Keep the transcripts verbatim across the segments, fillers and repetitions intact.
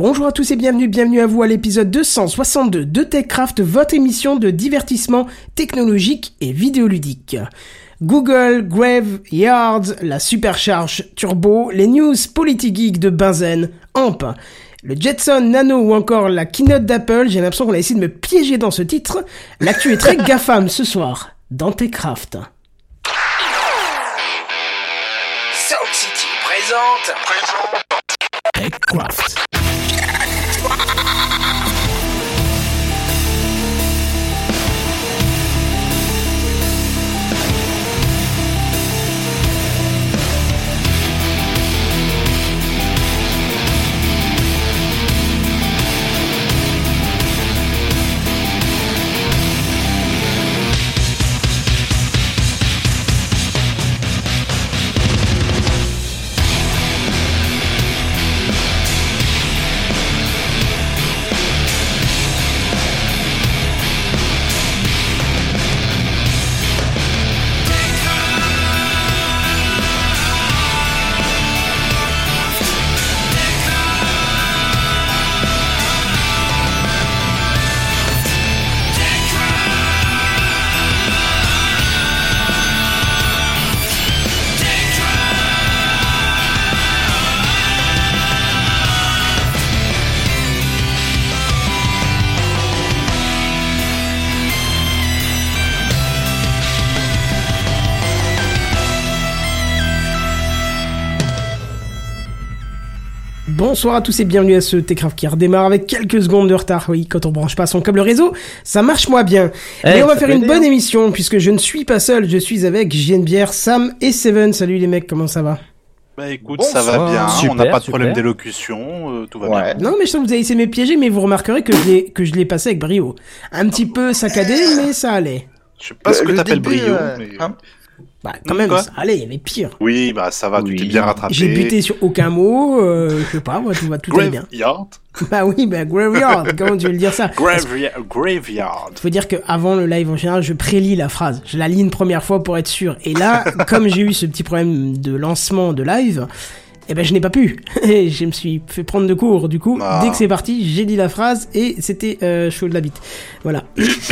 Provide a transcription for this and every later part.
Bonjour à tous et bienvenue, bienvenue à vous à l'épisode deux cent soixante-deux de TechCraft, votre émission de divertissement technologique et vidéoludique. Google, Graveyard, la supercharge turbo, les news politique geek de Benzen, Amp, le Jetson Nano ou encore la keynote d'Apple, j'ai l'impression qu'on a essayé de me piéger dans ce titre. L'actu est très GAFAM ce soir, dans TechCraft. Sound City présente, présente TechCraft. Bonsoir à tous et bienvenue à ce TechCraft qui redémarre avec quelques secondes de retard. Oui, quand on branche pas son câble réseau, ça marche moins bien. Mais hey, on va faire une bonne émission puisque je ne suis pas seul, je suis avec J N B R, Sam et Seven. Salut les mecs, comment ça va? Bah écoute, bonsoir. Ça va bien, super, on n'a pas de super. problème d'élocution, euh, tout va ouais. bien. Non mais je sens que vous avez essayé de me piéger, mais vous remarquerez que je l'ai, que je l'ai passé avec brio. Un petit peu saccadé, mais ça allait. Je sais pas le, ce que t'appelles brio, euh, mais... Hein Bah quand même, ça allait, il y avait pire. Oui, bah ça va, oui. Tu t'es bien rattrapé. J'ai buté sur aucun mot, euh, je sais pas, moi, tout va tout allait bien. Graveyard. Bah oui, bah Graveyard, comment tu veux le dire ça? Graveyard. Graveyard. Faut dire qu'avant le live en général, je prélis la phrase. Je la lis une première fois pour être sûr. Et là, comme j'ai eu ce petit problème de lancement de live, eh ben je n'ai pas pu. Et je me suis fait prendre de court. Du coup, ah. dès que c'est parti, j'ai dit la phrase et c'était euh, chaud de la bite. Voilà.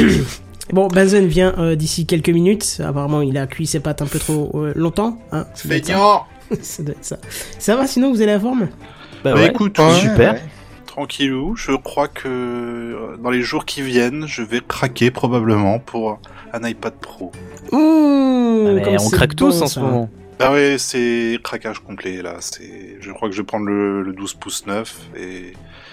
Bon, Benzen vient euh, d'ici quelques minutes. Apparemment, il a cuit ses pâtes un peu trop euh, longtemps. Hein, Feignant. Ça doit être ça. Ça va, sinon, vous avez la forme? Bah, bah ouais. Écoute, ouais, super. Ouais. Tranquillou. Je crois que euh, dans les jours qui viennent, je vais craquer probablement pour un iPad Pro. Ouh, ah, mais on craque bon, tous en ce moment. Ah ouais, c'est craquage complet là. C'est, je crois que je vais prendre le, le douze pouces neuf et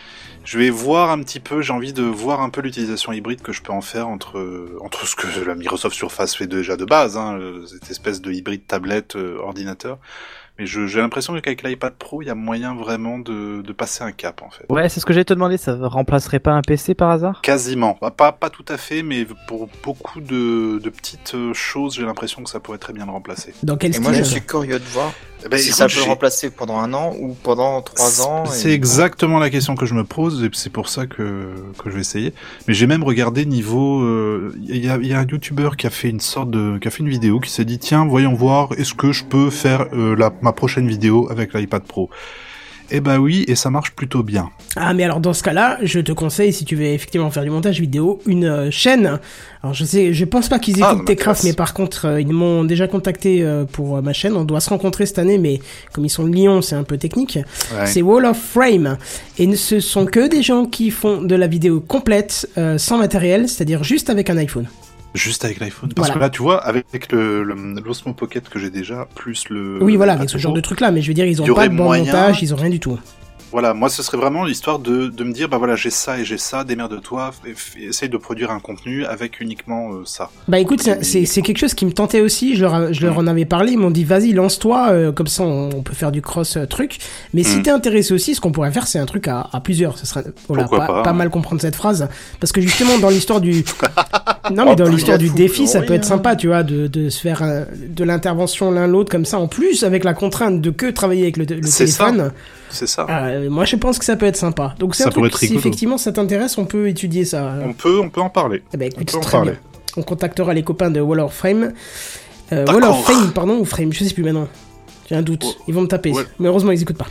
je vais voir un petit peu, j'ai envie de voir un peu l'utilisation hybride que je peux en faire entre entre ce que la Microsoft Surface fait déjà de base, hein, cette espèce de hybride tablette euh, ordinateur. Mais je, j'ai l'impression qu'avec l'iPad Pro, il y a moyen vraiment de, de passer un cap, en fait. Ouais, c'est ce que j'allais te demander, ça remplacerait pas un P C par hasard? Quasiment. Pas, pas tout à fait, mais pour beaucoup de, de petites choses, j'ai l'impression que ça pourrait très bien le remplacer. Dans quel Et style? moi, je suis curieux de voir eh ben, si écoute, ça peut j'ai... le remplacer pendant un an ou pendant trois ans. C'est et... exactement la question que je me pose, et c'est pour ça que, que je vais essayer. Mais j'ai même regardé niveau, il euh, y a, y a un YouTuber qui a fait une sorte de, qui a fait une vidéo, qui s'est dit, tiens, voyons voir, est-ce que je peux faire euh, la ma prochaine vidéo avec l'iPad Pro. Eh bah oui, et ça marche plutôt bien. Ah mais alors dans ce cas-là, je te conseille, si tu veux effectivement faire du montage vidéo, une euh, chaîne. Alors je sais, je pense pas qu'ils écoutent ah, TechCraft, mais par contre euh, ils m'ont déjà contacté euh, pour euh, ma chaîne. On doit se rencontrer cette année, mais comme ils sont de Lyon, c'est un peu technique. Ouais. C'est Wall of Frame, et ce sont que des gens qui font de la vidéo complète, euh, sans matériel, c'est-à-dire juste avec un iPhone. Juste avec l'iPhone. Parce voilà. que là, tu vois, avec le, le, l'Osmo Pocket que j'ai déjà, plus le... Oui, voilà, avec ce genre de truc-là, mais je veux dire, ils ont pas de bon moyen... montage, ils ont rien du tout. Voilà, moi, ce serait vraiment l'histoire de, de me dire, bah voilà, j'ai ça et j'ai ça, démerde-toi, essaye de produire un contenu avec uniquement euh, ça. Bah écoute, c'est, c'est, c'est quelque chose qui me tentait aussi, je leur, je leur en avais parlé, ils m'ont dit, vas-y, lance-toi, euh, comme ça, on, on peut faire du cross-truc. Mais mmh. si t'es intéressé aussi, ce qu'on pourrait faire, c'est un truc à, à plusieurs. Ce serait, voilà, pas, pas, pas mal comprendre cette phrase. Parce que justement, dans l'histoire du... Non, mais dans oh, l'histoire du défi, ça peut être sympa, tu vois, de, de se faire euh, de l'intervention l'un l'autre comme ça, en plus, avec la contrainte de que travailler avec le, le c'est téléphone. Ça. C'est ça. Euh, moi, je pense que ça peut être sympa. Donc, c'est ça un truc, si effectivement ça t'intéresse, on peut étudier ça. On peut, on peut en parler. Eh ben, écoute, on très bien. On contactera les copains de Wall of Frame. Euh, Wall of Fame, pardon, ou Frame, je sais plus maintenant. J'ai un doute. Oh. Ils vont me taper. Ouais. Mais heureusement, ils écoutent pas.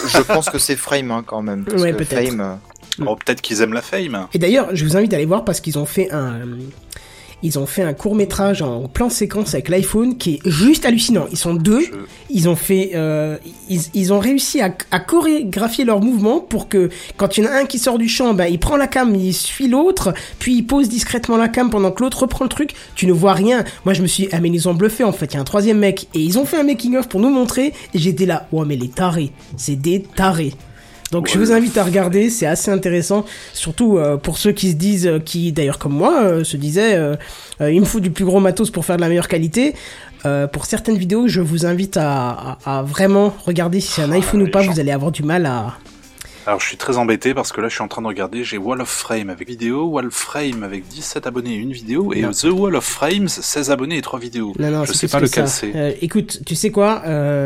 je, je pense que c'est Frame hein, quand même. Parce ouais, que peut-être. Fame, euh... Oh, peut-être qu'ils aiment la fame. Et d'ailleurs, je vous invite à aller voir parce qu'ils ont fait un, ils ont fait un court métrage en plan séquence avec l'iPhone qui est juste hallucinant. Ils sont deux, je... ils ont fait, euh, ils, ils ont réussi à, à chorégraphier leurs mouvements pour que quand il y en a un qui sort du champ, ben il prend la cam, il suit l'autre, puis il pose discrètement la cam pendant que l'autre reprend le truc. Tu ne vois rien. Moi, je me suis, ah mais ils ont bluffé en fait. Il y a un troisième mec et ils ont fait un making of pour nous montrer. Et j'étais là, ouais mais les tarés, c'est des tarés. Donc ouais. Je vous invite à regarder, c'est assez intéressant, surtout euh, pour ceux qui se disent, euh, qui d'ailleurs comme moi, euh, se disaient, euh, euh, il me faut du plus gros matos pour faire de la meilleure qualité. Euh, pour certaines vidéos, je vous invite à, à, à vraiment regarder si c'est un iPhone ah, ou pas, gens... vous allez avoir du mal à... Alors je suis très embêté parce que là je suis en train de regarder, j'ai Wall of Frame avec vidéo, Wall of Frame avec dix-sept abonnés et une vidéo, et non. The Wall of Frames, seize abonnés et trois vidéos. Non, non, je sais pas lequel c'est. Euh, écoute, tu sais quoi euh...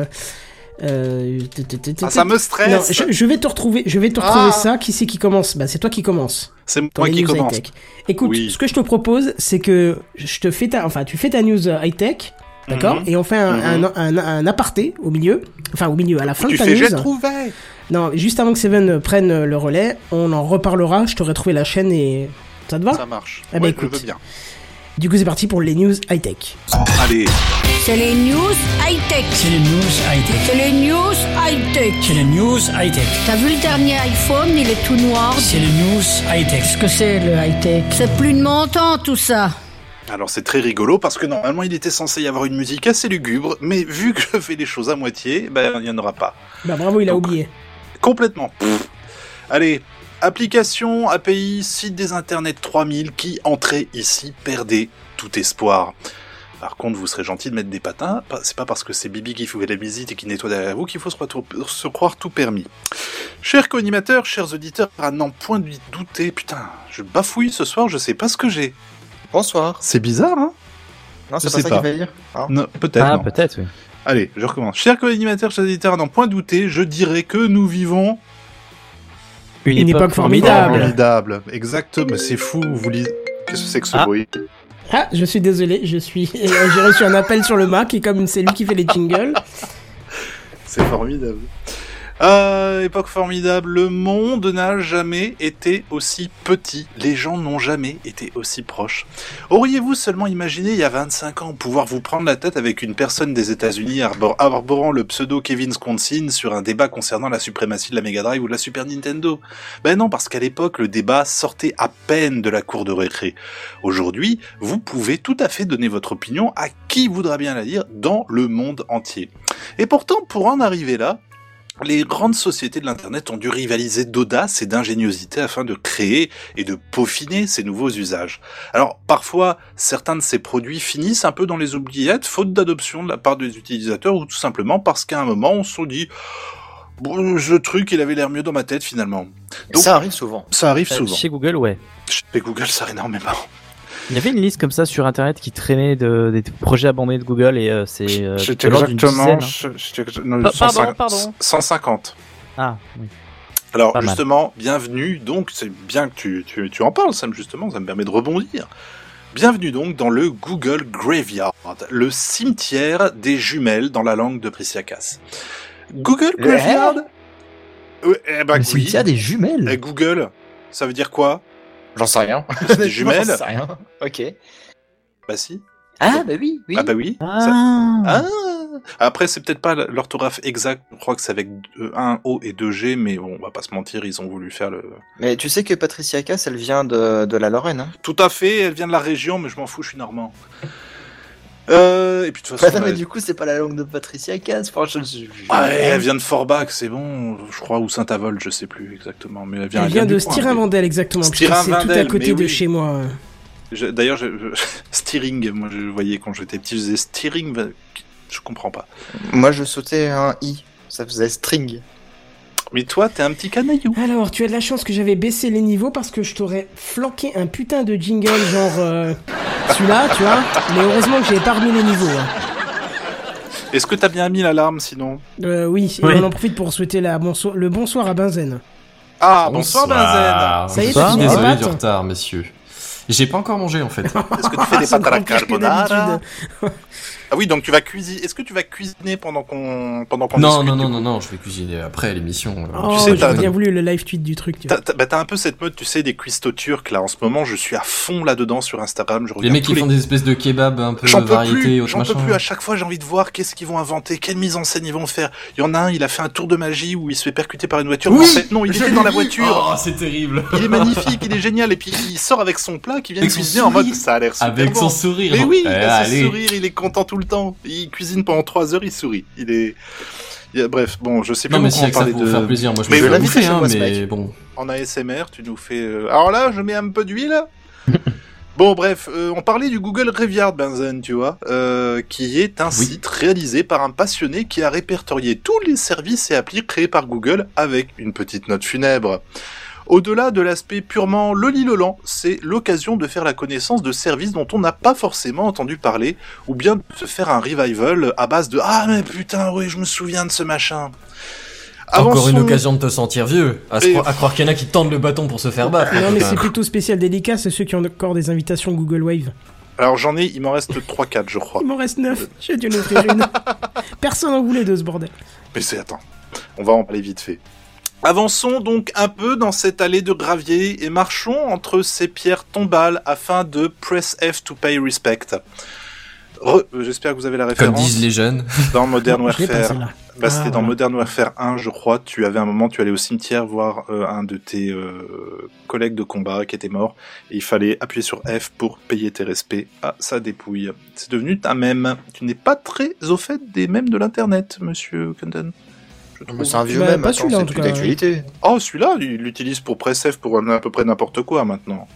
Euh... Ah, ça me stresse. Non, je, je vais te retrouver, je vais te retrouver ah. ça. Qui c'est qui commence? Bah, c'est toi qui commence. C'est moi qui commence. High-tech. Écoute, oui. ce que je te propose, c'est que je te fais ta, enfin, tu fais ta news high-tech, d'accord? Mm-hmm. Et on fait un, mm-hmm. un, un, un aparté au milieu, enfin au milieu, à la fin tu de ta fais, news. J'ai trouvé. Non, juste avant que Seven prenne le relais, on en reparlera. Je t'aurai trouvé la chaîne et ça te va? Ça marche. Ah bah ouais, écoute. Je veux bien. Du coup, c'est parti pour les news high-tech. Allez. C'est les news high-tech. C'est les news high-tech. C'est les news high-tech. C'est les news high-tech. T'as vu le dernier iPhone, il est tout noir. C'est les news high-tech. Qu'est-ce que c'est le high-tech? C'est plus de mon temps tout ça. Alors c'est très rigolo parce que normalement il était censé y avoir une musique assez lugubre, mais vu que je fais les choses à moitié, ben il n'y en aura pas. Bah bravo, il a Donc, oublié. Complètement. Pff. Allez. Application, A P I, site des internets trois mille, qui entrait ici perdait tout espoir. Par contre, vous serez gentil de mettre des patins, c'est pas parce que c'est Bibi qui fait la visite et qui nettoie derrière vous qu'il faut se, retrouver, se croire tout permis. Chers co-animateurs, chers auditeurs, à n'en point de douter, putain, je bafouille ce soir, je sais pas ce que j'ai. Bonsoir. C'est bizarre, hein? Non, c'est je pas ça qu'il fallait dire. Ah. Non, peut-être. Ah, non. peut-être, oui. Allez, je recommence. Chers co-animateurs, chers auditeurs, à n'en point douter, je dirais que nous vivons... Une, Une époque, époque formidable. Formidable, exactement. Mais c'est fou, vous lisez. Qu'est-ce que c'est que ce ah. bruit? Ah, je suis désolé, je suis. J'ai reçu un appel sur le Mac et comme c'est lui qui fait les jingles. C'est formidable. Euh, époque formidable, le monde n'a jamais été aussi petit, les gens n'ont jamais été aussi proches. Auriez-vous seulement imaginé il y a vingt-cinq ans pouvoir vous prendre la tête avec une personne des États-Unis arbor- arborant le pseudo Kevin Wisconsin sur un débat concernant la suprématie de la Mega Drive ou de la Super Nintendo? Ben non, parce qu'à l'époque, le débat sortait à peine de la cour de récré. Aujourd'hui, vous pouvez tout à fait donner votre opinion à qui voudra bien la dire dans le monde entier. Et pourtant, pour en arriver là, les grandes sociétés de l'internet ont dû rivaliser d'audace et d'ingéniosité afin de créer et de peaufiner ces nouveaux usages. Alors, parfois, certains de ces produits finissent un peu dans les oubliettes, faute d'adoption de la part des utilisateurs, ou tout simplement parce qu'à un moment, on se dit bon, ce truc, il avait l'air mieux dans ma tête, finalement. Donc, ça arrive souvent. Ça arrive souvent. Chez Google, ouais. Chez Google, ça arrive énormément. Il y avait une liste comme ça sur internet qui traînait de, des projets abandonnés de Google et euh, c'est euh, c'était exactement dizaine, hein. non, pa- pardon, cent, pardon. cent cinquante. Ah oui. Alors Pas justement, mal. bienvenue, donc c'est bien que tu, tu, tu en parles, ça me, justement, ça me permet de rebondir. Bienvenue donc dans le Google Graveyard, le cimetière des jumelles dans la langue de Priscilla Cass. Google Graveyard ouais, eh ben, Le oui. cimetière des jumelles Et Google, ça veut dire quoi? J'en sais rien. C'est des jumelles? J'en sais rien. Ok. Bah si. Ah bah oui, oui. Ah bah oui. Ah. Ça... ah. Après c'est peut-être pas l'orthographe exacte, je crois que c'est avec un O et deux G, mais bon, on va pas se mentir, ils ont voulu faire le... Mais tu sais que Patricia Cass, elle vient de, de la Lorraine, hein? Tout à fait, elle vient de la région, mais je m'en fous, je suis normand. Euh, et puis de toute façon... Bah non, mais elle... du coup, c'est pas la langue de Patricia Cass, franchement. Je... Ah, elle vient de Forbach, c'est bon, je crois, ou Saint-Avold, je sais plus exactement, mais elle vient... Elle vient de Styrin-Vandel, exactement, Styrin-Vandel, c'est tout à côté de oui. chez moi. Je, d'ailleurs, je, je, steering, moi je voyais quand j'étais petit, je faisais steering, je comprends pas. Moi je sautais un i, ça faisait string. Mais toi, t'es un petit canaillou. Alors, tu as de la chance que j'avais baissé les niveaux parce que je t'aurais flanqué un putain de jingle genre euh, celui-là, tu vois. Mais heureusement que j'avais pas remis les niveaux. Hein. Est-ce que t'as bien mis l'alarme sinon? euh, Oui, et oui. On en profite pour souhaiter la bonso- le bonsoir à Benzen. Ah, bonsoir, bonsoir Benzen. Ça y est, t'as fini Désolé tes pâtes du retard, messieurs. J'ai pas encore mangé en fait. Est-ce que tu fais des pâtes à la carbonara? Ah oui, donc tu vas cuisiner. Est-ce que tu vas cuisiner pendant qu'on pendant qu'on Non, discute, non, du non, coup non, non, je vais cuisiner après l'émission. Oh, Tu sais, t'as- j'aurais bien voulu le live tweet du truc. Tu vois. T'as, t'as, bah, t'as un peu cette mode, tu sais, des cuistots turcs là. En ce moment, je suis à fond là-dedans sur Instagram. Je Les regarde mecs tous qui les... font des espèces de kebabs un peu J'en peux variétés, plus, autre j'en machin. peux plus. À chaque fois, j'ai envie de voir qu'est-ce qu'ils vont inventer, quelle mise en scène ils vont faire. Il y en a un, il a fait un tour de magie où il se fait percuter par une voiture. Oui, en fait, non, il je était l'ai dans la vu. voiture. Oh, c'est terrible. Il est magnifique, il est génial. Et puis il sort avec son plat qui vient de Avec son cuisiner en mode sourire. ça a l'air super Avec bon. son sourire. Mais oui, il Eh, a ce allez. sourire, il est content tout le temps. Il cuisine pendant trois heures, il sourit. Il est. il a- Bref, bon, je sais pas Non, mais pourquoi si on avec ça parlait pour de. vous faire plaisir, moi je Mais me je fais vais bouffer, l'inviter hein, chez moi, ce mais mec. bon. En A S M R, tu nous fais. euh, Alors là, je mets un peu d'huile. Bon, bref, euh, on parlait du Google Graveyard, Benzen, tu vois, euh, qui est un Oui. site réalisé par un passionné qui a répertorié tous les services et applis créés par Google avec une petite note funèbre. Au-delà de l'aspect purement lolilolant, c'est l'occasion de faire la connaissance de services dont on n'a pas forcément entendu parler, ou bien de se faire un revival à base de « Ah mais putain, oui, je me souviens de ce machin ». Encore une Avançons- occasion de te sentir vieux. À, se Et- cro- à croire qu'il y en a qui tendent le bâton pour se faire battre. Non, mais Putain. c'est plutôt spécial délicat, c'est ceux qui ont encore des invitations Google Wave. Alors j'en ai, il m'en reste trois quatre, je crois. Il m'en reste neuf, j'ai dû en offrir une. Personne n'en voulait de ce bordel. Mais c'est, attends, on va en parler vite fait. Avançons donc un peu dans cette allée de gravier et marchons entre ces pierres tombales afin de press F to pay respect. Re- euh, J'espère que vous avez la Comme référence. disent les jeunes. Dans Modern Non, je l'ai pas, Warfare. celle-là. Bah, c'était Ah, dans voilà. Modern Warfare un, je crois. Tu avais un moment, tu allais au cimetière voir euh, un de tes euh, collègues de combat qui était mort. Et il fallait appuyer sur F pour payer tes respects à sa dépouille. C'est devenu un mème. Tu n'es pas très au fait des mèmes de l'internet, monsieur Kenton. Je Non, mais trouve. c'est un vieux Bah, même, pas attends, celui-là, en c'est tout plus cas, d'actualité. Oh, celui-là, il l'utilise pour press F pour à peu près n'importe quoi maintenant.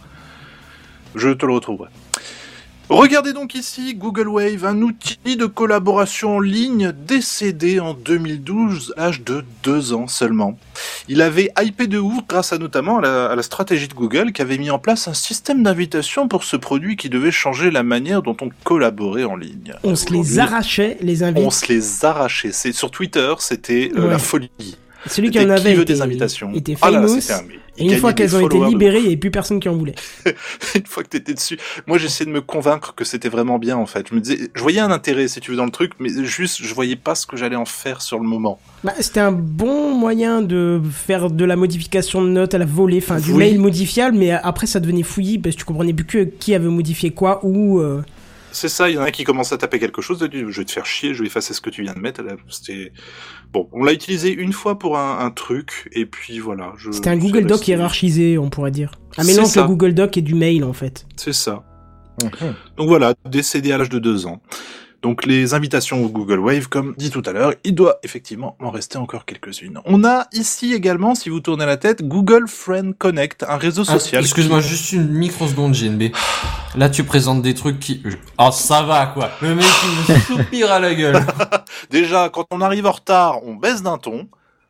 Je te le retrouverai. Regardez donc ici Google Wave, un outil de collaboration en ligne décédé en deux mille douze, à l'âge de deux ans seulement. Il avait hypé de ouf grâce à notamment à la, à la stratégie de Google qui avait mis en place un système d'invitation pour ce produit qui devait changer la manière dont on collaborait en ligne. On se les Aujourd'hui, arrachait, les invites. On se les arrachait. C'est, sur Twitter, c'était euh, Ouais. la folie. Celui qui C'était en avait qui veut était, des invitations. était Ah là là, famous. c'était un- il et une gagnait fois des qu'elles ont été followers de libérées, il n'y avait plus personne qui en voulait. Une fois que t'étais dessus, moi j'essayais de me convaincre que c'était vraiment bien en fait. Je me disais, je voyais un intérêt si tu veux dans le truc, mais juste je voyais pas ce que j'allais en faire sur le moment. Bah, c'était un bon moyen de faire de la modification de notes à la volée, enfin du Oui. mail modifiable, mais après ça devenait fouillis parce que tu comprenais plus que qui avait modifié quoi ou. euh, C'est ça, il y en a un qui commence à taper quelque chose, il dit, je vais te faire chier, je vais effacer ce que tu viens de mettre. Là, c'était bon, on l'a utilisé une fois pour un, un truc, et puis voilà. Je, C'était un c'est Google Doc resté- hiérarchisé, on pourrait dire. Un C'est mélange ça. de Google Doc et du mail en fait. C'est ça. Mhm. Donc voilà, décédé à l'âge de deux ans. Donc les invitations au Google Wave, comme dit tout à l'heure, il doit effectivement en rester encore quelques-unes. On a ici également, si vous tournez la tête, Google Friend Connect, un réseau Ah, social. excuse-moi, qui- juste une microseconde, G N B. Là, tu présentes des trucs qui... Ah, ça va, quoi. Le mec, il me soupire à la gueule. Déjà, quand on arrive en retard, on baisse d'un ton.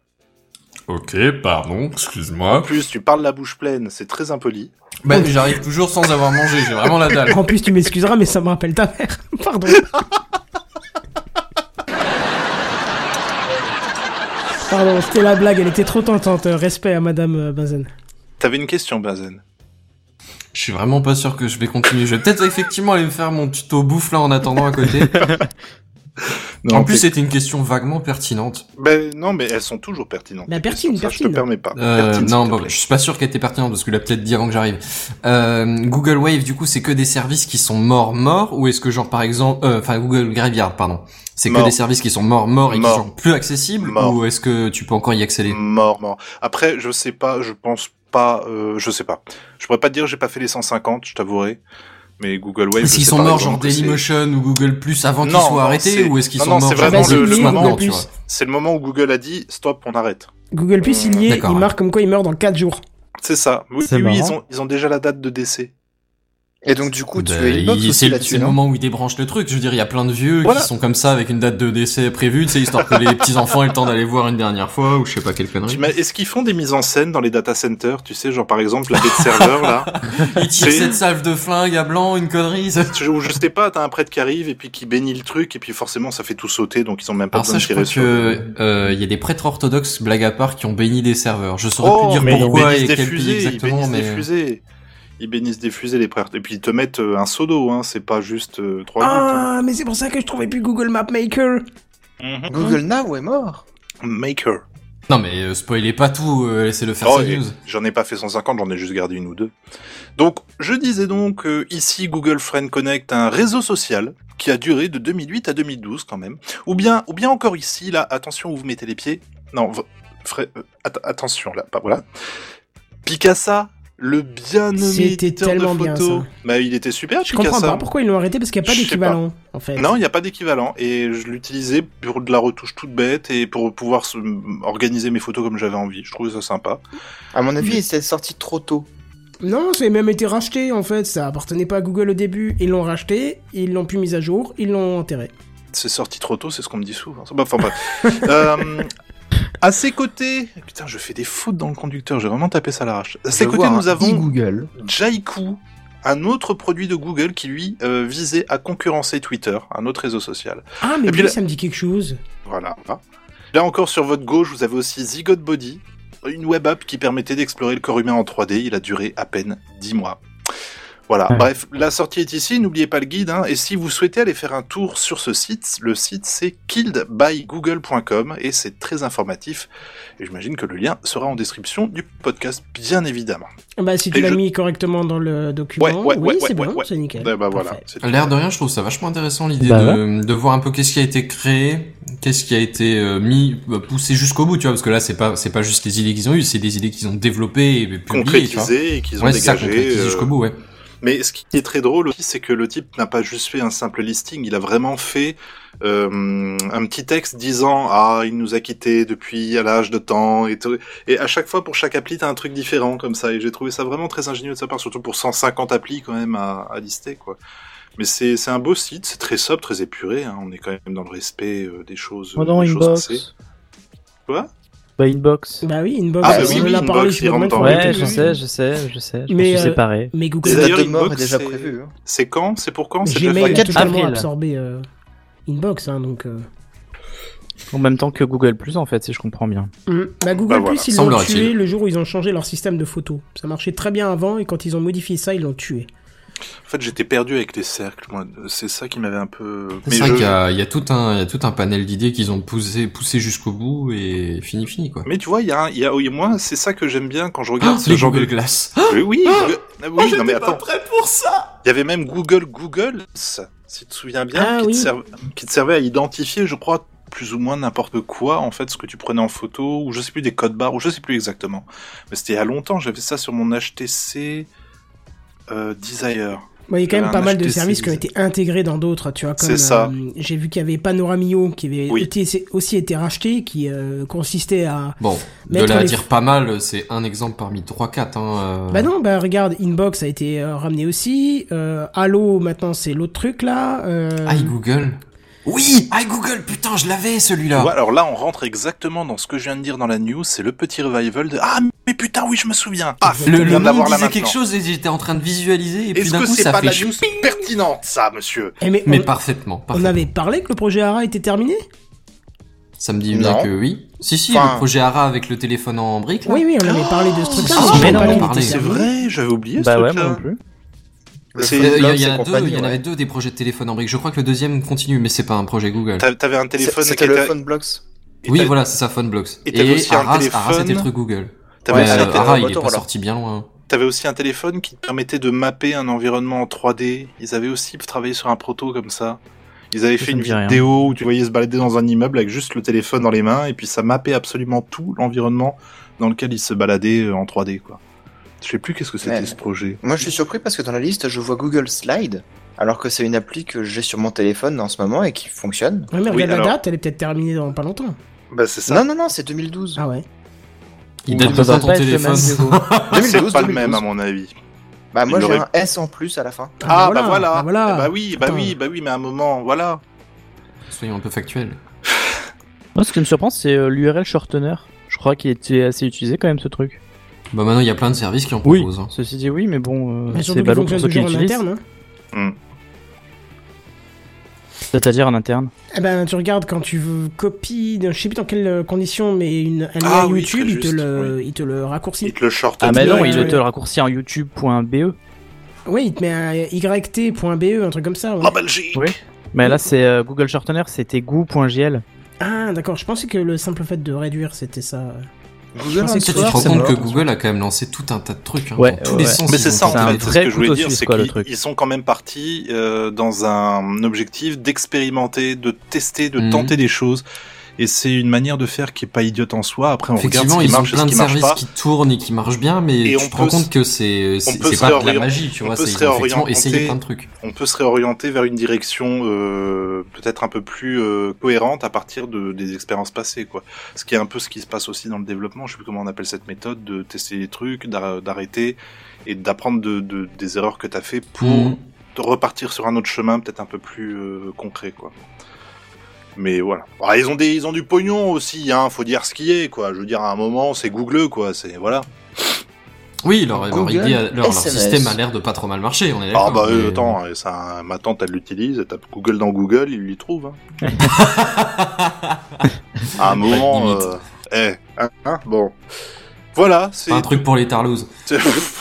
Ok, pardon, En excuse-moi. plus, tu parles la bouche pleine, c'est très impoli. Bah, j'arrive toujours sans avoir mangé, j'ai vraiment la dalle. En plus, tu m'excuseras, mais ça me rappelle ta mère. Pardon. Pardon, c'était la blague, elle était trop tentante. Respect à Madame euh, Benzen. T'avais une question, Benzen. Je suis vraiment pas sûr que je vais continuer. Je vais peut-être effectivement aller me faire mon tuto bouffe là en attendant à côté. Non, en plus, t'es- c'était une question vaguement pertinente. Ben, non, mais elles sont toujours pertinentes. Bah, tes pertine, questions, ça, pertine. Je te permets pas. Euh, Pertine, non, s'il te bon, plaît. je suis pas sûr qu'elle était pertinente parce qu'il a peut-être dit avant que j'arrive. Euh, Google Wave, du coup, c'est que des services qui sont morts, morts, ou est-ce que genre par exemple, euh, enfin Google Graveyard, pardon, c'est que Mort. des services qui sont morts, morts et Mort. qui sont plus accessibles, Mort. ou est-ce que tu peux encore y accéder? Mort, mort. Après, je sais pas, je pense pas, euh, je sais pas. Je pourrais pas te dire, j'ai pas fait les cent cinquante, je t'avouerai. Mais Google Wave, Est-ce je qu'ils sais sont par morts exemple genre que c'est- Dailymotion ou Google Plus avant qu'ils Non, soient non, arrêtés, c'est- ou est-ce qu'ils non, sont non, morts c'est genre vraiment Google le- Plus le maintenant, moment tu Plus. vois? C'est le moment où Google a dit, stop, on arrête. Google Plus, il y est, D'accord. il marque comme quoi il meurt dans quatre jours. C'est ça. Oui, C'est oui, marrant. ils ont, ils ont déjà la date de décès. Et donc, du coup, tu Bah, as une box il- aussi c'est le, là-dessus, c'est le non moment où ils débranchent le truc. Je veux dire, il y a plein de vieux Voilà. qui sont comme ça avec une date de décès prévue, tu sais, histoire que les petits enfants aient le temps d'aller voir une dernière fois ou je sais pas quelle connerie. Tu m'as- Est-ce qu'ils font des mises en scène dans les data centers, tu sais, genre par exemple la baie de serveur là, Ils tirent C'est- cette salve de flingue à blanc, une connerie. Ça... je, ou je sais pas, t'as un prêtre qui arrive et puis qui bénit le truc et puis forcément ça fait tout sauter donc ils ont même pas Alors besoin ça, de je crois tirer sur. que euh, il y a des prêtres orthodoxes, blague à part, qui ont béni des serveurs. Je saurais Oh, plus dire mais ils pourquoi bénissent et des quel pays fusées, ils exactement, bénissent mais des fusées. Ils bénissent des fusées, les frères. Et puis ils te mettent euh, un seau d'eau, hein. C'est pas juste euh, trois gouttes. Ah, Hein. mais c'est pour ça que je trouvais plus Google Map Maker. Mhm. Google Now est mort. Maker. Non mais euh, spoilez pas tout, euh, laissez-le faire Oh, sa et news. j'en ai pas fait cent cinquante, j'en ai juste gardé une ou deux. Donc, je disais donc, euh, ici, Google Friend Connect, un réseau social qui a duré de deux mille huit à deux mille douze quand même. Ou bien, ou bien encore ici, là, attention où vous mettez les pieds. Non, v- fra- euh, att- attention là, pas voilà. Picasa, le bien nommé C'était éditeur de tellement bien, photos. ça. Bah, il était super, Je comprends Picasa. pas pourquoi ils l'ont arrêté, parce qu'il n'y a pas Je sais d'équivalent, en fait. Non, il n'y a pas d'équivalent. Et je l'utilisais pour de la retouche toute bête et pour pouvoir se- organiser mes photos comme j'avais envie. Je trouvais ça sympa. À mon avis, c'est sorti trop tôt. Non, ça a même été racheté, en fait. Ça appartenait pas à Google au début. Ils l'ont racheté, ils l'ont plus mis à jour, ils l'ont enterré. C'est sorti trop tôt, c'est ce qu'on me dit souvent. Bah, Enfin bref. euh, à ses côtés, putain, je fais des fautes dans le conducteur. J'ai vraiment tapé ça à l'arrache. À ses Je côtés, vois nous un avons Google. Jaiku, un autre produit de Google qui lui euh, visait à concurrencer Twitter, un autre réseau social. Ah, mais Et puis oui, là- ça me dit quelque chose. Voilà. Là encore sur votre gauche, vous avez aussi Zygote Body, une web app qui permettait d'explorer le corps humain en trois D. Il a duré à peine dix mois. Voilà, Ouais. bref, la sortie est ici, n'oubliez pas le guide, hein, et si vous souhaitez aller faire un tour sur ce site, le site c'est killed by google point com, et c'est très informatif, et j'imagine que le lien sera en description du podcast, bien évidemment. Bah, si tu Et l'as je- mis correctement dans le document, Ouais, ouais, oui, ouais, c'est ouais, bon, ouais. c'est nickel. Eh ben voilà, Parfait. c'est L'air de rien, je trouve ça vachement intéressant l'idée Bah de, de voir un peu qu'est-ce qui a été créé, qu'est-ce qui a été euh, mis, euh, poussé jusqu'au bout, tu vois, parce que là c'est pas c'est pas juste les idées qu'ils ont eues, c'est des idées qu'ils ont développées et publiées, tu vois. concrétisé et qu'ils ont Ouais, c'est ça, dégagé. concrétisé euh, jusqu'au bout, ouais. Mais ce qui est très drôle aussi, c'est que le type n'a pas juste fait un simple listing, il a vraiment fait euh, un petit texte disant « Ah, il nous a quittés depuis à l'âge de temps », et, tout. Et à chaque fois, pour chaque appli, t'as un truc différent comme ça, et j'ai trouvé ça vraiment très ingénieux de sa part, surtout pour cent cinquante applis quand même à, à lister, quoi. Mais c'est c'est un beau site, c'est très sobre, très épuré, hein. On est quand même dans le respect euh, des choses, Oh non, des choses Inbox. assez- Quoi Bah, Inbox. Bah oui, Inbox, Ah, bah on oui, en oui, a parlé Inbox, sur il le rentre même dans forum. le Ouais, oui, je oui. sais, je sais, je sais. Je Mais, me suis euh, séparé. Mais Et Google La d'ailleurs, date de mort Inbox, est déjà c'est- prévue. hein. C'est quand C'est pour quand C'est Gmail a déjà fait totalement avril. absorbé euh, Inbox, hein, donc... euh, En même temps que Google Plus, en fait, si je comprends bien. hum. Bah, Google Bah, Plus, voilà. ils l'ont Semblerait-il. tué le jour où ils ont changé leur système de photos. Ça marchait très bien avant, et quand ils ont modifié ça, ils l'ont tué. En fait, j'étais perdu avec les cercles, moi. C'est ça qui m'avait un peu... C'est vrai qu'il y a, il y a tout un, il y a tout un panel d'idées qu'ils ont poussé, poussé jusqu'au bout et fini, fini, quoi. Mais tu vois, il y a, un- il y a, moi, c'est ça que j'aime bien quand je regarde Ah, ce les genre Google de... Glass. Oui, oui, Google- ah oui, non mais attends, prêt pour ça. il y avait même Google Google, si tu te souviens bien, Ah qui, oui. te serv- qui te servait à identifier, je crois, plus ou moins n'importe quoi, en fait, ce que tu prenais en photo, ou je sais plus, des codes barres, ou je sais plus exactement. Mais c'était il y a longtemps, j'avais ça sur mon H T C euh, Desire. Bon, il y a quand J'avais même un pas mal de H T C services qui ont été intégrés dans d'autres, tu vois, comme C'est ça. euh, j'ai vu qu'il y avait Panoramio qui avait Oui. été- aussi été racheté, qui euh, consistait à... Bon, de Mettre là à les- dire pas mal, c'est un exemple parmi trois quatre, hein. euh. Bah non, bah regarde, Inbox a été euh, ramené aussi, euh, Allo maintenant c'est l'autre truc là. Euh... Hi Google. Oui, Hi Google, putain, je l'avais celui-là. Tu vois, alors là, on rentre exactement dans ce que je viens de dire dans la news, c'est le petit revival de... Ah, mais putain, oui, je me souviens. Ah, Le, je le viens nom d'avoir là disait maintenant. quelque chose et j'étais en train de visualiser et puis Est-ce d'un que coup c'est ça pas fait la news chping. pertinente, ça, monsieur? Eh, mais Mais on, parfaitement, on parfaitement. avait parlé que le projet Ara était terminé. Ça me dit bien Non. que oui. Si, si, Enfin- le projet Ara avec le téléphone en brique, là. Oui, oui, on avait parlé de ce truc-là. si, mais si, je savais on en pas a qu'il parlé. était C'est terminé. vrai, j'avais oublié ce Bah ouais, truc-là. moi non plus. Le C'est- Euh, Il y, a- Floplox il y en et a deux, compagnie, il y en ouais. avait deux des projets de téléphone en brique. Je crois que le deuxième continue, mais c'est pas un projet Google. T'a- T'avais un téléphone C'est- qui C'était le était... Phoneblox. et Oui, t'as- voilà, c'est ça, Phoneblox. Et t'avais aussi un Ara, Ara, téléphone- c'était le truc Google. T'avais Ouais, aussi un euh, téléphone- Ara, il est pas Motorola. sorti bien loin. T'avais aussi un téléphone qui te permettait de mapper un environnement en trois D. Ils avaient aussi travaillé sur un proto comme ça. Ils avaient Ça, fait ça une me dit rien. vidéo où tu voyais se balader dans un immeuble avec juste le téléphone dans les mains et puis ça mappait absolument tout l'environnement dans lequel ils se baladaient euh, en trois D, quoi. Je sais plus qu'est-ce que c'était Ouais. ce projet. Moi, je suis surpris parce que dans la liste, je vois Google Slide, alors que c'est une appli que j'ai sur mon téléphone en ce moment et qui fonctionne. Ouais, mais Oui, regarde alors- la date, elle est peut-être terminée dans pas longtemps. Bah c'est ça. Non, non, non, c'est deux mille douze. Ah ouais. Il Ou date de ça doit quand ton pas être le téléphone même, du coup. C'est deux mille douze, pas le deux mille douze. même à mon avis. Bah, moi, Il j'ai aurait- un S en plus à la fin. Ah, bah voilà. bah voilà. Bah oui, bah Attends. oui, bah oui, mais à un moment, voilà. Soyons un peu factuels. Moi, ce qui me surprend, c'est euh, l'U R L shortener. Je crois qu'il était assez utilisé quand même, ce truc. Bah maintenant, il y a plein de services qui en Oui, proposent. hein. ceci dit, oui, mais bon, euh, Mais c'est surtout qu'il ballot pour fonctionne ceux qui toujours en l'utilisent. interne. Hein. C'est-à-dire en interne. Eh ben, tu regardes quand tu veux copies, je sais plus dans quelles euh, conditions, mais une, un lien Ah oui, YouTube, très il te juste, le, oui. il te le raccourcit. Il te le short. Ah, mais non, ouais, il ouais. te le raccourcit en youtube point be. Oui, il te met un y t point b e, un truc comme ça. Ouais. La Belgique. Oui. Mais là, c'est euh, Google Shortener, c'était goo.jl. Ah, d'accord. Je pensais que le simple fait de réduire, c'était ça. Google pensais que Tu te Answer, rends c'est compte mort. que Google a quand même lancé tout un tas de trucs, hein, Ouais, dans tous ouais, les ouais. sens. Mais ils c'est ont ça en fait un fait, un c'est ce vrai que je voulais couteau dire, suisse, c'est quoi, le qu'ils truc. ils sont quand même partis euh, dans un objectif d'expérimenter, de tester, de Mhm. tenter des choses. Et c'est une manière de faire qui est pas idiote en soi. Après, on regarde ce Effectivement, qui ils ont marche et ce plein de qui marche services pas. qui tournent et qui marchent bien, mais Et tu on te rends peut compte se- que c'est c'est peut c'est se pas de la réorient- magie, tu on vois. peut C'est se ils ont effectivement réorienter. essayé plein de trucs. On peut se réorienter vers une direction euh, peut-être un peu plus euh, cohérente à partir de, des expériences passées, quoi. Ce qui est un peu ce qui se passe aussi dans le développement. Je sais plus comment on appelle cette méthode de tester les trucs, d'ar- d'arrêter et d'apprendre de, de, des erreurs que t'as fait pour Mhm. de repartir sur un autre chemin peut-être un peu plus euh, concret, quoi. Mais voilà. Ah, ils ont des, ils ont du pognon aussi, hein. Faut dire ce qui est, quoi. Je veux dire, à un moment, c'est Google, quoi. C'est voilà. Oui, leur, leur Google idée, a- leur, leur S M S. système a l'air de pas trop mal marcher, on est d'accord. Ah bah euh, mais- attends, euh, ça, ma tante elle l'utilise, elle tape Google dans Google, il l'y trouve. Hein. À un moment, limite. euh, eh, hein, hein, bon, voilà, c'est Pas un truc pour les tarlouses. c'est-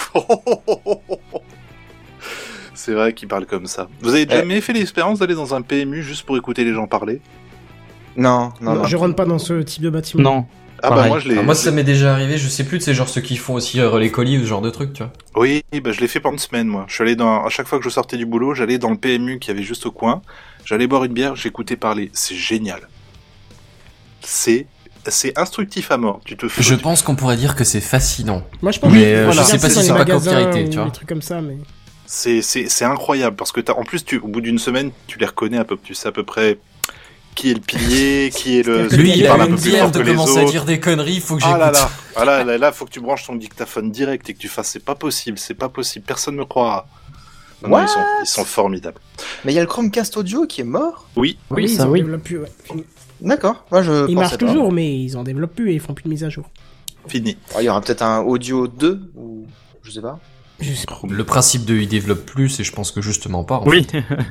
C'est vrai qu'il parle comme ça. Vous avez Eh. jamais fait l'expérience d'aller dans un P M U juste pour écouter les gens parler? Non, non, non. Je rentre pas dans ce type de bâtiment. Non. Ah bah Pareil. moi je l'ai. Ah, moi, ça m'est déjà arrivé, je sais plus, c'est genre ceux qui font aussi euh, relais colis ou ce genre de trucs, tu vois. Oui, bah je l'ai fait pendant une semaine moi. Je suis allé dans, à chaque fois que je sortais du boulot, j'allais dans le P M U qui avait juste au coin. J'allais boire une bière, j'écoutais parler. C'est génial. C'est c'est instructif à mort. Tu te fais. Je pense qu'on pourrait dire que c'est fascinant. Moi, je pense Mais, que euh, je sais regarde pas ça si dans c'est les pas magasins copyrighté, tu ou vois. des trucs comme ça, mais C'est c'est c'est incroyable parce que t'as en plus tu au bout d'une semaine tu les reconnais à peu tu sais à peu près qui est le pilier, qui est le C'est-à-dire que Lui, Lui, il il a parle eu un une peu plus bière fort de que les commencer à autres. dire des conneries, faut que Ah j'écoute. là là, ah là, là, là, faut que tu branches ton dictaphone direct et que tu fasses, c'est pas possible, c'est pas possible, personne ne me croira. Non, non, What ils sont, ils sont formidables. Mais il y a le Chromecast audio qui est mort. Oui, Oui, ils ça, en oui. développent plus. Ouais. Fini. D'accord. Moi, je. Ils pensais marchent pas. toujours, mais ils en développent plus et ils font plus de mise à jour. fini. Oh, il y aura peut-être un audio deux ou je sais pas. Je sais pas. Le principe de il développe plus, et je pense que justement pas. en Oui.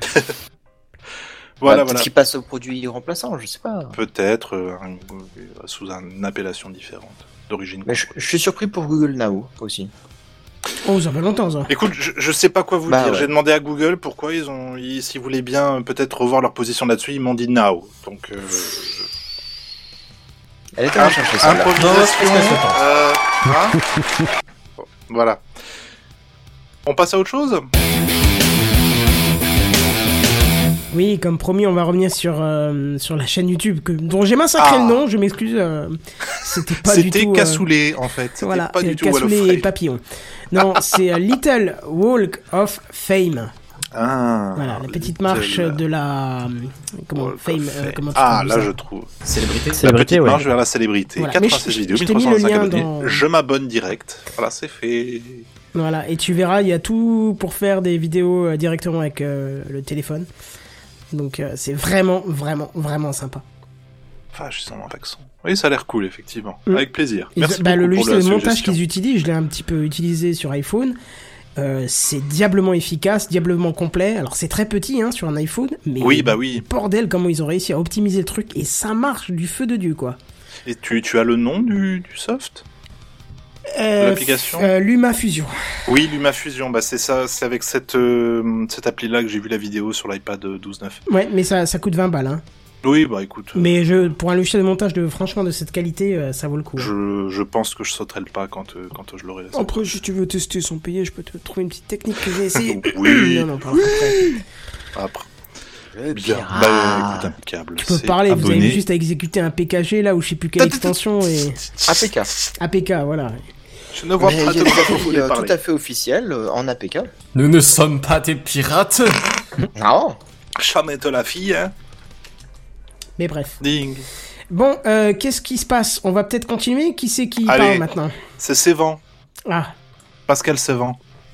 Voilà, Bah, voilà. Peut-être qu'il passe au produit remplaçant, je sais pas. Peut-être euh, un- euh, sous une appellation différente, d'origine. Mais je, je suis surpris pour Google Now aussi. Oh, ça fait longtemps ça. Écoute, je, je sais pas quoi vous Bah dire. ouais. J'ai demandé à Google pourquoi ils ont, ils- s'ils voulaient bien euh, peut-être revoir leur position là-dessus, ils m'ont dit now. Donc, euh, Elle était à chercher ça. improvisation. Non, c'est pas euh, hein Bon, voilà. On passe à autre chose. Oui, comme promis, on va revenir sur, euh, sur la chaîne YouTube que, dont j'ai massacré Ah. le nom, je m'excuse. euh, c'était pas du tout. C'était euh, cassoulet en fait. C'était Voilà, pas euh, du tout Wall of cassoulet et Fame. papillon. Non, c'est euh, Little Walk of Fame. Ah, Voilà, la petite Little marche de la. euh, Comment Walk of Fame, euh, Fame. comment tu Ah, traduis là ça je trouve. Célébrité. La Célébrité, petite ouais. marche vers la célébrité. Voilà. Mais quatre-vingt-seize je- vidéos, je t'ai mis le mille trois cent cinquante lien abonnés. dans- Je m'abonne direct. Voilà, c'est fait. Voilà, et tu verras, il y a tout pour faire des vidéos euh, directement avec euh, le téléphone. Donc euh, c'est vraiment, vraiment, vraiment sympa. Enfin, je suis sans accent. Oui, ça a l'air cool, effectivement. Mm. Avec plaisir. Ils- Merci bah, beaucoup le pour logiciel la de montage suggestion. qu'ils utilisent, je l'ai un petit peu utilisé sur iPhone. Euh, c'est diablement efficace, diablement complet. Alors c'est très petit hein, sur un iPhone, mais Oui, bah oui. bordel comment ils ont réussi à optimiser le truc et ça marche du feu de Dieu quoi. Et tu, tu as le nom du, du soft Euh, L'application f- euh, LumaFusion. Oui, LumaFusion. Bah, c'est ça, c'est avec cette, euh, cette appli-là que j'ai vu la vidéo sur l'iPad douze neuf. Ouais, mais ça, ça coûte vingt balles. Hein. Oui, bah écoute. euh, Mais je, pour un logiciel de montage de franchement de cette qualité, euh, ça vaut le coup. hein. Je, je pense que je sauterai le pas quand, euh, quand je l'aurai. la Après, si tu veux tester sans payer, je peux te trouver une petite technique que j'ai essayé. Oui. Non, non, pas après. Après. Le Bien. pirate. Bah écoute, impeccable. Tu peux C'est parler, vous avez abonné. juste à exécuter un P K G là ou je sais plus quelle extension et. A P K. A P K, voilà. Je ne vois Mais pas il y a de des quoi vous applis voulez euh, parler. tout à fait officiels euh, en A P K. Nous ne sommes pas des pirates. Non. Jamais de la fille, hein. Mais bref. Ding. Bon, euh, qu'est-ce qui se passe? On va peut-être continuer. Qui c'est qui Allez. parle maintenant? C'est Sévan. Ah, Pascal Sévan.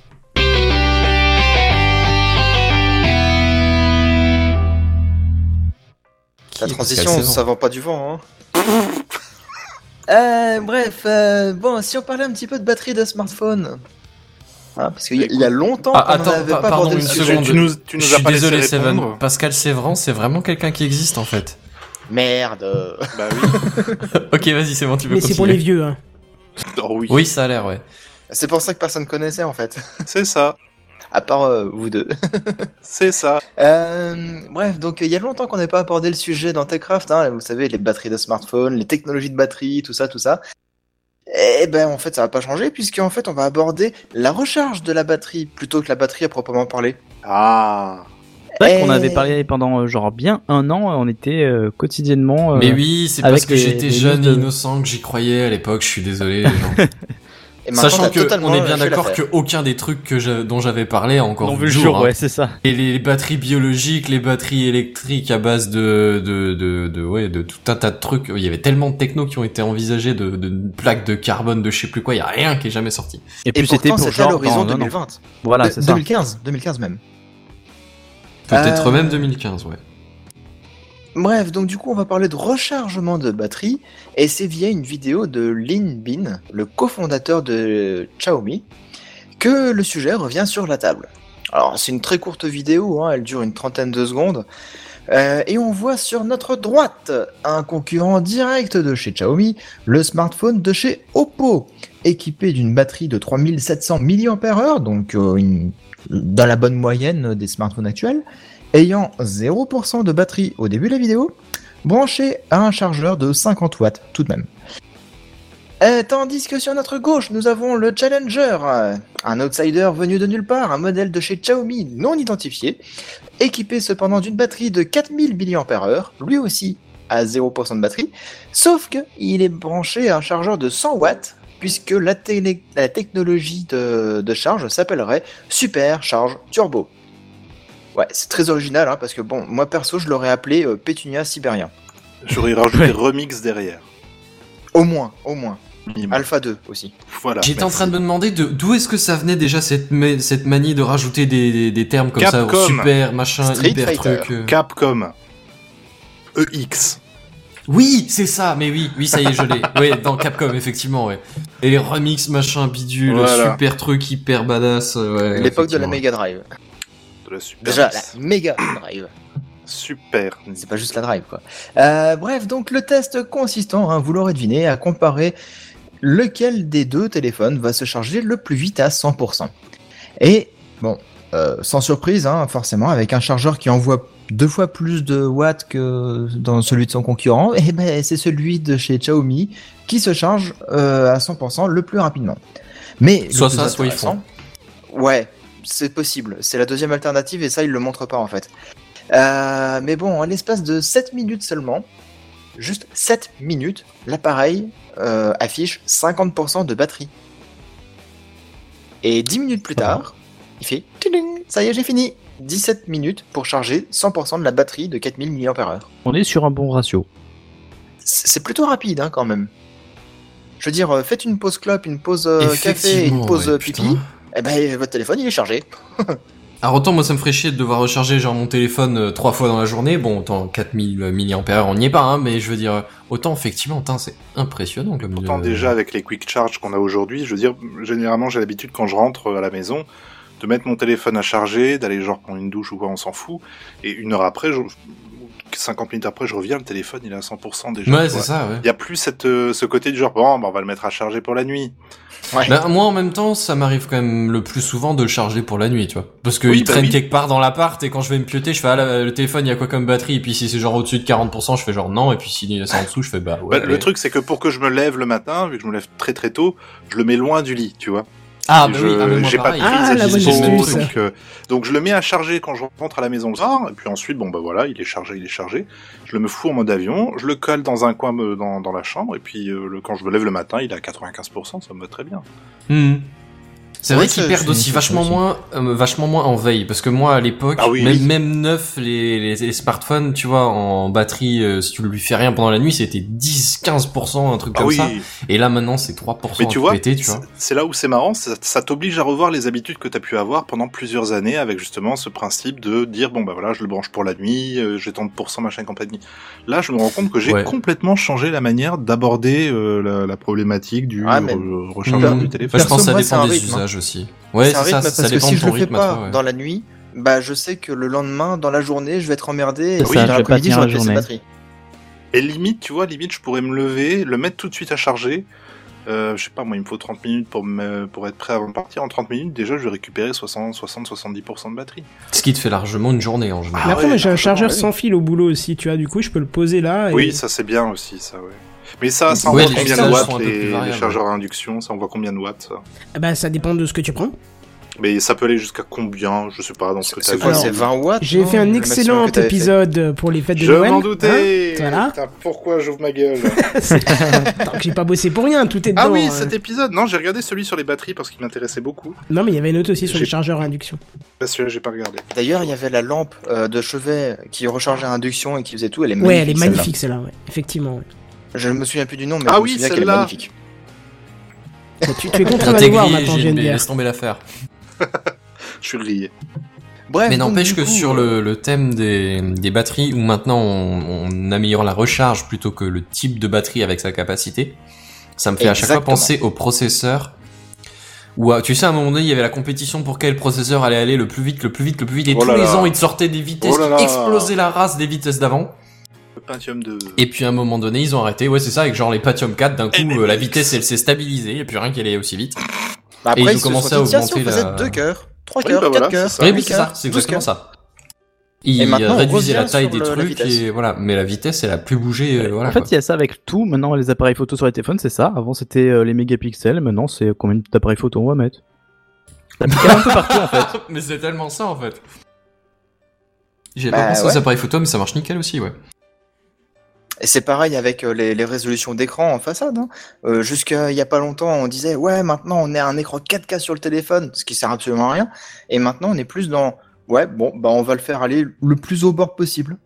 La Qui est transition, Pascal ça Sévan vend pas du vent, hein. euh, bref, euh, bon, si on parlait un petit peu de batterie de smartphone. Ah, parce qu'il y, a- il y a longtemps Ah, qu'on attends, n'avait pa- pas pardon, abordé le une sujet. seconde. Tu nous, tu nous Je as suis pas désolé, laissé Seven. répondre. Pascal Sévran, c'est vraiment quelqu'un qui existe en fait. Merde. Bah oui. Ok, vas-y, c'est bon, tu peux mais continuer. c'est pour les vieux. Hein. Oh oui. Oui, ça a l'air, ouais. C'est pour ça que personne connaissait en fait. C'est ça. À part euh, vous deux. C'est ça. Euh, bref, donc il y a longtemps qu'on n'a pas abordé le sujet dans TechCraft, hein, vous savez, les batteries de smartphone, les technologies de batterie, tout ça, tout ça. Et ben en fait ça va pas changer puisqu'en fait on va aborder la recharge de la batterie plutôt que la batterie à proprement parler. Ah. C'est vrai Et- qu'on avait parlé pendant euh, genre bien un an, on était euh, quotidiennement. euh, Mais oui, c'est avec parce que les- j'étais les jeune listes et de- innocent que j'y croyais à l'époque. Je suis désolé, les gens. Et maintenant, Sachant t'as que totalement on est bien lâché d'accord l'affaire. que aucun des trucs que je- dont j'avais parlé a encore On vu veut le le jour. jour, hein. ouais, c'est ça. Et les batteries biologiques, les batteries électriques à base de de de, de ouais de tout un tas de trucs. Il y avait tellement de technos qui ont été envisagés, de, de plaques de carbone, de je sais plus quoi. Il y a rien qui est jamais sorti. Et Et puis c'était pourtant pour c'était à genre l'horizon dans un deux an. mille vingt. Voilà, De- c'est ça. deux mille quinze, deux mille quinze même. Peut-être Euh, même deux mille quinze, ouais. Bref, donc du coup, on va parler de rechargement de batterie, et c'est via une vidéo de Lin Bin, le cofondateur de Xiaomi, que le sujet revient sur la table. Alors, c'est une très courte vidéo, hein, elle dure une trentaine de secondes, euh, et on voit sur notre droite un concurrent direct de chez Xiaomi, le smartphone de chez Oppo, équipé d'une batterie de trois mille sept cents milliampères heure, donc euh, une- dans la bonne moyenne des smartphones actuels, ayant zéro pour cent de batterie au début de la vidéo, branché à un chargeur de cinquante watts tout de même. Euh, tandis que sur notre gauche, nous avons le Challenger, euh, un outsider venu de nulle part, un modèle de chez Xiaomi non identifié, équipé cependant d'une batterie de quatre mille milliampères heure, lui aussi à zéro pour cent de batterie, sauf que il est branché à un chargeur de cent watts, puisque la, télé- la technologie de, de charge s'appellerait Super Charge Turbo. Ouais, c'est très original, hein, parce que bon, moi perso, je l'aurais appelé euh, Pétunia Sibérien. J'aurais rajouté remix derrière. Au moins, au moins. Minimum. Alpha deux aussi. Voilà. J'étais en merci. train de me demander de- d'où est-ce que ça venait déjà cette, ma- cette manie de rajouter des, des, des termes comme Capcom. ça, super, machin, Street hyper Fighter. truc. euh. Capcom. E X. Oui, c'est ça, mais oui, oui, ça y est, je l'ai. Oui, dans Capcom, effectivement, ouais. Et les remix, machin, bidule, Voilà. super truc, hyper badass. Ouais, L'époque de la effectivement. Mega Drive. De la Super Déjà, N E S. la Mega Drive. Super. C'est pas juste la Drive, quoi. Euh, bref, donc le test consistant, hein, vous l'aurez deviné, à comparer lequel des deux téléphones va se charger le plus vite à cent pour cent. Et, bon, euh, sans surprise, hein, forcément, avec un chargeur qui envoie deux fois plus de watts que dans celui de son concurrent, et ben c'est celui de chez Xiaomi qui se charge euh, à cent pour cent le plus rapidement. Mais Soit le plus ça, soit ils intéressant- Ouais, c'est possible. C'est la deuxième alternative et ça, ils le montrent pas en fait. Euh, mais bon, à l'espace de sept minutes seulement, juste sept minutes, l'appareil euh, affiche cinquante pour cent de batterie. Et dix minutes plus tard, il fait tiding, ça y est, j'ai fini. dix-sept minutes pour charger cent pour cent de la batterie de quatre mille milliampères heure. On est sur un bon ratio. C'est c'est plutôt rapide hein, quand même. Je veux dire, euh, faites une pause clope, une pause euh, café et Effectivement, une pause ouais, euh, pipi, putain. et ben votre téléphone il est chargé. Alors autant moi ça me ferait chier de devoir recharger genre mon téléphone euh, trois fois dans la journée, bon autant quatre mille milliampères heure on n'y est pas, hein, mais je veux dire, autant effectivement, putain, c'est impressionnant comme... Pourtant, euh, déjà, avec les quick charge qu'on a aujourd'hui, je veux dire, généralement, j'ai l'habitude, quand je rentre à la maison, de mettre mon téléphone à charger, d'aller genre prendre une douche ou quoi, on s'en fout. Et une heure après, je... cinquante minutes après, je reviens, le téléphone, il est à cent pour cent déjà. Ouais, tu c'est vois. ça, ouais. Il y a plus cette, euh, ce côté du genre, bon, bah, on va le mettre à charger pour la nuit. Ouais. Bah, moi en même temps, ça m'arrive quand même le plus souvent de le charger pour la nuit, tu vois. Parce que Oui, il bah traîne oui. quelque part dans l'appart et quand je vais me pioter, je fais ah là, le téléphone il y a quoi comme batterie, et puis si c'est genre au-dessus de quarante pour cent, je fais genre non, et puis si c'est en dessous, je fais bah ouais. Bah, le allez. truc, c'est que pour que je me lève le matin, vu que je me lève très très tôt, je le mets loin du lit, tu vois. Ah Et bah je, oui, ah, mais moi, j'ai pas de pareil. prise Ah, à la bonne dispo, astuce. donc, euh, donc je le mets à charger quand je rentre à la maison le soir, et puis ensuite, bon bah voilà, il est chargé, il est chargé. Je le me fous en mode avion, je le colle dans un coin me- dans, dans la chambre, et puis euh, le, quand je me lève le matin, il est à quatre-vingt-quinze pour cent, ça me va très bien. Hmm. C'est Ouais, vrai ça, qu'ils perdent c'est- aussi c'est vachement aussi. moins, euh, vachement moins en veille, parce que moi à l'époque, Ah oui, même, oui. même neuf les, les, les smartphones, tu vois, en batterie, euh, si tu lui fais rien pendant la nuit, c'était dix quinze pour cent, un truc Ah comme oui, ça. Et là maintenant c'est trois pour cent mais à tu tout vois, péter, tu vois. c'est- c'est là où c'est marrant, ça, ça t'oblige à revoir les habitudes que t'as pu avoir pendant plusieurs années avec justement ce principe de dire bon bah voilà, je le branche pour la nuit, euh, j'ai tant de pourcents machin et compagnie. Là, je me rends compte que j'ai Ouais. complètement changé la manière d'aborder euh, la, la problématique du Ah, mais- re- rechargeur Mmh. du Bah, téléphone. je pense que ça moi, c'est dépend un des rythme, hein. usages aussi. Ouais, c'est c'est un ça, rythme ça, parce que dépend si de je ton le fais rythme à pas toi, ouais. dans la nuit, bah je sais que le lendemain, dans la journée, je vais être emmerdé et C'est puis ça, dans je vais pas l'après-midi, tenir j'aurai la laissé journée. batterie. Et limite, tu vois, limite, je pourrais me lever, le mettre tout de suite à charger, Euh, je sais pas, moi, il me faut trente minutes pour me, pour être prêt avant de partir. En trente minutes, déjà, je vais récupérer soixante, soixante, soixante-dix pour cent de batterie. Ce qui te fait largement une journée en Mais général. après, ouais, moi, j'ai un largement, chargeur oui. sans fil au boulot aussi, tu vois, du coup, je peux le poser là. Et... Oui, ça c'est bien aussi, ça, ouais. Mais ça, ça Ouais, envoie les combien de usages watts, sont un peu plus les, les variables. chargeurs à induction, ça envoie combien de watts, ça? Ah bah, ça dépend de ce que tu prends. Mais ça peut aller jusqu'à combien? Je sais pas, dans ce que t'as C'est vu. quoi, Alors, c'est vingt watts? J'ai non, fait un le maximum excellent que t'avais fait épisode pour les fêtes de Je Noël. m'en doutais! Hein, voilà. Putain, pourquoi j'ouvre ma gueule? Tant que j'ai pas bossé pour rien, tout est dedans. Ah oui, hein. cet épisode! Non, j'ai regardé celui sur les batteries parce qu'il m'intéressait beaucoup. Non, mais il y avait une autre aussi sur J'ai- les chargeurs à induction. Parce que là, j'ai pas regardé. D'ailleurs, il y avait la lampe euh, de chevet qui rechargeait à induction et qui faisait tout. Elle est Ouais, elle est magnifique, magnifique celle-là, ouais. Effectivement. Ouais. celle-là. Je ne me souviens plus du nom, mais Ah je oui, me souviens qu'elle est celle-là. magnifique. Mais tu, tu es contraint d'aller voir Intégré, maintenant, G N B, G N B R. laisse tomber l'affaire. Je suis grillé. Bref, Mais donc, n'empêche du que coup, sur euh, le, le thème des, des batteries, où maintenant on, on améliore la recharge plutôt que le type de batterie avec sa capacité, ça me fait à chaque fois Exactement. penser au processeur. Où, euh, tu sais, à un moment donné, il y avait la compétition pour quel processeur allait aller le plus vite, le plus vite, le plus vite, et Oh tous là les là. ans, ils te sortaient des vitesses Oh là là. qui explosaient la race des vitesses d'avant. Le Pentium deux. Et puis à un moment donné, ils ont arrêté. Ouais, c'est ça, avec genre les Pentium quatre, d'un coup, M M X. euh, la vitesse, elle s'est stabilisée, et puis rien qu'elle allait aussi vite. bah et ils après, ont ils se commencé sont à dit, tiens, si on augmenter faisait la- deux cœurs, trois Oui, cœurs, bah voilà, quatre cœurs, c'est ça. Oui, huit oui, c'est cœurs, ça, c'est douze exactement cœurs. ça. Ils Et maintenant, on réduisaient la revient taille sur des le- la trucs vitesse. et voilà, mais la vitesse elle a plus bougé, euh, voilà. en fait, quoi. il y a ça avec tout. Maintenant, les appareils photo sur les téléphones, c'est ça. Avant, c'était euh, les mégapixels. Maintenant, c'est combien d'appareils photo on va mettre. Ça pique un peu partout, en fait. Mais c'est tellement ça en fait. J'ai Bah, pas pensé ouais. aux appareils photo, mais ça marche nickel aussi, ouais. Et c'est pareil avec euh, les, les résolutions d'écran en façade. Hein. Euh, Jusqu'à il y a pas longtemps, on disait ouais, maintenant on est à un écran quatre K sur le téléphone, ce qui sert absolument à rien. Et maintenant, on est plus dans ouais, bon, bah on va le faire aller le plus au bord possible.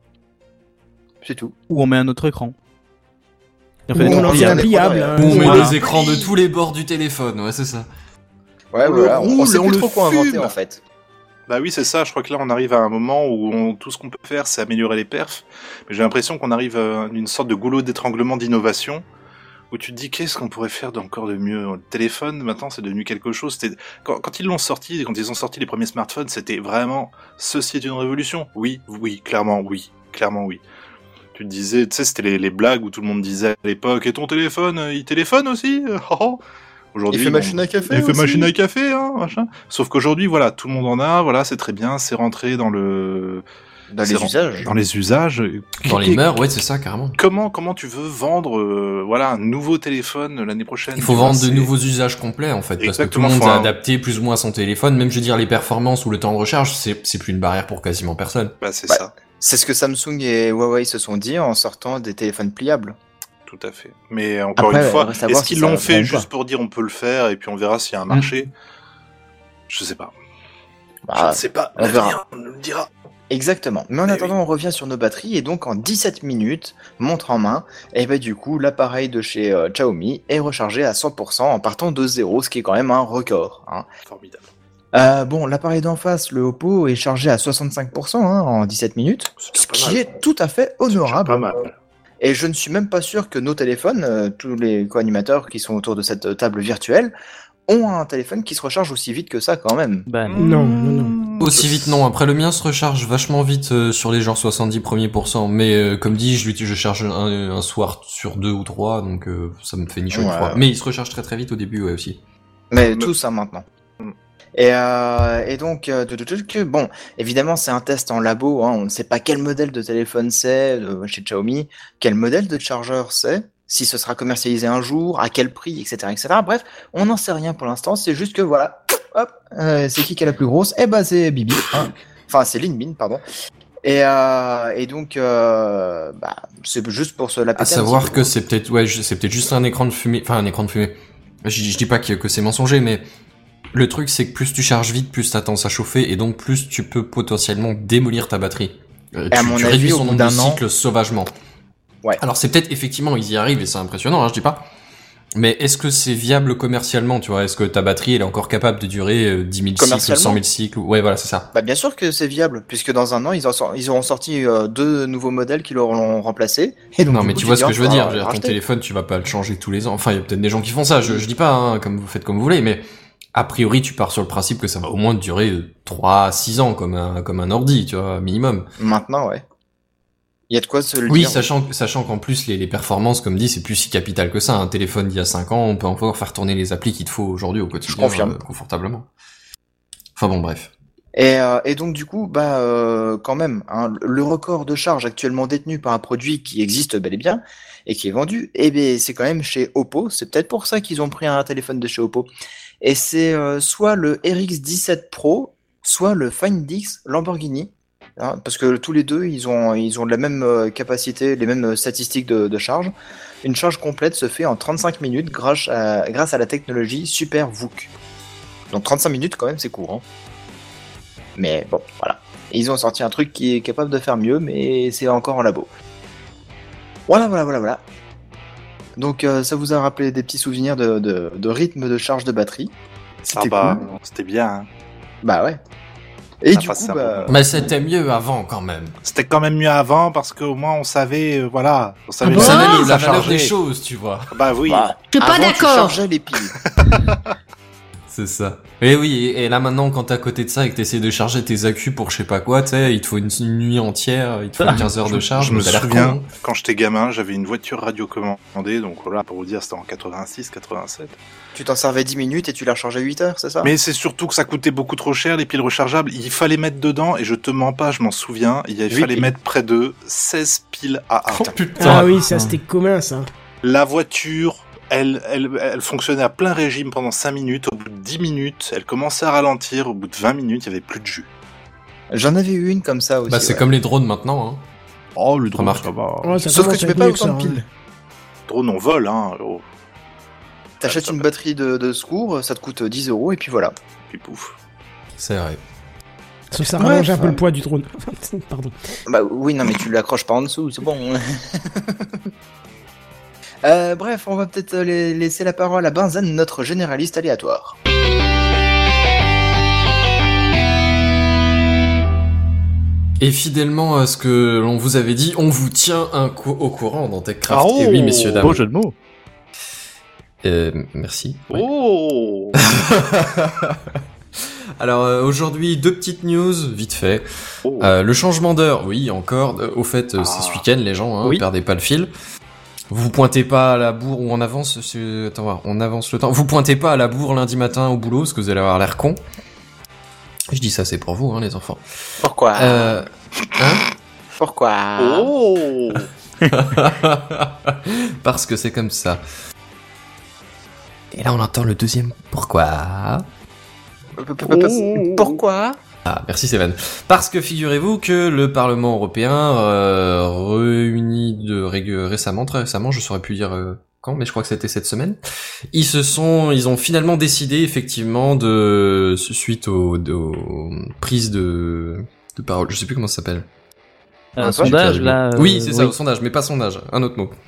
C'est tout. Ou on met un autre écran. Et on Ou fait des on trucs en fait un pliables. pliable. Ou hein. Ou on met Voilà. des écrans de tous les bords du téléphone, ouais, c'est ça. Ouais, On le voilà. On, on roule, sait on plus le trop quoi inventer fume. en fait. Bah oui, c'est ça. Je crois que là, on arrive à un moment où on- tout ce qu'on peut faire, c'est améliorer les perfs. Mais j'ai l'impression qu'on arrive à une sorte de goulot d'étranglement d'innovation où tu te dis qu'est-ce qu'on pourrait faire d'encore de mieux. Le téléphone, maintenant, c'est devenu quelque chose. C'était quand, quand ils l'ont sorti, quand ils ont sorti les premiers smartphones, c'était vraiment ceci est une révolution. Oui, oui, clairement, oui, clairement, oui. Tu te disais, tu sais, c'était les, les blagues où tout le monde disait à l'époque, et ton téléphone, euh, il téléphone aussi. Oh, oh. Aujourd'hui, Il fait bon, machine à café. il fait aussi. machine à café, hein, machin. Sauf qu'aujourd'hui, voilà, tout le monde en a, voilà, c'est très bien, c'est rentré dans le, Dans c'est les ren- usages. dans les usages. Dans les mœurs, ouais, c'est ça, carrément. Comment, comment tu veux vendre, euh, voilà, un nouveau téléphone l'année prochaine? Il faut tu vois, vendre de c'est- nouveaux usages complets, en fait, parce que tout le Exactement, monde faut a un- adapté plus ou moins son téléphone. Même, je veux dire, les performances ou le temps de recharge, c'est, c'est plus une barrière pour quasiment personne. Bah, c'est Bah, ça, C'est ce que Samsung et Huawei se sont dit en sortant des téléphones pliables. tout à fait. Mais encore Après, une fois, reste à voir est-ce si qu'ils ça l'ont va fait vendre ou juste pas. pour dire on peut le faire et puis on verra s'il y a un marché? Je sais pas. Je Bah, ne sais pas. on verra. L'avenir nous le dira. Exactement. Mais en Eh attendant, on revient sur nos batteries et donc en dix-sept minutes, montre en main, et ben du coup, l'appareil de chez euh, Xiaomi est rechargé à cent pour cent en partant de zéro, ce qui est quand même un record. Hein. Formidable. Euh, bon, l'appareil d'en face, le Oppo, est chargé à soixante-cinq pour cent hein, en dix-sept minutes, C'est ce pas qui mal. est tout à fait C'est honorable. pas mal. Et je ne suis même pas sûr que nos téléphones, euh, tous les co-animateurs qui sont autour de cette euh, table virtuelle, ont un téléphone qui se recharge aussi vite que ça quand même. Bah, non. Non, non, non. Aussi vite, non. Après, le mien se recharge vachement vite euh, sur les genre soixante-dix premiers pourcents. Mais euh, comme dit, je, l'utilise- je charge un, un soir sur deux ou trois, donc euh, ça me fait ni chaud ni Ouais. froid. Mais il se recharge très très vite au début, ouais, aussi. Mais Mais- tout ça maintenant. Mm. Et, euh, et donc, euh, de- de- de- que- bon, évidemment, c'est un test en labo. Hein, on ne sait pas quel modèle de téléphone c'est euh, chez Xiaomi, quel modèle de chargeur c'est, si ce sera commercialisé un jour, à quel prix, et cetera, et cetera. Bref, on n'en sait rien pour l'instant. C'est juste que voilà, hop, euh, c'est qui qui est la plus grosse? Eh ben, c'est Bibi. Hein. Enfin, c'est Linbin, pardon. Et, euh, et donc, euh, bah, c'est juste pour se la péter À un petit savoir peu. que c'est peut-être, ouais, je- c'est peut-être juste un écran de fumée, enfin un écran de fumée. Je, je dis pas que, que c'est mensonger, mais le truc c'est que plus tu charges vite, plus t'as tendance à chauffer, et donc plus tu peux potentiellement démolir ta batterie. Euh, Et à tu mon tu avis, réduis au son bout nombre de d'un an- cycles sauvagement. Ouais. Alors c'est peut-être effectivement ils y arrivent et c'est impressionnant, hein, je dis pas. Mais est-ce que c'est viable commercialement, tu vois? Est-ce que ta batterie elle est encore capable de durer euh, dix mille cycles, Commercialement cent mille cycles? Ouais, voilà, c'est ça. Bah bien sûr que c'est viable, puisque dans un an, ils, en sor- ils auront sorti euh, deux nouveaux modèles qui l'auront remplacé. Et donc, Non, du mais coup, tu vois ce que je veux pourras dire. Je veux dire, ton racheter. téléphone, tu vas pas le changer tous les ans. Enfin, il y a peut-être des gens qui font ça. Je, je dis pas, hein, comme vous faites comme vous voulez, mais a priori, tu pars sur le principe que ça va au moins durer trois à six ans, comme un, comme un ordi, tu vois, minimum. Maintenant, ouais. Il y a de quoi se le Oui, dire. sachant, sachant qu'en plus, les, les performances, comme dit, c'est plus si capital que ça. Un téléphone d'il y a cinq ans, on peut encore faire tourner les applis qu'il te faut aujourd'hui au quotidien. Je confirme. euh, confortablement. Enfin bon, bref. Et, euh, et donc du coup, bah euh, quand même, hein, le record de charge actuellement détenu par un produit qui existe bel et bien et qui est vendu, eh bien c'est quand même chez Oppo. C'est peut-être pour ça qu'ils ont pris un téléphone de chez Oppo. Et c'est euh, soit le R X dix-sept Pro, soit le Find X Lamborghini, hein, parce que tous les deux, ils ont ils ont la même euh, capacité, les mêmes statistiques de, de charge. Une charge complète se fait en trente-cinq minutes grâce à grâce à la technologie Super V O O C. Donc trente-cinq minutes quand même, c'est court. Hein. Mais bon, voilà. Et ils ont sorti un truc qui est capable de faire mieux, mais c'est encore en labo. Voilà, voilà, voilà, voilà. Donc euh, ça vous a rappelé des petits souvenirs de, de, de rythme de charge de batterie. C'était Ah bah, cool. c'était bien. Hein. Bah ouais. Et Ça du passe coup, ça bah... Mais c'était mieux avant, quand même. C'était quand même mieux avant parce qu'au moins on savait, euh, voilà, on savait, Ah Vous bon savez le- ça la valeur chargeait. des choses, tu vois. Bah oui. bah, Je suis pas avant, tu d'accord. chargeais les piles. C'est ça. Et oui, et, et là maintenant, quand t'es à côté de ça et que t'essaies de charger tes accus pour je sais pas quoi, tu sais, il te faut une, une nuit entière, il te faut quinze heures de charge, Je me mais t'as l'air souviens, con. quand j'étais gamin, j'avais une voiture radiocommandée, donc voilà, pour vous dire, c'était en quatre-vingt-six, quatre-vingt-sept. Tu t'en servais dix minutes et tu la rechargeais huit heures, c'est ça? Mais c'est surtout que ça coûtait beaucoup trop cher, les piles rechargeables. Il fallait mettre dedans, et je te mens pas, je m'en souviens, il Huit fallait piles. mettre près de seize piles à A. Oh putain. Ah oui, ça c'était commun ça. La voiture, elle, elle, elle fonctionnait à plein régime pendant cinq minutes. Au bout de dix minutes, elle commençait à ralentir. Au bout de vingt minutes, il y avait plus de jus. J'en avais eu une comme ça aussi. Bah c'est ouais. comme les drones maintenant, hein. Oh, le drone, ça Oh, ça Sauf que commence tu à mets être pas mieux que autant ça, de piles. Drone, on vole, hein. Oh, T'achètes ça une va. batterie de, de secours, ça te coûte dix euros et puis voilà. puis pouf. C'est vrai. Ça, ça Bref, rallonge un peu ouais. le poids du drone. Pardon. Bah oui, non mais tu l'accroches pas en dessous, c'est bon. euh, bref, on va peut-être euh, la- laisser la parole à Benzen, notre généraliste aléatoire. Et fidèlement à ce que l'on vous avait dit, on vous tient un cou- au courant dans TechCraft. Ah, oh, Et oui, messieurs, dames. Beau jeu de mots. Euh, merci. Ouais. Oh Alors euh, aujourd'hui, deux petites news, vite fait. Oh. Euh, le changement d'heure, oui, encore. Euh, au fait, euh, Ah. c'est ce week-end, les gens, hein, Oui. perdez pas le fil. Vous pointez pas à la bourre ou on avance. c'est- Attends, voir, on avance le temps. Vous pointez pas à la bourre lundi matin au boulot parce que vous allez avoir l'air con. Je dis ça, c'est pour vous, hein, les enfants. Pourquoi Euh, hein Pourquoi Oh Parce que c'est comme ça. Et là, on entend le deuxième. Pourquoi Pourquoi Ah, merci Seven. Parce que figurez-vous que le Parlement européen euh, réuni de rég- récemment, très récemment, je saurais plus dire euh, quand, mais je crois que c'était cette semaine. Ils se sont, ils ont finalement décidé effectivement de suite aux, aux prises de de parole. Je sais plus comment ça s'appelle. Un Ah, sondage, là. oui, euh, c'est ça, au sondage, mais pas sondage, un autre mot.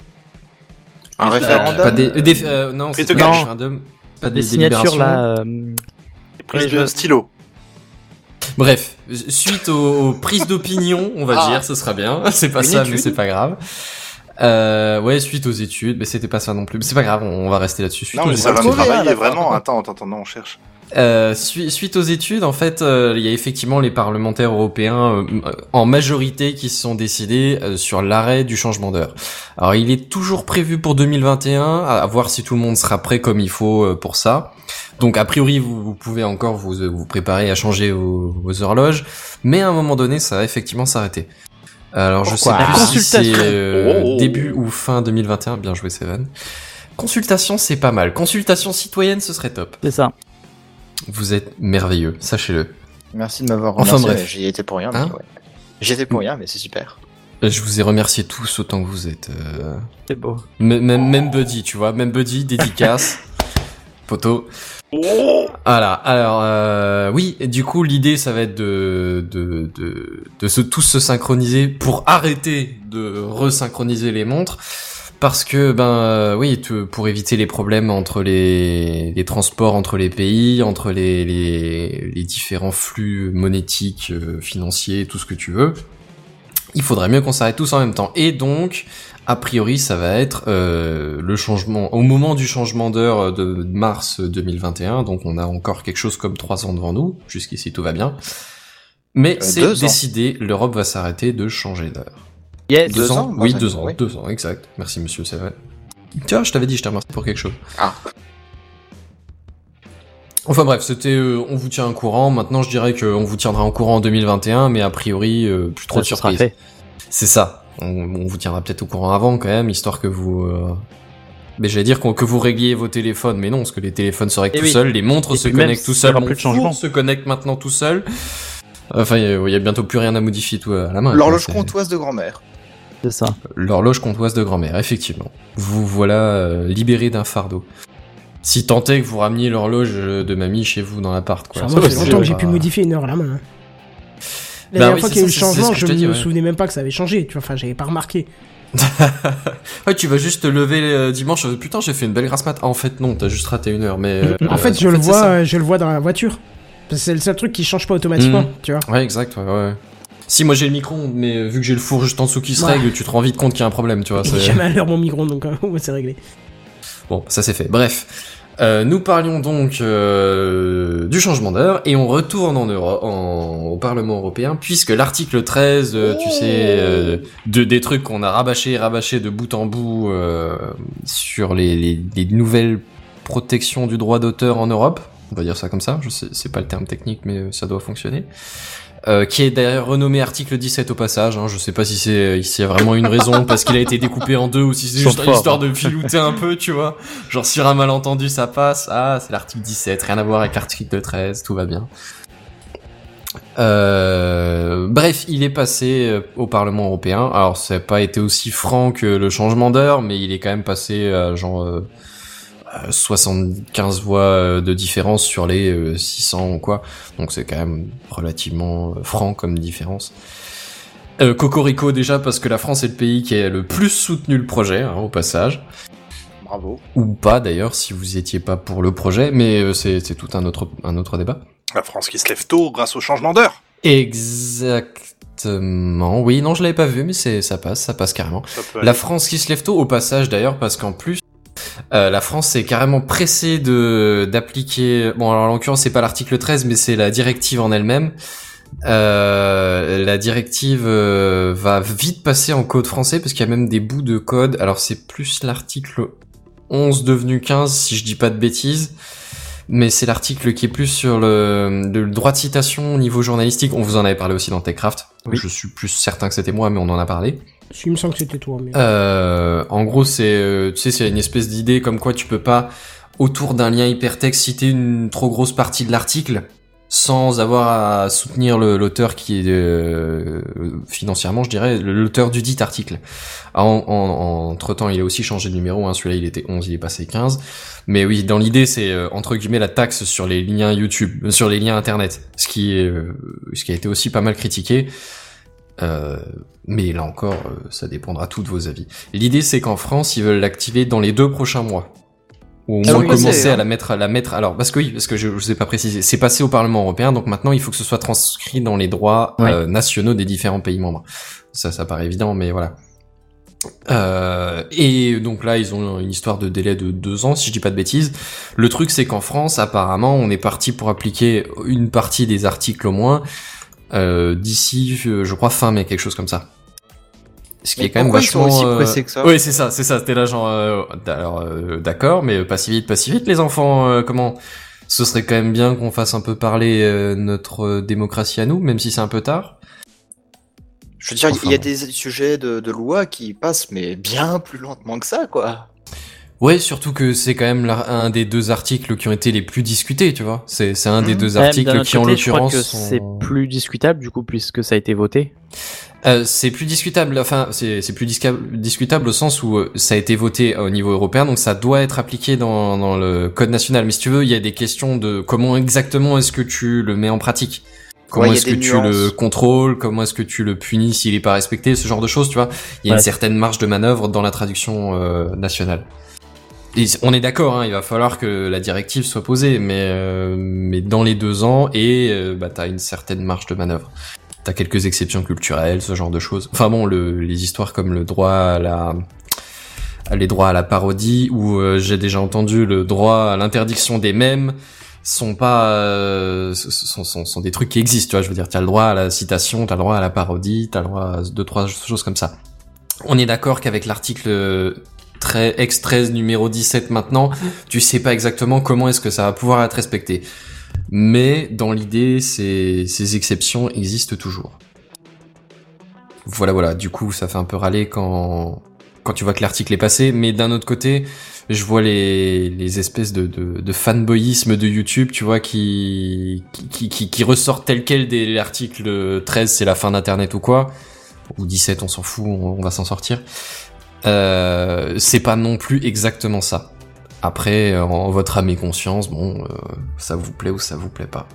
Un Euh, référendum pas des, des- euh, non, c'est Prise de pas un gage. référendum, pas Des des signatures, délibérations. là. euh, Prise Ouais, de je- stylo. Bref, suite aux, aux prises d'opinion, on va Ah. dire, ce sera bien. C'est pas Une ça, étude. mais c'est pas grave. Euh, ouais, suite aux études, mais c'était pas ça non plus. Mais c'est pas grave, on, on va rester là-dessus. Suite Non, aux mais ça études. va me trouver, hein, travailler, d'accord. vraiment. Attends, attends, attends, non, on cherche. Euh, sui- suite aux études, en fait, euh, il y a effectivement les parlementaires européens euh, en majorité qui se sont décidés euh, sur l'arrêt du changement d'heure. Alors, il est toujours prévu pour deux mille vingt et un, à voir si tout le monde sera prêt comme il faut euh, pour ça. Donc, a priori, vous, vous pouvez encore vous, vous préparer à changer vos, vos horloges, mais à un moment donné, ça va effectivement s'arrêter. Alors, je sais Pourquoi plus La si c'est consultation. euh, Oh. début ou fin deux mille vingt et un. Bien joué, Seven. Consultation, c'est pas mal. Consultation citoyenne, ce serait top. C'est ça. Vous êtes merveilleux, sachez-le. Merci de m'avoir Enfin, remercié. bref. J'y étais pour rien. Hein mais ouais. J'y étais pour rien, mais c'est super. Je vous ai remercié tous autant que vous êtes. Euh... C'est beau. m- Même, même Buddy, tu vois, même Buddy, dédicace. Poteau. Oh Voilà. Alors, euh, oui, et du coup, l'idée, ça va être de, de, de, de se tous se synchroniser pour arrêter de resynchroniser les montres. Parce que, ben, euh, oui, te- pour éviter les problèmes entre les, les transports entre les pays, entre les, les, les différents flux monétiques, euh, financiers, tout ce que tu veux, il faudrait mieux qu'on s'arrête tous en même temps. Et donc, a priori, ça va être euh, le changement au moment du changement d'heure de mars deux mille vingt et un. Donc, on a encore quelque chose comme trois ans devant nous. Jusqu'ici, tout va bien. Mais Euh, c'est deux ans. décidé, l'Europe va s'arrêter de changer d'heure. Yes. Deux, Deux ans, ans, oui, bah, deux ça- ans, oui. deux ans, exact. Merci, monsieur, c'est vrai. Tiens, je t'avais dit, je t'ai remercié pour quelque chose. Ah. Enfin bref, c'était, euh, on vous tient au courant. Maintenant, je dirais qu'on vous tiendra au courant en deux mille vingt et un, mais a priori, euh, plus trop Ça, de ce sera surprises. fait. C'est ça. On, on vous tiendra peut-être au courant avant quand même, histoire que vous. Euh... Mais j'allais dire qu'on, que vous régliez vos téléphones, mais non, parce que les téléphones se règlent Et tout oui. seuls, les montres Et se puis même, connectent tout il y seuls, aura mon plus de changement. four se connecte maintenant tout seul. Enfin, il y, a- il y a bientôt plus rien à modifier tout à la main. L'horloge quoi, c'est- comptoise de grand-mère. C'est ça. L'horloge comptoise de grand-mère, effectivement. Vous voilà euh, libéré d'un fardeau. Si tant est que vous rameniez l'horloge de mamie chez vous dans l'appart, quoi. Ça, moi, ça fait c'est longtemps que j'ai pas- pu modifier une heure à la main. hein. La Bah dernière oui, fois c'est qu'il y a eu ça, le c'est- c'est changement, ce que je je te dis, me ouais. souvenais même pas que ça avait changé. Tu vois, enfin, j'avais pas remarqué. Ouais, tu vas juste te lever euh, dimanche, euh, putain, j'ai fait une belle grasse mat. Ah, en fait, non, t'as juste raté une heure, mais... euh, En fait, je euh, le c'est vois, ça. euh, je le vois dans la voiture. Parce que c'est le seul truc qui change pas automatiquement, Mm. tu vois. Ouais, exact, ouais, ouais. Si, moi j'ai le micro-ondes, mais euh, vu que j'ai le four juste en dessous qui se Ouais. règle, tu te rends vite compte qu'il y a un problème, tu vois. Il c'est- est jamais à l'heure mon micro-ondes, donc euh, ouais, c'est réglé. Bon, ça c'est fait. Bref, euh, nous parlions donc euh, du changement d'heure et on retourne en Euro- en, au Parlement européen puisque l'article treize, euh, tu sais, euh, de des trucs qu'on a rabâché, rabâché de bout en bout euh, sur les, les, les nouvelles protections du droit d'auteur en Europe, on va dire ça comme ça. Je sais, c'est pas le terme technique, mais ça doit fonctionner. Euh, qui est d'ailleurs renommé article dix-sept au passage, hein. Je sais pas si c'est s'il y a vraiment une raison parce qu'il a été découpé en deux ou si c'est Ils sont juste forts, histoire hein. de filouter un peu, tu vois. Genre sur un malentendu ça passe, ah c'est l'article dix-sept, rien à voir avec l'article treize, tout va bien. Euh, bref, il est passé euh, au Parlement européen. Alors ça n'a pas été aussi franc que le changement d'heure, mais il est quand même passé à genre euh, euh, soixante-quinze voix euh, de différence sur les euh, six cents ou quoi. Donc c'est quand même relativement euh, franc comme différence. Euh, Cocorico déjà parce que la France est le pays qui a le plus soutenu le projet, hein, au passage. Bravo. Ou pas d'ailleurs si vous étiez pas pour le projet, mais euh, c'est, c'est tout un autre, un autre débat. La France qui se lève tôt grâce au changement d'heure. Exactement. Oui, non, je l'avais pas vu, mais c'est, ça passe, ça passe carrément. Ça peut La aller. France qui se lève tôt, au passage d'ailleurs, parce qu'en plus, euh, la France s'est carrément pressée de d'appliquer. Bon, alors en l'occurrence, c'est pas l'article treize, mais c'est la directive en elle-même. Euh, la directive euh, va vite passer en code français parce qu'il y a même des bouts de code. Alors c'est plus l'article onze devenu quinze, si je dis pas de bêtises. Mais c'est l'article qui est plus sur le, le droit de citation au niveau journalistique. On vous en avait parlé aussi dans TechCraft. Oui. Je suis plus certain que c'était moi, mais on en a parlé. Si, il me semble que c'était toi. Mais... Euh, en gros, c'est, euh, tu sais, c'est une espèce d'idée comme quoi tu peux pas, autour d'un lien hypertexte, citer une trop grosse partie de l'article sans avoir à soutenir le, l'auteur qui est euh, financièrement, je dirais, l'auteur du dit article. En, en, entre temps, il a aussi changé de numéro. Hein, celui-là, il était onze, il est passé quinze. Mais oui, dans l'idée, c'est euh, entre guillemets la taxe sur les liens YouTube, euh, sur les liens Internet, ce qui est, euh, ce qui a été aussi pas mal critiqué. Euh, mais là encore, euh, ça dépendra tout de vos avis. L'idée, c'est qu'en France, ils veulent l'activer dans les deux prochains mois. Ou au Ça moins va passer, commencer hein. à la mettre, à la mettre. Alors, parce que oui, parce que je, je vous ai pas précisé, c'est passé au Parlement européen, donc maintenant, il faut que ce soit transcrit dans les droits Ouais. euh, nationaux des différents pays membres. Ça, ça paraît évident, mais voilà. Euh, et donc là, ils ont une histoire de délai de deux ans, si je dis pas de bêtises. Le truc, c'est qu'en France, apparemment, on est parti pour appliquer une partie des articles au moins euh, d'ici, je, je crois, fin mai, quelque chose comme ça. Ce qui Mais est quand même pourquoi ils sont vachement. aussi euh, pressés que ça Oui, c'est ça, c'est ça. C'était là, genre, euh, alors, euh, d'accord, mais pas si vite, pas si vite, les enfants. euh, comment Ce serait quand même bien qu'on fasse un peu parler euh, notre euh, démocratie à nous, même si c'est un peu tard. Je veux dire, Enfin, il y a bon. des sujets de, de loi qui passent, mais bien plus lentement que ça, quoi. Ouais, surtout que c'est quand même la- un des deux articles qui ont été les plus discutés, tu vois. C'est c'est un des Mhm. deux Ouais, mais articles d'un qui, en côté, je crois l'occurrence, que sont- c'est plus discutable du coup puisque ça a été voté. Euh, c'est plus discutable. Enfin, c'est c'est plus disca- discutable au sens où euh, ça a été voté au niveau européen, donc ça doit être appliqué dans dans le code national. Mais si tu veux, il y a des questions de comment exactement est-ce que tu le mets en pratique. Comment Ouais, il y a est-ce que des tu nuances. le contrôles? Comment est-ce que tu le punis s'il est pas respecté? Ce genre de choses, tu vois. Il y a Ouais. une certaine marge de manœuvre dans la traduction euh, nationale. Et on est d'accord, hein, il va falloir que la directive soit posée, mais euh, mais dans les deux ans et euh, bah t'as une certaine marge de manœuvre. T'as quelques exceptions culturelles, ce genre de choses. Enfin bon, le, les histoires comme le droit à la les droits à la parodie ou euh, j'ai déjà entendu le droit à l'interdiction des mèmes sont pas euh, sont, sont, sont des trucs qui existent, tu vois, je veux dire, t'as le droit à la citation, t'as le droit à la parodie, t'as le droit à deux trois choses comme ça. On est d'accord qu'avec l'article X treize numéro dix-sept maintenant, tu sais pas exactement comment est-ce que ça va pouvoir être respecté. Mais dans l'idée, ces, ces exceptions existent toujours. Voilà, voilà. Du coup, ça fait un peu râler quand quand tu vois que l'article est passé. Mais d'un autre côté, je vois les les espèces de de, de fanboyisme de YouTube, tu vois, qui qui qui qui ressortent tel quel dès l'article treize, c'est la fin d'Internet ou quoi, ou dix-sept, on s'en fout, on, on va s'en sortir. Euh, c'est pas non plus exactement ça. Après, en votre âme et conscience, bon, euh, ça vous plaît ou ça vous plaît pas.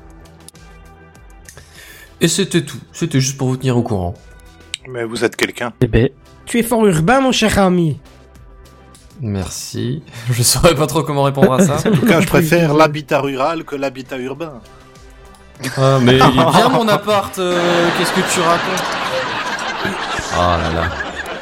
Et c'était tout. C'était juste pour vous tenir au courant. Mais vous êtes quelqu'un. Eh ben, Tu es fort urbain, mon cher ami. Merci. Je saurais pas trop comment répondre à ça. En tout cas, je préfère l'habitat rural que l'habitat urbain. Ah, mais il est bien mon appart. euh, Qu'est-ce que tu racontes? Ah là là.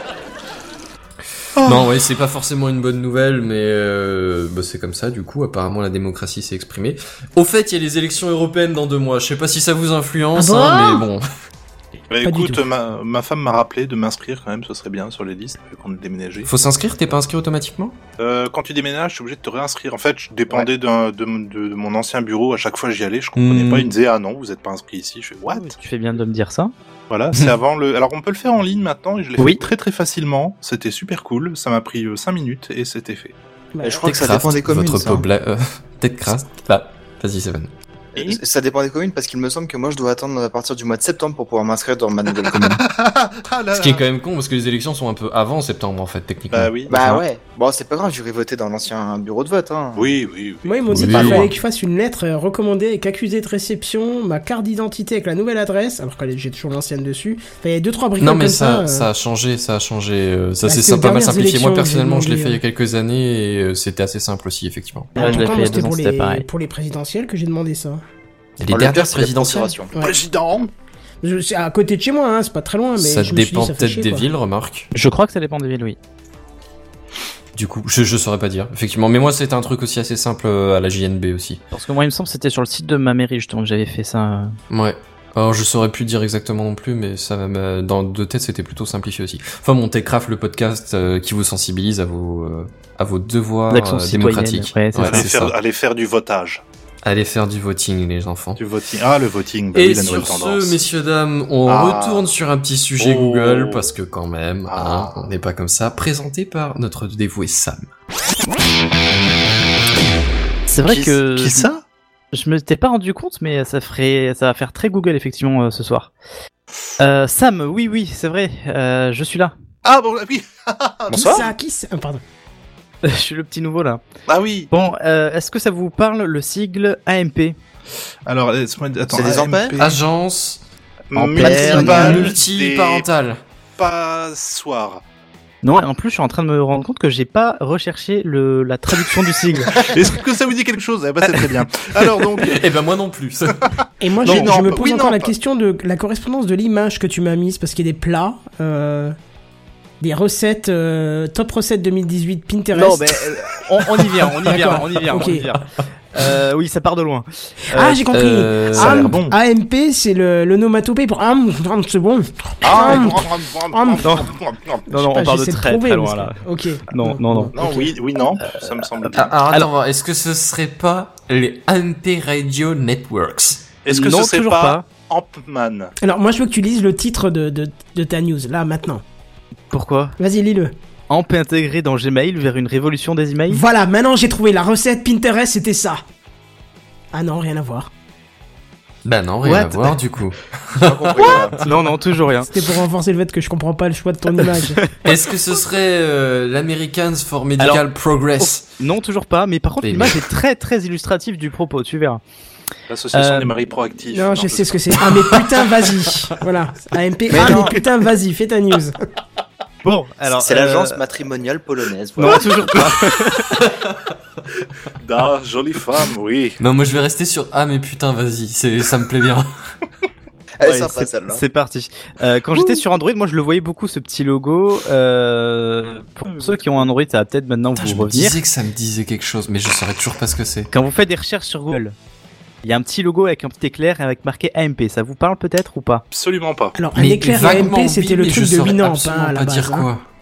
Oh. Non, ouais, c'est pas forcément une bonne nouvelle, mais euh, bah, c'est comme ça. Du coup, apparemment, la démocratie s'est exprimée. Au fait, il y a les élections européennes dans deux mois. Je sais pas si ça vous influence, Ah bon hein, mais bon. Bah, Pas du écoute, tout. ma, ma femme m'a rappelé de m'inscrire quand même, ce serait bien sur les listes, vu qu'on est déménagé. Faut s'inscrire. T'es pas inscrit automatiquement? Euh, quand tu déménages, je suis obligé de te réinscrire. En fait, je dépendais d'un- de, de, de mon ancien bureau, à chaque fois j'y allais, je comprenais Hmm. pas, ils me disaient ah non, vous êtes pas inscrit ici. Je fais what? tu fais bien de me dire ça. Voilà, c'est avant le. Alors on peut le faire en ligne maintenant et je l'ai Oui. fait très très facilement. C'était super cool, ça m'a pris cinq minutes et c'était fait. Bah, Et je crois que ça Techcraft, dépend des communes. Votre ça, hein. pobla... euh, Techcraft. Bah, vas-y, Seven. Euh, Ça dépend des communes parce qu'il me semble que moi je dois attendre à partir du mois de septembre pour pouvoir m'inscrire dans ma nouvelle commune. Ah là Ce qui est là. quand même con parce que les élections sont un peu avant septembre en fait techniquement. Bah oui. Bah ouais, bon c'est pas grave, j'aurais voté dans l'ancien bureau de vote. Hein. Oui, oui, oui. Moi, ils m'ont dit Oui. qu'il Pas fallait loin. que je fasse une lettre euh, recommandée avec accusé de réception, ma carte d'identité avec la nouvelle adresse, alors que j'ai toujours l'ancienne dessus. Enfin, il y a deux, trois bricoles Non mais comme ça. ça, euh, ça a changé, ça a changé. euh, ça Bah, s'est c'est aux pas mal dernières simplifié. Moi élections que personnellement, j'ai je l'ai fait il y a demandé, quelques années et euh, c'était assez simple aussi effectivement. bah, Ouais, je l'ai pourtant, fait il y a c'était deux ans, pour c'était les, pareil. pour les présidentielles que j'ai demandé ça. Et les Oh, le dernières pire, c'est la présidentielles, procuration. Ouais. Président. Je- C'est à côté de chez moi, hein, c'est pas très loin, mais ça je me suis dit, dépend ça fait peut-être chier, des quoi. villes, remarque. Je crois que ça dépend des villes, oui. Du coup, je, je saurais pas dire effectivement. Mais moi c'était un truc aussi assez simple euh, à la J N B aussi. Parce que moi, il me semble que c'était sur le site de ma mairie justement que j'avais fait ça. Ouais. Alors je saurais plus dire exactement non plus, mais ça m'a- dans deux têtes c'était plutôt simplifié aussi. Enfin mon Techcraft, le podcast euh, qui vous sensibilise à vos euh, à vos devoirs D'action euh, citoyenne, démocratiques. ouais, c'est ça. Allez c'est faire, ça. allez faire du votage. Allez faire du voting les enfants. Du voting. Ah, le voting. Bah Et oui, la nouvelle sur tendance. ce, messieurs dames, on Ah. retourne sur un petit sujet Oh. Google parce que quand même, Ah. hein, on n'est pas comme ça. Présenté par notre dévoué Sam. C'est vrai Qui- que Qui ça? je me t'ai pas rendu compte, mais ça ferait, ça va faire très Google effectivement euh, ce soir. Euh, Sam, oui, oui, c'est vrai, euh, je suis là. Ah bon, oui. Qui Bonsoir. ça Qui ça Ah, pardon. Je suis le petit nouveau là. Ah oui. Bon, euh, est-ce que ça vous parle le sigle A M P? Alors, laisse-moi. Attends. C'est des A M P, ampères Agence Ampère, municipale multiparentale. des passoires. Non, et en plus, je suis en train de me rendre compte que j'ai pas recherché le, la traduction du sigle. Est-ce que ça vous dit quelque chose? Eh ben, c'est très bien. Alors donc. Eh ben moi non plus. Et moi, Non, j'ai- non, je me pas- pose oui, encore non, la pas- question de la correspondance de l'image que tu m'as mise, parce qu'il y a des plats, euh, des recettes, euh, top recettes deux mille dix-huit Pinterest. Non, mais euh, on, on y vient, on y vient, D'accord. on y vient, Ok. on y vient. Euh, oui, ça part de loin. Ah, Euh, j'ai compris. euh, ça a Am- l'air bon. A M P, c'est le l'onomatopée pour Am, Am, c'est bon. Ah, Am. non. Non, Je non, sais non, pas, on part de j'essaie très trouver, très parce loin que- là. Ok. Non, non, non. Non, oui, oui, non, ça me semble. Ah, alors, attends, Alors- voir, est-ce que ce serait pas les Anti-Radio Networks? Est-ce que non, ce serait toujours pas Ampman? Alors, moi, je veux que tu lises le titre de, de, de ta news, là, maintenant. Pourquoi? Vas-y, lis-le. A M P intégré dans Gmail vers une révolution des emails? Voilà, maintenant, j'ai trouvé la recette Pinterest, c'était ça. Ah non, rien à voir. Bah non, rien What à voir du coup. J'ai pas compris. voilà. Non, non, toujours rien. C'était pour renforcer le fait que je comprends pas le choix de ton image. Est-ce que ce serait euh, l'Americans for Medical Alors, Progress? Non, toujours pas, mais par contre, Mais l'image est très très illustrative du propos, tu verras. L'association Euh, des maris proactifs. Non, je sais ce que c'est. Ah, mais putain, vas-y. Voilà. A M P. Mais Ah, non. mais putain, vas-y, fais ta news. Bon, alors. c'est euh, l'agence matrimoniale polonaise. Non, Voilà. toujours pas. Da, jolie femme, oui. Non, moi je vais rester sur ah mais putain vas-y, c'est ça me plaît bien. Elle est Ouais, sympa c'est- celle-là. C'est parti. Euh, quand j'étais sur Android, moi je le voyais beaucoup ce petit logo. Euh, pour ceux qui ont Android, ça va peut-être maintenant Putain, je vous me revenir. disais que ça me disait quelque chose, mais je saurais toujours pas ce que c'est. Quand vous faites des recherches sur Google, il y a un petit logo avec un petit éclair et avec marqué A M P. Ça vous parle peut-être ou pas? Absolument pas. Alors, un Mais éclair A M vaguement, P, c'était oui, le mais truc je de saurais Winamp, absolument hein, à la pas base. dire hein. quoi.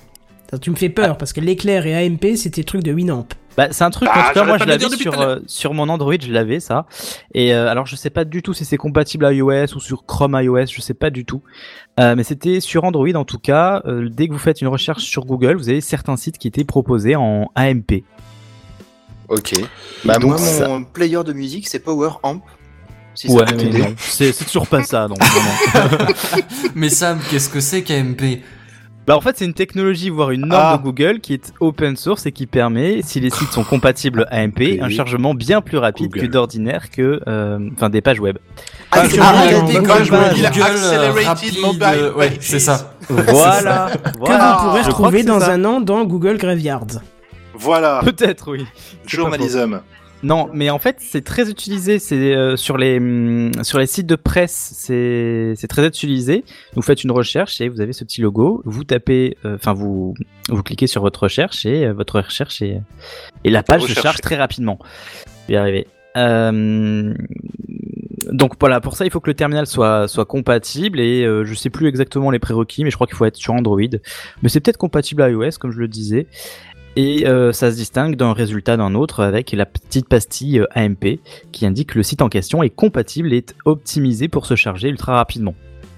Tu me fais peur parce que l'éclair et A M P c'était truc de Winamp. Bah, c'est un truc, Ah, en tout cas, j'arrête moi pas je de le dire l'avais depuis sur, tout à l'heure. euh, sur mon Android, je l'avais ça. Et euh, alors je sais pas du tout si c'est compatible à iOS ou sur Chrome iOS, je sais pas du tout. Euh, mais c'était sur Android en tout cas. Euh, dès que vous faites une recherche sur Google, vous avez certains sites qui étaient proposés en A M P. Ok. Bah, donc, moi, ça- mon player de musique, c'est Power Amp. Si Ouais, ça peut mais t'aider. non, c'est c'est toujours pas ça, non. vraiment. Mais Sam, qu'est-ce que c'est qu'A M P? Bah en fait c'est une technologie voire une norme Ah. de Google qui est open source et qui permet, si les sites sont compatibles A M P, Ok. un chargement bien plus rapide Google. que d'ordinaire que, euh, enfin des pages web. Ah, Page c'est web, ah, Google, regardez, page Google. web. Il a Google, euh, Accelerated rapide, Mobile euh, ouais, Pages. c'est ça. Voilà, Que voilà. vous pourrez Je crois retrouver que c'est dans ça. un an dans Google Graveyard. Voilà, Peut-être oui. journalisme. Non, mais en fait, c'est très utilisé. C'est euh, sur les hum, sur les sites de presse, c'est c'est très utilisé. Vous faites une recherche et vous avez ce petit logo. Vous tapez, enfin vous vous cliquez sur votre recherche et euh, votre recherche est et la page se Recherché. charge très rapidement. Je vais y arriver. Euh, donc voilà, pour ça, il faut que le terminal soit soit compatible et euh, je sais plus exactement les prérequis, mais je crois qu'il faut être sur Android. Mais c'est peut-être compatible à iOS, comme je le disais. Et euh, ça se distingue d'un résultat d'un autre avec la petite pastille euh, A M P qui indique que le site en question est compatible et est optimisé pour se charger ultra rapidement.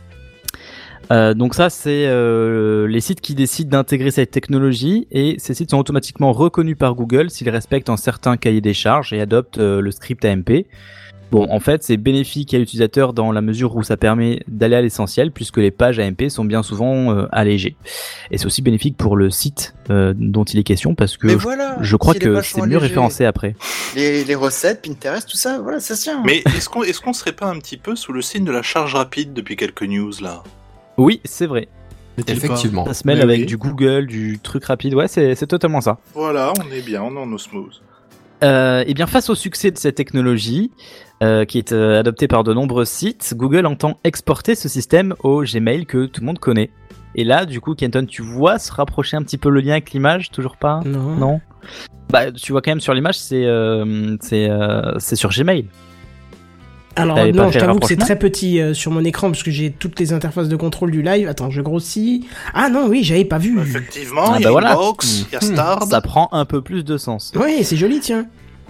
Euh, donc ça c'est euh, les sites qui décident d'intégrer cette technologie et ces sites sont automatiquement reconnus par Google s'ils respectent un certain cahier des charges et adoptent euh, le script A M P. Bon, en fait, c'est bénéfique à l'utilisateur dans la mesure où ça permet d'aller à l'essentiel puisque les pages A M P sont bien souvent euh, allégées. Et c'est aussi bénéfique pour le site euh, dont il est question parce que Mais je, voilà, je crois si les que pages c'est sont mieux allégées. référencé après. Les, les recettes, Pinterest, tout ça, voilà, ça se tient. Mais est-ce qu'on est-ce qu'on serait pas un petit peu sous le signe de la charge rapide depuis quelques news là? Oui, c'est vrai. Effectivement. Ça se mêle Mais avec oui. du Google, du truc rapide. Ouais, c'est, c'est totalement ça. Voilà, on est bien, on est en osmose. Euh, et bien, face au succès de cette technologie, euh, qui est euh, adoptée par de nombreux sites, Google entend exporter ce système au Gmail que tout le monde connaît. Et là, du coup, Kenton, tu vois se rapprocher un petit peu le lien avec l'image, toujours pas? Non. Non. Bah, tu vois quand même sur l'image, c'est euh, c'est euh, c'est sur Gmail. Alors T'avais pas non, fait je le t'avoue que c'est rapprochement très petit euh, sur mon écran parce que j'ai toutes les interfaces de contrôle du live. Attends, je grossis. Ah non, oui, j'avais pas vu. Effectivement, Ah il y bah a voilà. une box, il y a Stard. Ça prend un peu plus de sens. Oui, c'est joli, tiens.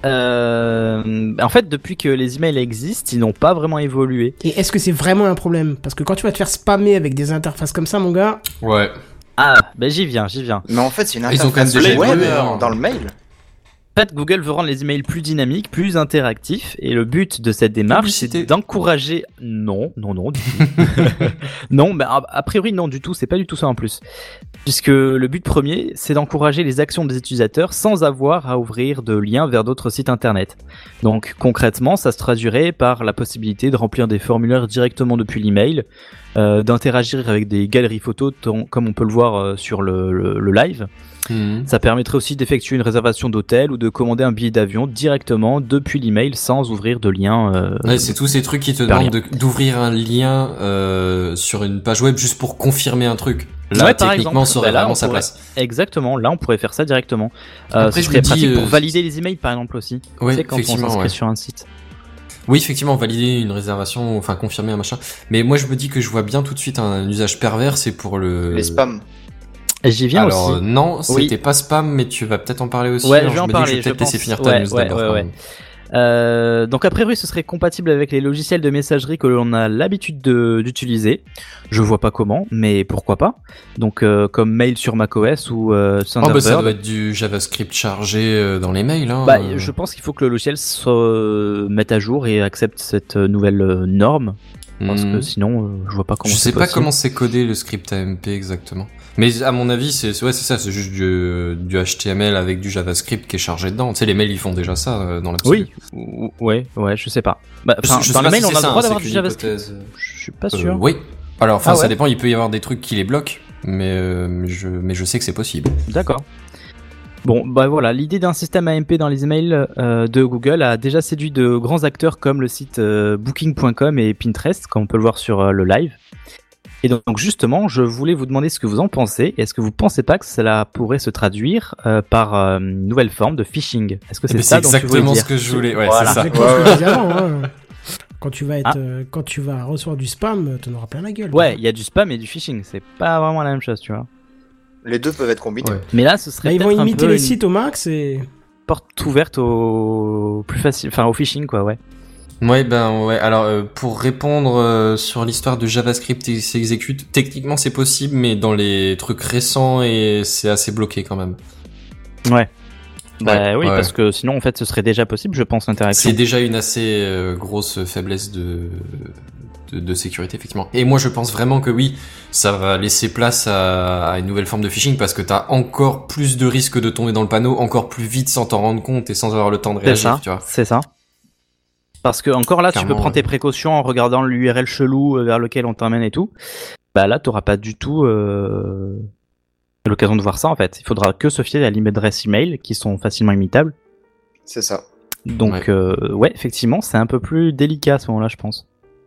Euh, en fait, depuis que les emails existent, ils n'ont pas vraiment évolué. Et est-ce que c'est vraiment un problème? Parce que quand tu vas te faire spammer avec des interfaces comme ça, mon gars, Ouais. Ah, bah j'y viens, j'y viens. Mais en fait, c'est une Ils ont quand même interface déjà web évolué, hein. dans le mail. En fait, Google veut rendre les emails plus dynamiques, plus interactifs, et le but de cette démarche, Publicité. c'est d'encourager. Non, non, non, du tout. Non, mais a, a priori, non, du tout, c'est pas du tout ça en plus. Puisque le but premier, c'est d'encourager les actions des utilisateurs sans avoir à ouvrir de liens vers d'autres sites internet. Donc, concrètement, ça se traduirait par la possibilité de remplir des formulaires directement depuis l'email, euh, d'interagir avec des galeries photos, ton- comme on peut le voir euh, sur le, le, le live. Mhm. Ça permettrait aussi d'effectuer une réservation d'hôtel ou de commander un billet d'avion directement depuis l'email sans ouvrir de lien. Euh, Ouais, c'est tous ces trucs qui te Super demandent de- d'ouvrir un lien euh, sur une page web juste pour confirmer un truc. Là, Ouais, par techniquement, exemple. ça aurait Bah là, vraiment on sa pourrait- place. Exactement, là on pourrait faire ça directement. Euh, Après, ce je serait me dis, pratique euh, pour valider les emails par exemple aussi. Oui, tu sais, quand on effectivement, s'inscrit ouais. sur un site. Oui, effectivement, valider une réservation, enfin confirmer un machin. Mais moi, je me dis que je vois bien tout de suite un usage pervers, c'est pour le. Les spams. Et j'y viens Alors aussi. euh, non, Oui. c'était pas spam, mais tu vas peut-être en parler aussi. Ouais, Alors, je vais en me dis que parler, Je vais peut-être je laisser pense. finir ta Ouais, news ouais, d'abord. ouais, quand ouais. même. Euh, donc a priori ce serait compatible avec les logiciels de messagerie que l'on a l'habitude de- d'utiliser. Je vois pas comment, mais pourquoi pas. Donc euh, comme mail sur macOS ou euh, Oh Thunderbird. bah ça doit être du JavaScript chargé euh, dans les mails. Hein. Bah, je pense qu'il faut que le logiciel se euh, mette à jour et accepte cette euh, nouvelle euh, norme. Parce Hmm. que sinon, euh, je vois pas comment Je c'est sais pas possible. comment c'est codé le script A M P exactement. Mais à mon avis, c'est ouais, c'est ça, c'est juste du, du H T M L avec du JavaScript qui est chargé dedans. Tu sais, les mails ils font déjà ça euh, dans l'absolu. Oui, ou- ouais, ouais, je sais pas. Bah, Je- enfin, je sais dans pas le mail, si on c'est a ça, le droit hein, d'avoir c'est du qu'une JavaScript. hypothèse. Je suis pas Euh, sûr. oui. Alors, enfin, Ah ça ouais. dépend. Il peut y avoir des trucs qui les bloquent, mais euh, mais je mais je sais que c'est possible. D'accord. Bon, bah voilà, l'idée d'un système A M P dans les emails euh, de Google a déjà séduit de grands acteurs comme le site euh, booking point com et Pinterest, comme on peut le voir sur euh, le live. Et donc, donc, justement, je voulais vous demander ce que vous en pensez. Est-ce que vous pensez pas que cela pourrait se traduire euh, par euh, une nouvelle forme de phishing? Est-ce que Eh c'est ben, ça c'est dont tu voulais exactement dire ce que je voulais. Ouais, Voilà. c'est ça. exactement ce que je disais avant. Hein. Quand tu vas être, Ah. euh, quand tu vas recevoir du spam, t'en auras plein la gueule. Ouais, il y a du spam et du phishing. C'est pas vraiment la même chose, tu vois. Les deux peuvent être combinés. Ouais. Mais là, ce serait Là, ils vont peut-être un imiter peu les une sites au max et... porte ouverte au plus facile, enfin au phishing quoi, ouais. Ouais, ben ouais. Alors euh, pour répondre euh, sur l'histoire de JavaScript et s'exécute, techniquement c'est possible, mais dans les trucs récents et c'est assez bloqué quand même. Ouais. Bah Ouais, oui, ouais. parce que sinon en fait ce serait déjà possible, je pense, l'interaction. C'est déjà une assez euh, grosse faiblesse de, de de sécurité effectivement. Et moi je pense vraiment que oui, ça va laisser place à, à une nouvelle forme de phishing parce que t'as encore plus de risques de tomber dans le panneau, encore plus vite sans t'en rendre compte et sans avoir le temps de C'est réagir, ça, tu vois. c'est ça. Parce que encore là, tu peux Clairement, prendre tes précautions en regardant l'U R L chelou euh, vers lequel on t'emmène et tout. Bah là, t'auras pas du tout euh, l'occasion de voir ça en fait. Il faudra que se fier à l'email adresse email qui sont facilement imitables. C'est ça. Donc Ouais. euh, ouais, effectivement, c'est un peu plus délicat à ce moment-là, je pense.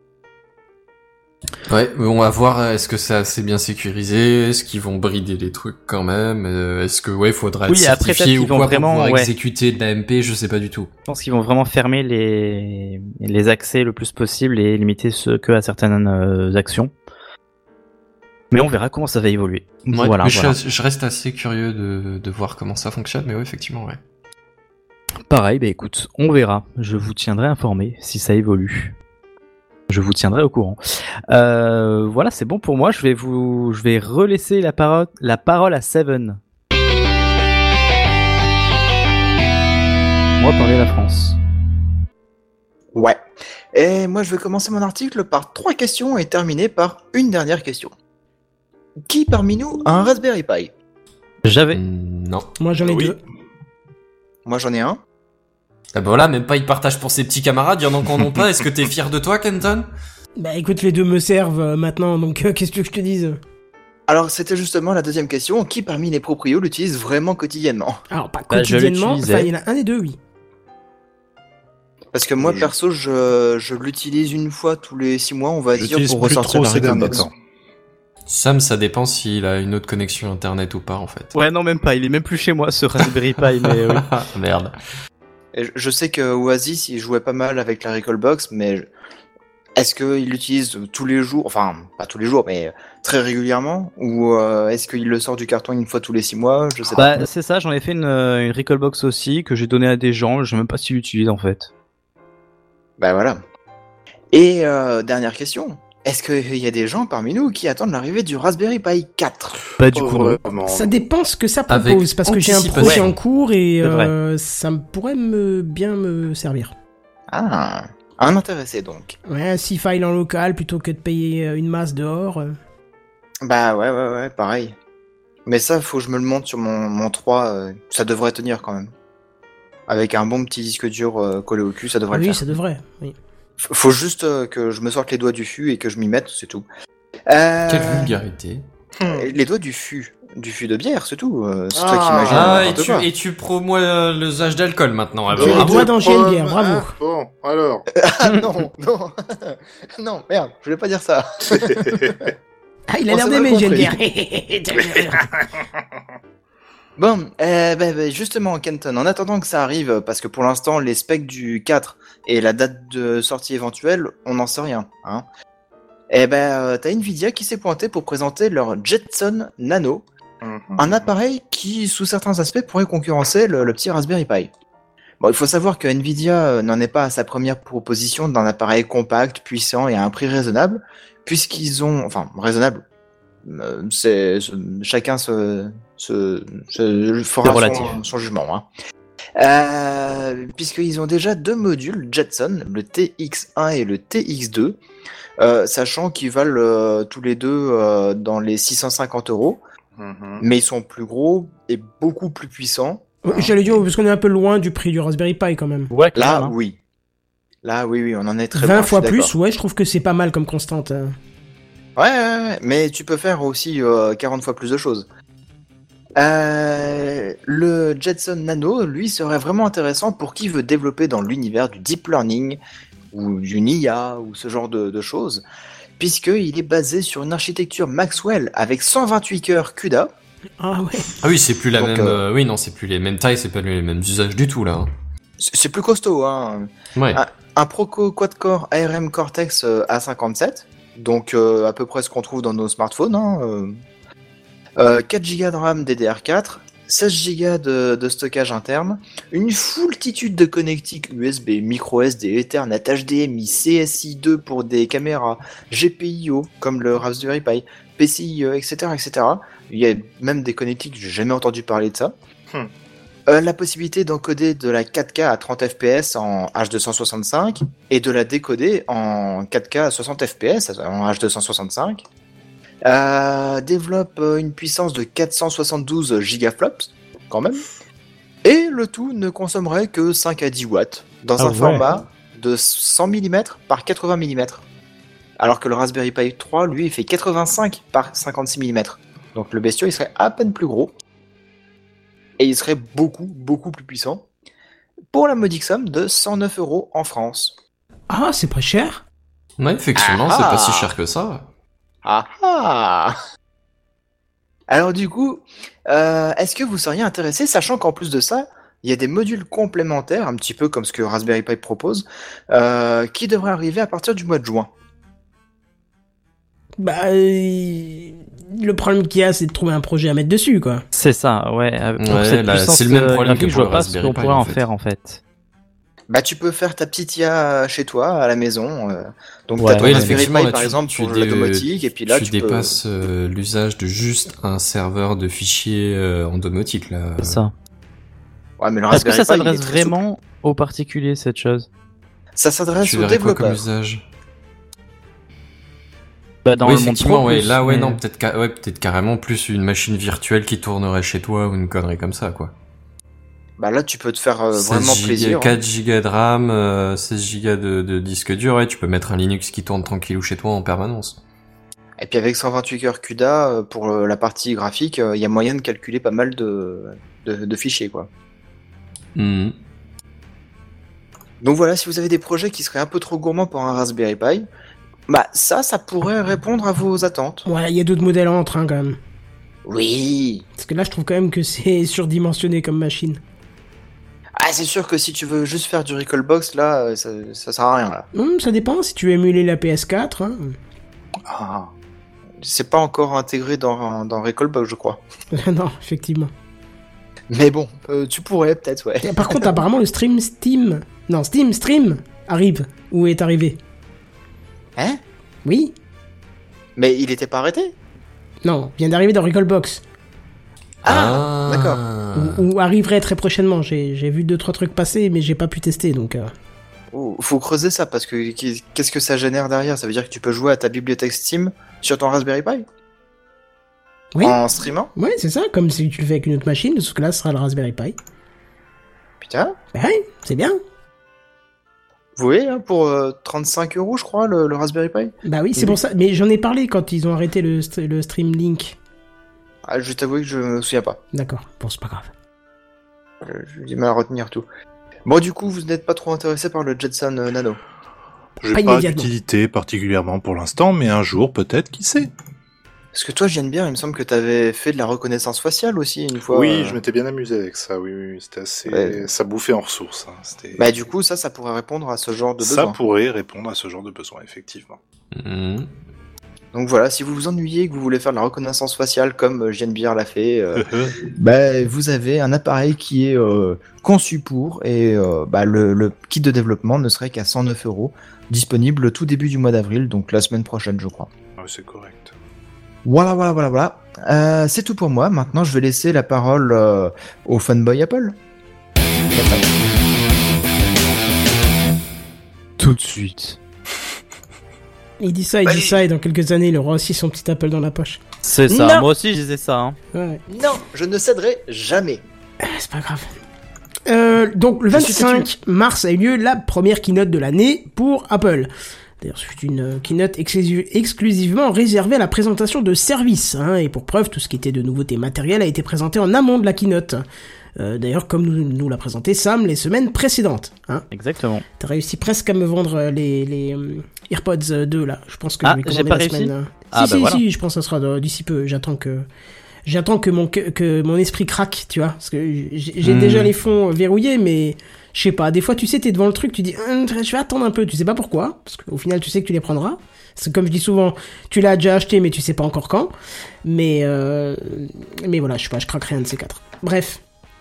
Ouais, mais on va voir, est-ce que c'est assez bien sécurisé, est-ce qu'ils vont brider les trucs quand même, euh, est-ce que ouais, faudra être Oui, après, peut-être certifié qu'ils ou vont quoi vraiment, pour pouvoir ouais. exécuter de la M P, je sais pas du tout. Je pense qu'ils vont vraiment fermer les les accès le plus possible et limiter ce que à certaines euh, actions. Mais on verra comment ça va évoluer. Ouais, voilà, mais je, voilà. je reste assez curieux de, de voir comment ça fonctionne, mais ouais, effectivement, ouais. Pareil, bah écoute, on verra. Je vous tiendrai informé si ça évolue. Je vous tiendrai au courant. Euh, voilà, c'est bon pour moi. Je vais vous, je vais relaisser la parole, la parole à Seven. Moi, parler la France. Ouais. Et moi, je vais commencer mon article par trois questions et terminer par une dernière question. Qui parmi nous a un Raspberry Pi? J'avais. Mm, non. Moi, j'en ai Oui. deux. Moi, j'en ai un. Ah bah voilà, même pas il partage pour ses petits camarades, il y en a qui en ont pas, est-ce que t'es fier de toi, Kenton? Bah écoute, les deux me servent euh, maintenant, donc euh, qu'est-ce que tu veux que je te dise? Alors, c'était justement la deuxième question. Qui parmi les proprios l'utilise vraiment quotidiennement? Alors, pas Bah, je quotidiennement, l'utilisais. enfin, il y en a un des deux, oui. Parce que moi, Je- perso, je, je l'utilise une fois tous les six mois, on va dire, J'utilise pour plus ressortir trop la ces derniers Recalbox. temps. Sam, ça dépend s'il a une autre connexion internet ou pas, en fait. Ouais, non, même pas. Il est même plus chez moi, ce Raspberry Pi, mais oui. Ah, merde. Et je- je sais que Oasis, il jouait pas mal avec la Recalbox, mais je- est-ce qu'il l'utilise tous les jours, enfin, pas tous les jours, mais très régulièrement? Ou euh, est-ce qu'il le sort du carton une fois tous les six mois? Je sais pas. Bah, c'est ça, j'en ai fait une, euh, une Recalbox aussi, que j'ai donné à des gens, je sais même pas s'ils l'utilisent en fait. Bah voilà. Et euh, dernière question. Est-ce qu'il y a des gens parmi nous qui attendent l'arrivée du Raspberry Pi quatre? Pas du Oh, coup, non. vraiment. Ça dépend ce que ça Avec propose, parce que j'ai un anticipation. projet en cours et C'est vrai. euh, ça me pourrait me bien me servir. Ah, un intéressé donc. Ouais, six files en local plutôt que de payer euh, une masse dehors. euh. Bah ouais, ouais, ouais, pareil. Mais ça, faut que je me le monte sur mon, mon trois, euh, ça devrait tenir quand même. Avec un bon petit disque dur euh, collé au cul, ça devrait le Oui, faire. ça devrait. Oui. F- Faut juste euh, que je me sorte les doigts du fût et que je m'y mette, c'est tout. Euh, Quelle vulgarité. Les doigts du fût. Du fût de bière, c'est tout. euh, c'est Ah. toi qui imagines Ah, et n'importe tu, quoi. et tu promois euh, l'usage d'alcool maintenant. Ah bah, Tu les bravo. doigts dans G N bière, Pomme, bravo. hein, Bon, alors. Ah non, non, non, merde, je voulais pas dire ça. Ah, il a On l'air s'est mal d'aimer, compris. Geneviève. Bon, euh, bah, bah, justement, Kenton, en attendant que ça arrive, parce que pour l'instant, les specs du quatre et la date de sortie éventuelle, on n'en sait rien. Hein. Eh ben, euh, t'as Nvidia qui s'est pointé pour présenter leur Jetson Nano, Mhm. un appareil qui, sous certains aspects, pourrait concurrencer le, le petit Raspberry Pi. Bon, il faut savoir que Nvidia euh, n'en est pas à sa première proposition d'un appareil compact, puissant et à un prix raisonnable, puisqu'ils ont, enfin, raisonnable. euh, C'est c'est- chacun se, se, se fera C'est relatif. son, son jugement. Hein. Euh, puisqu'ils ont déjà deux modules Jetson, le T X un et le T X deux, euh, sachant qu'ils valent euh, tous les deux euh, dans les six cent cinquante euros, Mhm. mais ils sont plus gros et beaucoup plus puissants. Ouais, J'allais dire, parce qu'on est un peu loin du prix du Raspberry Pi quand même. Ouais, Là, clairement. oui. Là, oui, oui, on en est très vingt loin, je fois suis plus, d'accord. ouais, je trouve que c'est pas mal comme constante. hein. Ouais, ouais, ouais, mais tu peux faire aussi euh, quarante fois plus de choses. Euh, le Jetson Nano, lui, serait vraiment intéressant pour qui veut développer dans l'univers du deep learning ou du N I A ou ce genre de, de choses, puisqu'il est basé sur une architecture Maxwell avec cent vingt-huit cœurs CUDA. Ah ouais. Ah oui, c'est plus la Donc, même. euh, euh, Oui, non, c'est plus les mêmes tailles, c'est pas les mêmes usages du tout là. hein. C'est c'est plus costaud, hein. Ouais. Ah. Un Proco quad-core A R M Cortex euh, A cinquante-sept, donc euh, à peu près ce qu'on trouve dans nos smartphones. Hein, euh. euh, quatre giga de RAM D D R quatre, seize giga de, de stockage interne, une foultitude de connectiques U S B, micro S D, Ethernet, H D M I, C S I deux pour des caméras, G P I O comme le Raspberry Pi, P C I E, et cetera, et cetera. Il y a même des connectiques, j'ai jamais entendu parler de ça. Hmm. Euh, la possibilité d'encoder de la quatre K à trente F P S en H deux cent soixante-cinq et de la décoder en quatre K à soixante F P S en H deux cent soixante-cinq. Euh, développe une puissance de quatre cent soixante-douze gigaflops, quand même. Et le tout ne consommerait que cinq à dix watts, dans Ah un ouais. format de cent millimètres par quatre-vingts millimètres. Alors que le Raspberry Pi trois, lui, il fait quatre-vingt-cinq par cinquante-six millimètres. Donc le bestiau, il serait à peine plus gros. Et il serait beaucoup, beaucoup plus puissant. Pour la modique somme de cent neuf euros en France. Ah, c'est pas cher. Ouais, effectivement, Ah c'est pas ah. si cher que ça. Ah ah. Alors du coup, euh, est-ce que vous seriez intéressé, sachant qu'en plus de ça, il y a des modules complémentaires, un petit peu comme ce que Raspberry Pi propose, euh, qui devraient arriver à partir du mois de juin. Bah, euh, le problème qu'il y a, c'est de trouver un projet à mettre dessus, quoi. C'est ça, ouais. Pour Ouais, cette là, puissance c'est le même euh, problème graphique, que je pour vois le pas ce Raspberry qu'on Pi, pourrait en en fait. faire en fait. Bah tu peux faire ta petite I A chez toi, à la maison. euh, donc Ouais. t'as ton Oui, Raspberry effectivement, Pi là, par tu- exemple tu pour dé- la domotique, et puis là tu, tu, peux... dépasses euh, l'usage de juste un serveur de fichiers euh, en domotique là. C'est ça. Ouais, mais le Est-ce que Raspberry ça Pi, il est s'adresse très souple. vraiment aux particuliers cette chose? Ça s'adresse Tu aux verrais quoi comme développeurs. usage? Bah, dans Oui, le monde effectivement, pro, ouais. plus, Là, ouais, mais- non, peut-être, ca- ouais, peut-être carrément plus une machine virtuelle qui tournerait chez toi ou une connerie comme ça, quoi. Bah là tu peux te faire euh, seize vraiment giga- plaisir. hein. quatre gigas de RAM, euh, seize gigas de, de disque dur, et tu peux mettre un Linux qui tourne tranquillou chez toi en permanence. Et puis avec cent vingt-huit cœurs C U D A, euh, pour euh, la partie graphique, il y a moyen de calculer pas mal de, de, de fichiers, quoi. Mhm. Donc voilà, si vous avez des projets qui seraient un peu trop gourmands pour un Raspberry Pi, bah ça, ça pourrait répondre à vos attentes. Ouais, il y a d'autres modèles en train, quand même. Oui. Parce que là, je trouve quand même que c'est surdimensionné comme machine. Ah, c'est sûr que si tu veux juste faire du Recalbox, là, euh, ça, ça sert à rien, là. Hum, ça dépend, si tu veux émuler la P S quatre, hein. Ah. C'est pas encore intégré dans, dans Recalbox, je crois. Non, effectivement. Mais bon, euh, tu pourrais peut-être, ouais. Et par contre, apparemment, le stream Steam... Non, Steam Stream arrive. Ou est arrivé. Hein? Oui. Mais il était pas arrêté? Non, vient d'arriver dans Recalbox. Ah, d'accord. Ou, ou arriverait très prochainement. J'ai j'ai vu deux trois trucs passer, mais j'ai pas pu tester, donc... euh. Oh, faut creuser ça, parce que qu'est-ce que ça génère derrière? Ça veut dire que tu peux jouer à ta bibliothèque Steam sur ton Raspberry Pi? Oui, En streamant? ouais, c'est ça, comme si tu le fais avec une autre machine, sauf que là, ce sera le Raspberry Pi. Putain. Bah ouais, c'est bien. Vous voyez, hein, pour euh, trente-cinq euros, je crois, le, le Raspberry Pi? Bah oui, c'est Oui. pour ça. Mais j'en ai parlé quand ils ont arrêté le, st- le Stream Link. Ah, je t'avoue que je me souviens pas. D'accord, bon, c'est pas grave. Je- J'ai du mal à retenir tout. Bon, du coup, vous n'êtes pas trop intéressé par le Jetson euh, Nano? J'ai Pas pas, immédiatement. d'utilité particulièrement pour l'instant, mais un jour peut-être, qui sait. Parce que toi, J'aime bien, il me semble que t'avais fait de la reconnaissance faciale aussi, une fois. Oui, euh. je m'étais bien amusé avec ça, oui, oui, oui, c'était assez... Ouais. Ça bouffait en ressources. Hein. C'était... Bah, du coup, ça, ça pourrait répondre à ce genre de ça besoin. pourrait répondre à ce genre de besoin, effectivement. Mhm. Donc voilà, si vous vous ennuyez et que vous voulez faire de la reconnaissance faciale comme euh, J'aime bien l'a fait, euh, bah, vous avez un appareil qui est euh, conçu pour, et euh, bah, le, le kit de développement ne serait qu'à cent neuf euros, disponible tout début du mois d'avril, donc la semaine prochaine, je crois. Ouais, c'est correct. Voilà, voilà, voilà, voilà. Euh, c'est tout pour moi. Maintenant, je vais laisser la parole euh, au fanboy Apple. Tout de suite. Il dit ça, il dit ça, et dans quelques années, il aura aussi son petit Apple dans la poche. C'est ça, Non. moi aussi je disais ça. Hein. Ouais, Non, je ne céderai jamais. ah, c'est pas grave. Euh, donc, le Je suis vingt-cinq mars a eu lieu la première keynote de l'année pour Apple. D'ailleurs, c'est une euh, keynote exclusive- exclusivement réservée à la présentation de services, hein, et pour preuve, tout ce qui était de nouveautés matérielles a été présenté en amont de la keynote. Euh, d'ailleurs, comme nous, nous l'a présenté Sam les semaines précédentes. Hein. Exactement. T'as réussi presque à me vendre euh, les, les euh, AirPods deux, là. Je pense que Ah, je vais j'ai commander pas la réussi semaine. euh. Ah, si, bah si, voilà. si, je pense que ça sera de- d'ici peu. J'attends que j'attends que mon que, que mon esprit craque, tu vois, parce que j'ai, j'ai Mmh. déjà les fonds verrouillés, mais je sais pas. Des fois, tu sais, t'es devant le truc, tu dis, hum, je vais attendre un peu. Tu sais pas pourquoi, parce qu'au final, tu sais que tu les prendras. C'est comme je dis souvent, tu l'as déjà acheté, mais tu sais pas encore quand. Mais euh, mais voilà, je sais pas, je craquerai un de ces quatre. Bref.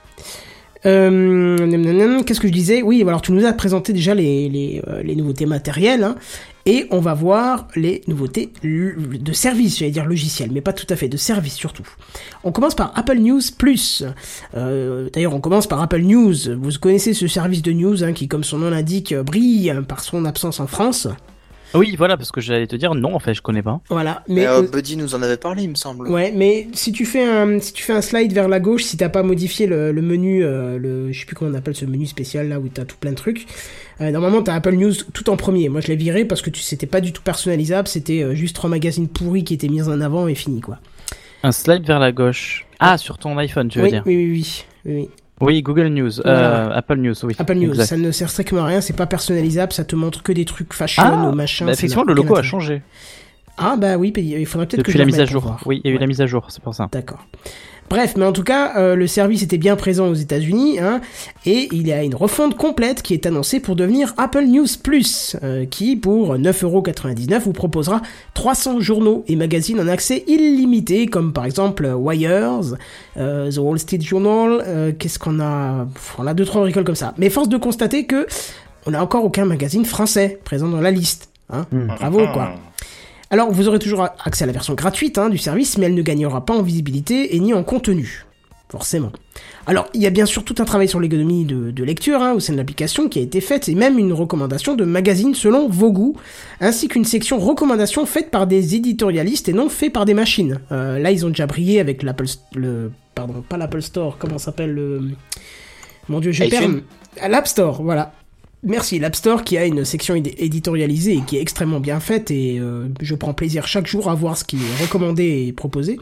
Euh, qu'est-ce que je disais? Oui, alors tu nous as présenté déjà les, les, euh, les nouveautés matérielles, hein, et on va voir les nouveautés de service, j'allais dire logiciel, mais pas tout à fait, de service surtout. On commence par Apple News Plus. Euh, d'ailleurs, on commence par Apple News. Vous connaissez ce service de news hein, qui, comme son nom l'indique, brille par son absence en France. Oui, voilà, parce que j'allais te dire non, en fait, je connais pas. Voilà, mais Mais euh, euh, Buddy nous en avait parlé, il me semble. ouais, mais si tu fais un si tu fais un slide vers la gauche, si t'as pas modifié le, le menu, euh, le je sais plus comment on appelle ce menu spécial là où t'as tout plein de trucs. Euh, normalement, t'as Apple News tout en premier. Moi, je l'ai viré parce que tu c'était pas du tout personnalisable. C'était euh, juste trois magazines pourris qui étaient mis en avant et fini quoi. Un slide vers la gauche. Ah, sur ton iPhone, tu veux oui, dire. oui, oui, oui, oui, oui. Oui, Google News, Voilà. euh, Apple News, oui. Apple News, exact. ça ne sert strictement à rien. C'est pas personnalisable. Ça te montre que des trucs fashion Ah, ou machin. bah, ça effectivement, n'a le aucun logo a intérêt. changé. Ah bah oui, il faudrait peut-être que Depuis je la le mise à remette pour jour. voir. Oui, il y a eu Ouais. la mise à jour, c'est pour ça. D'accord. Bref, mais en tout cas, euh, le service était bien présent aux États-Unis, hein, et il y a une refonte complète qui est annoncée pour devenir Apple News Plus, euh, qui, pour neuf euros quatre-vingt-dix-neuf, vous proposera trois cents journaux et magazines en accès illimité, comme par exemple Wires, euh, The Wall Street Journal, euh, qu'est-ce qu'on a... Pff, on a deux, trois bricoles comme ça. Mais force de constater que on n'a encore aucun magazine français présent dans la liste. Hein. Mmh. Bravo, quoi. Alors, vous aurez toujours accès à la version gratuite hein, du service, mais elle ne gagnera pas en visibilité et ni en contenu. Forcément. Alors, il y a bien sûr tout un travail sur l'économie de, de lecture hein, au sein de l'application qui a été faite, et même une recommandation de magazines selon vos goûts, ainsi qu'une section recommandations faite par des éditorialistes et non faite par des machines. Euh, là, ils ont déjà brillé avec l'Apple... le Pardon, pas l'Apple Store, comment ça s'appelle le... Mon Dieu, je iTunes. perds... L'App Store, voilà. Merci, l'App Store qui a une section édi- éditorialisée et qui est extrêmement bien faite, et euh, je prends plaisir chaque jour à voir ce qui est recommandé et proposé.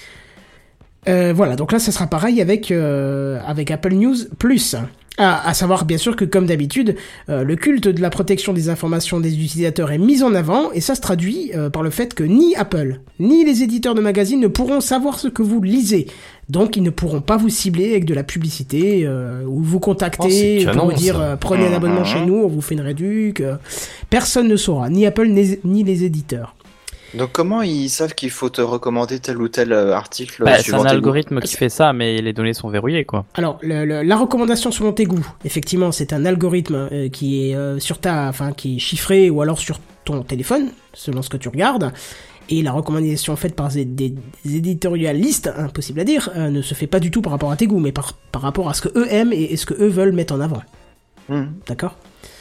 Euh, voilà, donc là ça sera pareil avec, euh, avec Apple News Plus. Ah, à savoir bien sûr que comme d'habitude, euh, le culte de la protection des informations des utilisateurs est mis en avant, et ça se traduit euh, par le fait que ni Apple, ni les éditeurs de magazines ne pourront savoir ce que vous lisez. Donc ils ne pourront pas vous cibler avec de la publicité euh, ou vous contacter Oh, c'est pour canon, vous dire ça. euh, prenez un abonnement Mhm. chez nous, on vous fait une réduc. euh. Personne ne saura, ni Apple ni, ni les éditeurs. Donc comment ils savent qu'il faut te recommander tel ou tel euh, article Bah, c'est suivant un tes goûts? algorithme qui fait ça, mais les données sont verrouillées, quoi. Alors, le, le- la recommandation selon tes goûts, effectivement, c'est un algorithme euh, qui est euh, sur ta, enfin, qui est chiffré ou alors sur ton téléphone, selon ce que tu regardes. Et la recommandation faite par des, des éditorialistes, impossible à dire, euh, ne se fait pas du tout par rapport à tes goûts, mais par, par rapport à ce que eux aiment et, et ce que eux veulent mettre en avant. Hmm. D'accord ?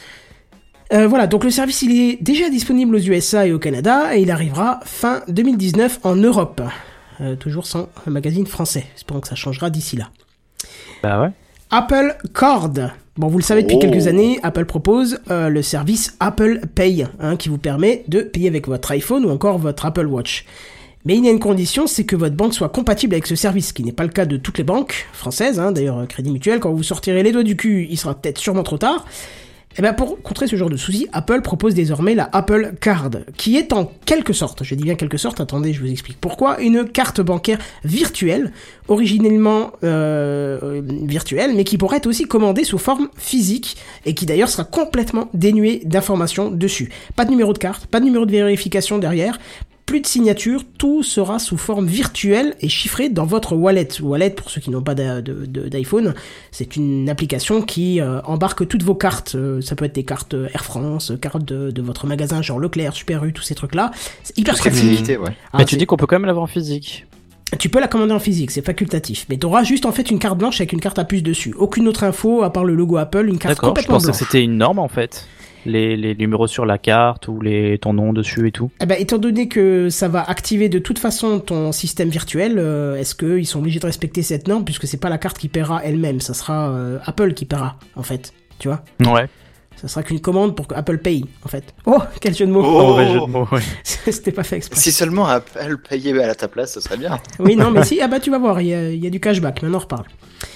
Euh, voilà, donc le service il est déjà disponible aux U S A et au Canada, et il arrivera fin deux mille dix-neuf en Europe. Euh, toujours sans un magazine français. Espérons que ça changera d'ici là. Bah ouais. Apple Card. Bon, vous le savez depuis Oh. quelques années, Apple propose euh, le service Apple Pay, hein, qui vous permet de payer avec votre iPhone ou encore votre Apple Watch. Mais il y a une condition, c'est que votre banque soit compatible avec ce service, ce qui n'est pas le cas de toutes les banques françaises. Hein, d'ailleurs, Crédit Mutuel, quand vous sortirez les doigts du cul, il sera peut-être sûrement trop tard. Et ben pour contrer ce genre de soucis, Apple propose désormais la Apple Card, qui est en quelque sorte, je dis bien quelque sorte, attendez, je vous explique pourquoi, une carte bancaire virtuelle, originellement euh, virtuelle, mais qui pourrait être aussi commandée sous forme physique, et qui d'ailleurs sera complètement dénuée d'informations dessus. Pas de numéro de carte, pas de numéro de vérification derrière, plus de signature, tout sera sous forme virtuelle et chiffré dans votre wallet. Wallet, pour ceux qui n'ont pas d'a- de- de- d'iPhone, c'est une application qui euh, embarque toutes vos cartes. Euh, ça peut être des cartes Air France, cartes de, de votre magasin, genre Leclerc, Super U, tous ces trucs-là. C'est hyper Tout ce qui est pratique. fidélité, ouais. Ah, mais tu c'est- dis qu'on peut quand même l'avoir en physique. tu peux la commander en physique, c'est facultatif. Mais tu auras juste en fait une carte blanche avec une carte à puce dessus. Aucune autre info à part le logo Apple, une carte D'accord, je complètement pensais blanche. que c'était une norme en fait. Les, les numéros sur la carte ou les, ton nom dessus et tout. Eh ben, étant donné que ça va activer de toute façon ton système virtuel, euh, est-ce qu'ils sont obligés de respecter cette norme, puisque c'est pas la carte qui paiera elle-même, ça sera euh, Apple qui paiera, en fait, tu vois. Ouais. Ça sera qu'une commande pour que Apple paye, en fait. Oh, quel jeu de mots. Oh. Mauvais jeu de mots, ouais. C'était pas fait exprès. Si seulement Apple payait à ta place, ce serait bien. Oui, non, mais si, ah bah tu vas voir, il y a, il y a du cashback, mais on en reparle.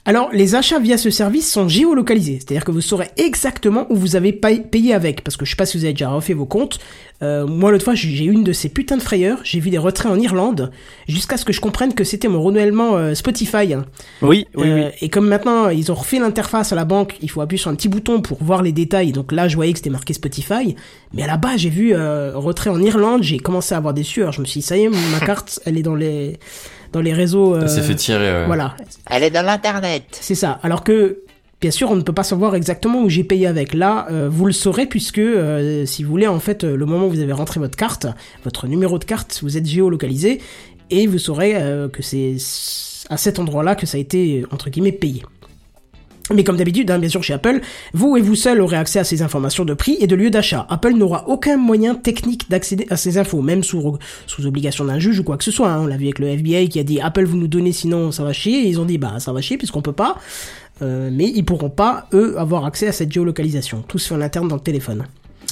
Alors, les achats via ce service sont géolocalisés, c'est-à-dire que vous saurez exactement où vous avez payé avec, parce que je sais pas si vous avez déjà refait vos comptes. Euh, moi, l'autre fois, j'ai eu une de ces putains de frayeurs, j'ai vu des retraits en Irlande, jusqu'à ce que je comprenne que c'était mon renouvellement euh, Spotify. Oui, oui, euh, oui. Et comme maintenant, ils ont refait l'interface à la banque, il faut appuyer sur un petit bouton pour voir les détails, donc là, je voyais que c'était marqué Spotify, mais là-bas, j'ai vu euh, retrait en Irlande, j'ai commencé à avoir des sueurs, je me suis dit, ça y est, ma carte, elle est dans les... dans les réseaux. Euh, Elle s'est fait tirer. Ouais. Voilà. Elle est dans l'internet. C'est ça. Alors que, bien sûr, on ne peut pas savoir exactement où j'ai payé avec. Là, euh, vous le saurez puisque, euh, si vous voulez, en fait, euh, le moment où vous avez rentré votre carte, votre numéro de carte, vous êtes géolocalisé et vous saurez euh, que c'est à cet endroit-là que ça a été, entre guillemets, payé. Mais comme d'habitude, hein, bien sûr, chez Apple, vous et vous seul aurez accès à ces informations de prix et de lieu d'achat. Apple n'aura aucun moyen technique d'accéder à ces infos, même sous, sous obligation d'un juge ou quoi que ce soit. Hein. On l'a vu avec le F B I qui a dit « Apple, vous nous donnez, sinon ça va chier ». Et ils ont dit « Bah, ça va chier puisqu'on peut pas euh, ». Mais ils pourront pas, eux, avoir accès à cette géolocalisation. Tout se fait en interne dans le téléphone.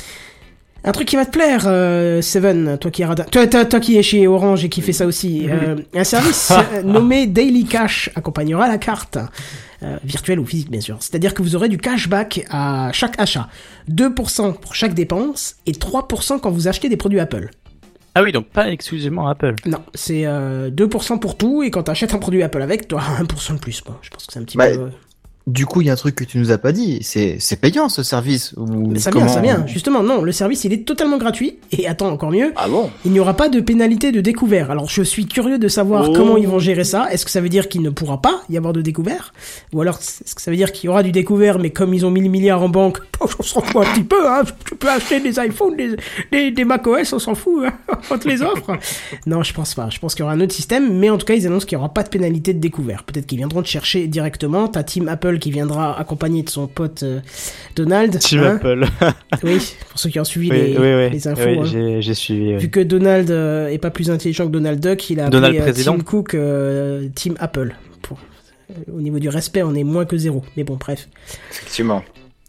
Un truc qui va te plaire, euh, Seven, toi qui, radin... toi, toi, toi qui es chez Orange et qui fait ça aussi. Euh, un service nommé Daily Cash accompagnera la carte. Euh, virtuelle ou physique, bien sûr. C'est-à-dire que vous aurez du cashback à chaque achat. deux pour cent pour chaque dépense et trois pour cent quand vous achetez des produits Apple. Ah oui, donc pas exclusivement Apple. Non, c'est euh, deux pour cent pour tout et quand tu achètes un produit Apple avec, tu auras un pour cent de plus. Bon, je pense que c'est un petit bah, peu... Euh... Du coup, il y a un truc que tu nous as pas dit, c'est c'est payant ce service ou ça comment... vient, ça vient. Justement, non, le service il est totalement gratuit et attends encore mieux. Ah bon? Il n'y aura pas de pénalité de découvert. Alors je suis curieux de savoir oh. comment ils vont gérer ça. Est-ce que ça veut dire qu'il ne pourra pas y avoir de découvert? Ou alors est-ce que ça veut dire qu'il y aura du découvert mais comme ils ont mis le milliard en banque, on s'en fout un petit peu. Hein. Tu peux acheter des iPhones, des, des, des macOS, on s'en fout. Hein. On te les offre. Non, je pense pas. Je pense qu'il y aura un autre système, mais en tout cas ils annoncent qu'il n'y aura pas de pénalité de découvert. Peut-être qu'ils viendront te chercher directement. Ta team Apple qui viendra accompagné de son pote euh, Donald. Team hein Apple. Oui, pour ceux qui ont suivi oui, les, oui, oui. les infos. Oui, hein. j'ai, j'ai suivi. Oui. Vu que Donald euh, est pas plus intelligent que Donald Duck, il a Donald appelé euh, président. Tim Cook euh, Team Apple. Pour, euh, au niveau du respect, on est moins que zéro. Mais bon, bref. Effectivement.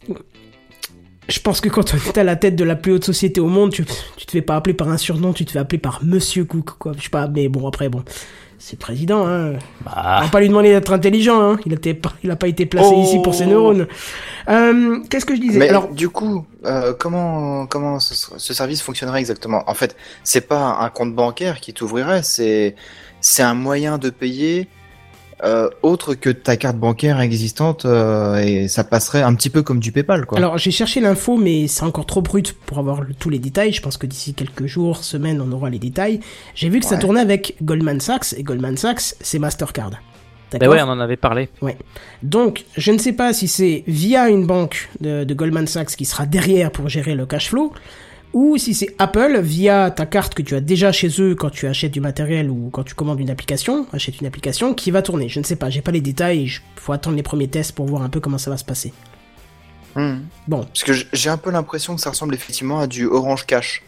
Je pense que quand t'es à la tête de la plus haute société au monde, tu, tu te fais pas appeler par un surnom, tu te fais appeler par Monsieur Cook, quoi. Je sais pas, mais bon, après, bon. C'est le président, hein. Bah. On va pas lui demander d'être intelligent, hein. Il a, été, il a pas été placé oh. ici pour ses neurones. Euh, qu'est-ce que je disais? Mais alors, du coup, euh, comment comment ce, ce service fonctionnerait exactement? En fait, c'est pas un compte bancaire qui t'ouvrirait, c'est c'est un moyen de payer euh, autre que ta carte bancaire existante euh, et ça passerait un petit peu comme du PayPal, quoi. Alors j'ai cherché l'info, mais c'est encore trop brut pour avoir le, tous les détails. Je pense que d'ici quelques jours, semaines, on aura les détails. J'ai vu que ouais. ça tournait avec Goldman Sachs et Goldman Sachs, c'est Mastercard. Bah ouais, on en avait parlé. Ouais. Donc, je ne sais pas si c'est via une banque de, de Goldman Sachs qui sera derrière pour gérer le cash flow, ou si c'est Apple via ta carte que tu as déjà chez eux quand tu achètes du matériel ou quand tu commandes une application, achètes une application qui va tourner. Je ne sais pas, j'ai pas les détails, il faut attendre les premiers tests pour voir un peu comment ça va se passer. Mmh. Bon. Parce que j'ai un peu l'impression que ça ressemble effectivement à du Orange Cash.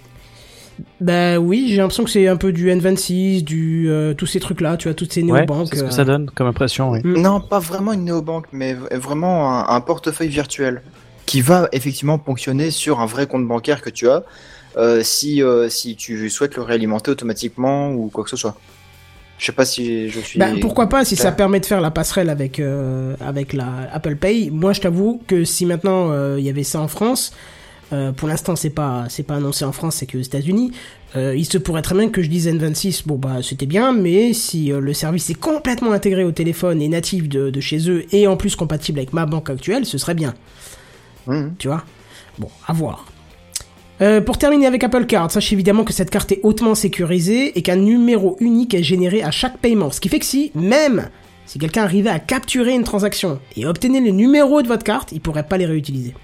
Bah oui, j'ai l'impression que c'est un peu du N vingt-six, du euh, tous ces trucs-là, tu vois, toutes ces néobanques. Ouais, c'est ce que ça donne comme impression, oui. Mmh. Non, pas vraiment une néobanque, mais vraiment un, un portefeuille virtuel qui va effectivement fonctionner sur un vrai compte bancaire que tu as, euh, si euh, si tu souhaites le réalimenter automatiquement ou quoi que ce soit. Je sais pas si je suis... Bah, pourquoi pas, si ça permet de faire la passerelle avec, euh, avec la Apple Pay. Moi, je t'avoue que si maintenant il euh, y avait ça en France... Euh, pour l'instant, c'est pas c'est pas annoncé en France, c'est que aux États-Unis. Euh, il se pourrait très bien que je dise N vingt-six. Bon bah c'était bien, mais si euh, le service est complètement intégré au téléphone et natif de, de chez eux et en plus compatible avec ma banque actuelle, ce serait bien. Mmh. Tu vois. Bon, à voir. Euh, pour terminer avec Apple Card, sache évidemment que cette carte est hautement sécurisée et qu'un numéro unique est généré à chaque paiement. Ce qui fait que si même si quelqu'un arrivait à capturer une transaction et obtenir le numéro de votre carte, il pourrait pas les réutiliser.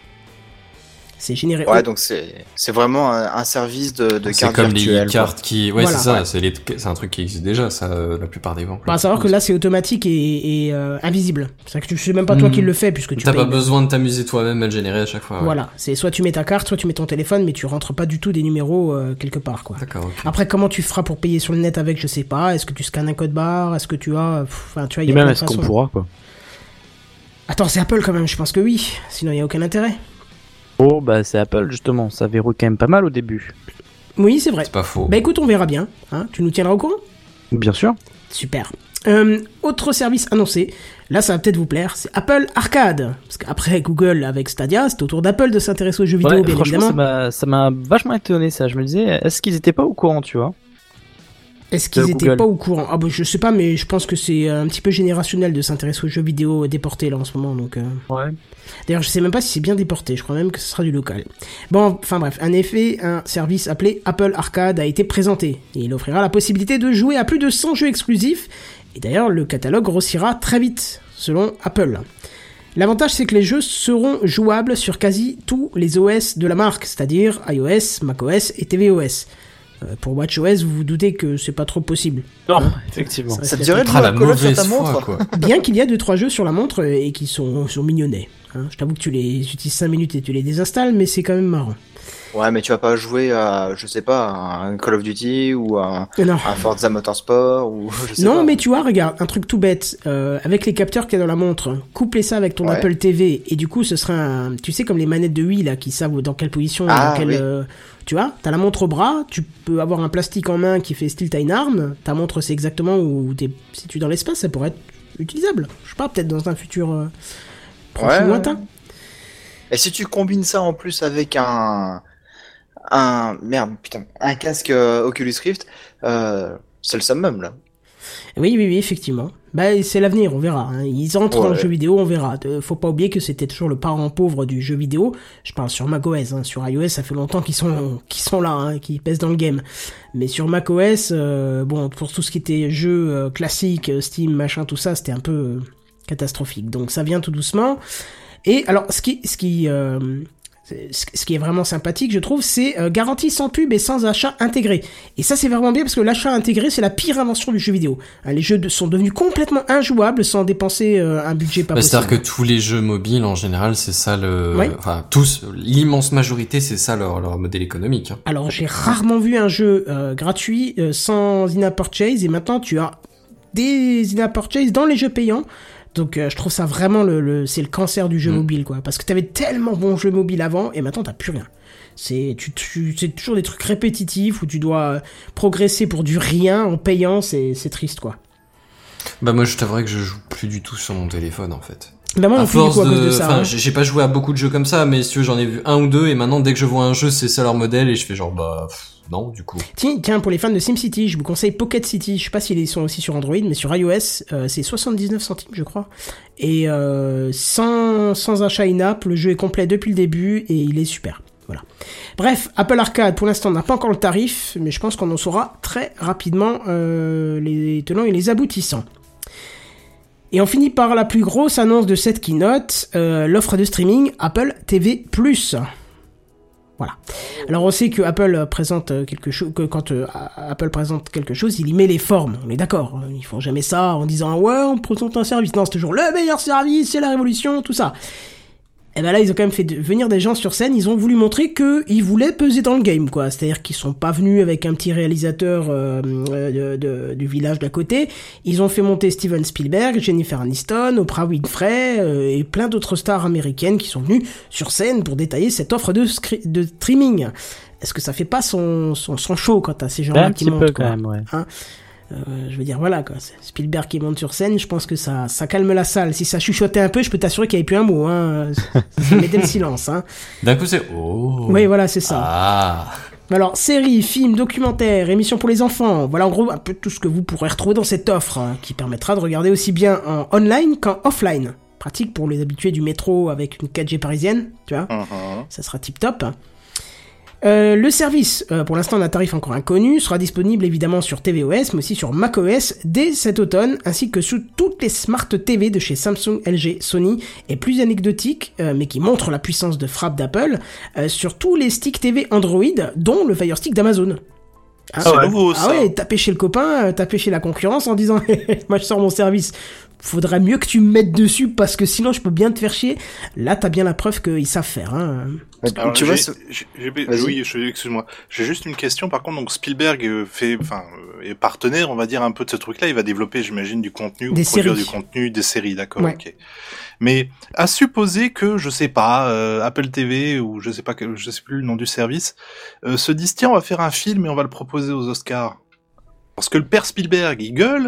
C'est généré. Ouais, donc c'est c'est vraiment un, un service de, de c'est carte comme virtuelle. Les cartes qui, ouais, voilà, c'est ça. ouais. C'est, les... c'est un truc qui existe déjà, ça, euh, la plupart des banques. Bah, à savoir que là, c'est automatique et, et euh, invisible. C'est que tu sais même pas toi mmh. qui le fais puisque tu. T'as payes pas besoin de t'amuser toi-même à le générer à chaque fois. Ouais. Voilà, c'est soit tu mets ta carte, soit tu mets ton téléphone, mais tu rentres pas du tout des numéros euh, quelque part, quoi. D'accord. Okay. Après, comment tu feras pour payer sur le net avec, je sais pas. Est-ce que tu scannes un code barre? Est-ce que tu as, enfin, tu vois, il y a et même est-ce qu'on pourra, quoi. Attends, c'est Apple quand même. Je pense que oui. Sinon, il y a aucun intérêt. Oh, bah c'est Apple justement, ça verrouille quand même pas mal au début. Oui, c'est vrai. C'est pas faux. Bah écoute, on verra bien. Hein, tu nous tiendras au courant ? Bien sûr. Super. Euh, autre service annoncé, là ça va peut-être vous plaire, c'est Apple Arcade. Parce qu'après Google avec Stadia, c'est au tour d'Apple de s'intéresser aux jeux vidéo, Ouais, bien franchement, évidemment. ça m'a, ça m'a vachement étonné ça. Je me disais, est-ce qu'ils étaient pas au courant, tu vois? Est-ce qu'ils de étaient Google. pas au courant? Ah bah je sais pas, mais je pense que c'est un petit peu générationnel de s'intéresser aux jeux vidéo déportés là en ce moment, donc... Euh... Ouais. D'ailleurs, je sais même pas si c'est bien déporté, je crois même que ce sera du local. Bon, enfin bref, en effet, un service appelé Apple Arcade a été présenté. Et il offrira la possibilité de jouer à plus de cent jeux exclusifs. Et d'ailleurs, le catalogue grossira très vite, selon Apple. L'avantage, c'est que les jeux seront jouables sur quasi tous les O S de la marque, c'est-à-dire iOS, macOS et tvOS. Euh, pour WatchOS, vous vous doutez que c'est pas trop possible. Non, Hein effectivement. Ça Ça te fait dirait de Ah, jouer la à Call of sur mauvaise ta foi, montre quoi. Bien qu'il y a deux trois jeux sur la montre et qui sont, sont mignonnets. Hein. Je t'avoue que tu les utilises cinq minutes et tu les désinstalles, mais c'est quand même marrant. Ouais, mais tu vas pas jouer à, je sais pas, à un Call of Duty ou à Mais non. un Forza Motorsport ou je sais Non, pas. mais tu vois, regarde, un truc tout bête, euh, avec les capteurs qu'il y a dans la montre, couplez ça avec ton Ouais. Apple T V, et du coup, ce sera un, tu sais, comme les manettes de Wii, là, qui savent dans quelle position, Ah, dans quelle, oui. euh, tu vois, t'as la montre au bras, tu peux avoir un plastique en main qui fait style Tine Arm, ta montre, c'est exactement où t'es situé dans l'espace, ça pourrait être utilisable. Je sais pas, peut-être dans un futur euh, proche Ouais, ou lointain. Et si tu combines ça en plus avec un, un, merde, putain, un casque euh, Oculus Rift, euh, c'est le summum, là. Oui, oui, oui, effectivement. Bah, c'est l'avenir, on verra. Hein. Ils entrent dans le Ouais. jeu vidéo, on verra. Euh, Faut pas oublier que c'était toujours le parent pauvre du jeu vidéo. Je parle sur macOS, hein. Sur iOS, ça fait longtemps qu'ils sont, qu'ils sont là, hein, qu'ils pèsent dans le game. Mais sur macOS, euh, bon, pour tout ce qui était jeux euh, classiques, euh, Steam, machin, tout ça, c'était un peu euh, catastrophique. Donc ça vient tout doucement. Et alors, ce qui, ce qui, euh, ce qui est vraiment sympathique, je trouve, c'est euh, garantie sans pub et sans achat intégré. Et ça, c'est vraiment bien parce que l'achat intégré, c'est la pire invention du jeu vidéo. Hein, les jeux de, sont devenus complètement injouables sans dépenser euh, un budget pas Bah, possible. c'est-à-dire que tous les jeux mobiles, en général, c'est ça le... Ouais. Enfin, tous, l'immense majorité, c'est ça leur, leur modèle économique. Hein. Alors, j'ai rarement vu un jeu euh, gratuit euh, sans in-app purchase, et maintenant, tu as des in-app purchase dans les jeux payants. Donc euh, je trouve ça vraiment le, le c'est le cancer du jeu Mm. mobile, quoi, parce que t'avais tellement bons jeux mobiles avant et maintenant t'as plus rien. C'est tu, tu c'est toujours des trucs répétitifs où tu dois euh, progresser pour du rien en payant, c'est c'est triste, quoi. Bah moi, je t'avouerais que je joue plus du tout sur mon téléphone, en fait. Bah moi À non plus, du force coup, à de... cause de ça. Enfin, hein. j'ai j'ai pas joué à beaucoup de jeux comme ça, mais si tu veux, j'en ai vu un ou deux, et maintenant, dès que je vois un jeu, c'est ça leur modèle, et je fais genre, bah, pff, non, du coup. Tiens, tiens, pour les fans de SimCity, je vous conseille Pocket City. Je sais pas s'ils sont aussi sur Android, mais sur iOS, euh, c'est soixante-dix-neuf centimes, je crois. Et euh, sans, sans achat in-app, le jeu est complet depuis le début et il est super. Voilà. Bref, Apple Arcade, pour l'instant, n'a pas encore le tarif, mais je pense qu'on en saura très rapidement euh, les tenants et les aboutissants. Et on finit par la plus grosse annonce de cette keynote, euh, l'offre de streaming Apple T V plus. Voilà. Alors on sait que Apple présente quelque chose, que quand euh, Apple présente quelque chose, il y met les formes. On est d'accord. Ils font jamais ça en disant ouais, on présente un service. Non, c'est toujours le meilleur service, c'est la révolution, tout ça. Et ben là, ils ont quand même fait de- venir des gens sur scène. Ils ont voulu montrer que ils voulaient peser dans le game, quoi. C'est-à-dire qu'ils sont pas venus avec un petit réalisateur euh, euh, de, de- du village d'à côté. Ils ont fait monter Steven Spielberg, Jennifer Aniston, Oprah Winfrey euh, et plein d'autres stars américaines qui sont venues sur scène pour détailler cette offre de, scri- de streaming. Est-ce que ça fait pas son, son, son show quand t'as ces gens-là Un qui petit montent, peu quoi. quand même, ouais. Euh, je veux dire, voilà, quoi. C'est Spielberg qui monte sur scène, je pense que ça, ça calme la salle. Si ça chuchotait un peu, je peux t'assurer qu'il n'y avait plus un mot, hein. Ça mettait le silence, hein. D'un coup, c'est, oh. Oui, voilà, c'est ça. Ah. Alors, séries, films, documentaires, émissions pour les enfants, voilà en gros un peu tout ce que vous pourrez retrouver dans cette offre, hein, qui permettra de regarder aussi bien en online qu'en offline. Pratique pour les habitués du métro avec une quatre G parisienne, tu vois. Mhm. Ça sera tip top. Euh, le service, euh, pour l'instant d'un tarif encore inconnu, sera disponible évidemment sur tvOS, mais aussi sur macOS dès cet automne, ainsi que sous toutes les Smart T V de chez Samsung, L G, Sony, et plus anecdotique, euh, mais qui montre la puissance de frappe d'Apple, euh, sur tous les sticks T V Android, dont le Fire Stick d'Amazon. Hein, C'est nouveau, ça. ah ouais, taper chez le copain, euh, taper chez la concurrence en disant moi je sors mon service, faudrait mieux que tu me mettes dessus parce que sinon je peux bien te faire chier. Là t'as bien la preuve qu'ils savent faire. Hein. Alors, tu vois, j'ai- ce- j'ai- j'ai- Vas-y. oui, je- excuse-moi. J'ai juste une question. Par contre, donc Spielberg euh, fait, enfin, euh, est partenaire, on va dire un peu de ce truc-là. Il va développer, j'imagine, du contenu, ou Des produire séries. du contenu, des séries, d'accord, Ouais. ok. Mais à supposer que, je sais pas, euh, Apple T V ou je sais pas, que- je sais plus le nom du service, euh, se disent tiens, on va faire un film et on va le proposer aux Oscars. Parce que le père Spielberg, il gueule.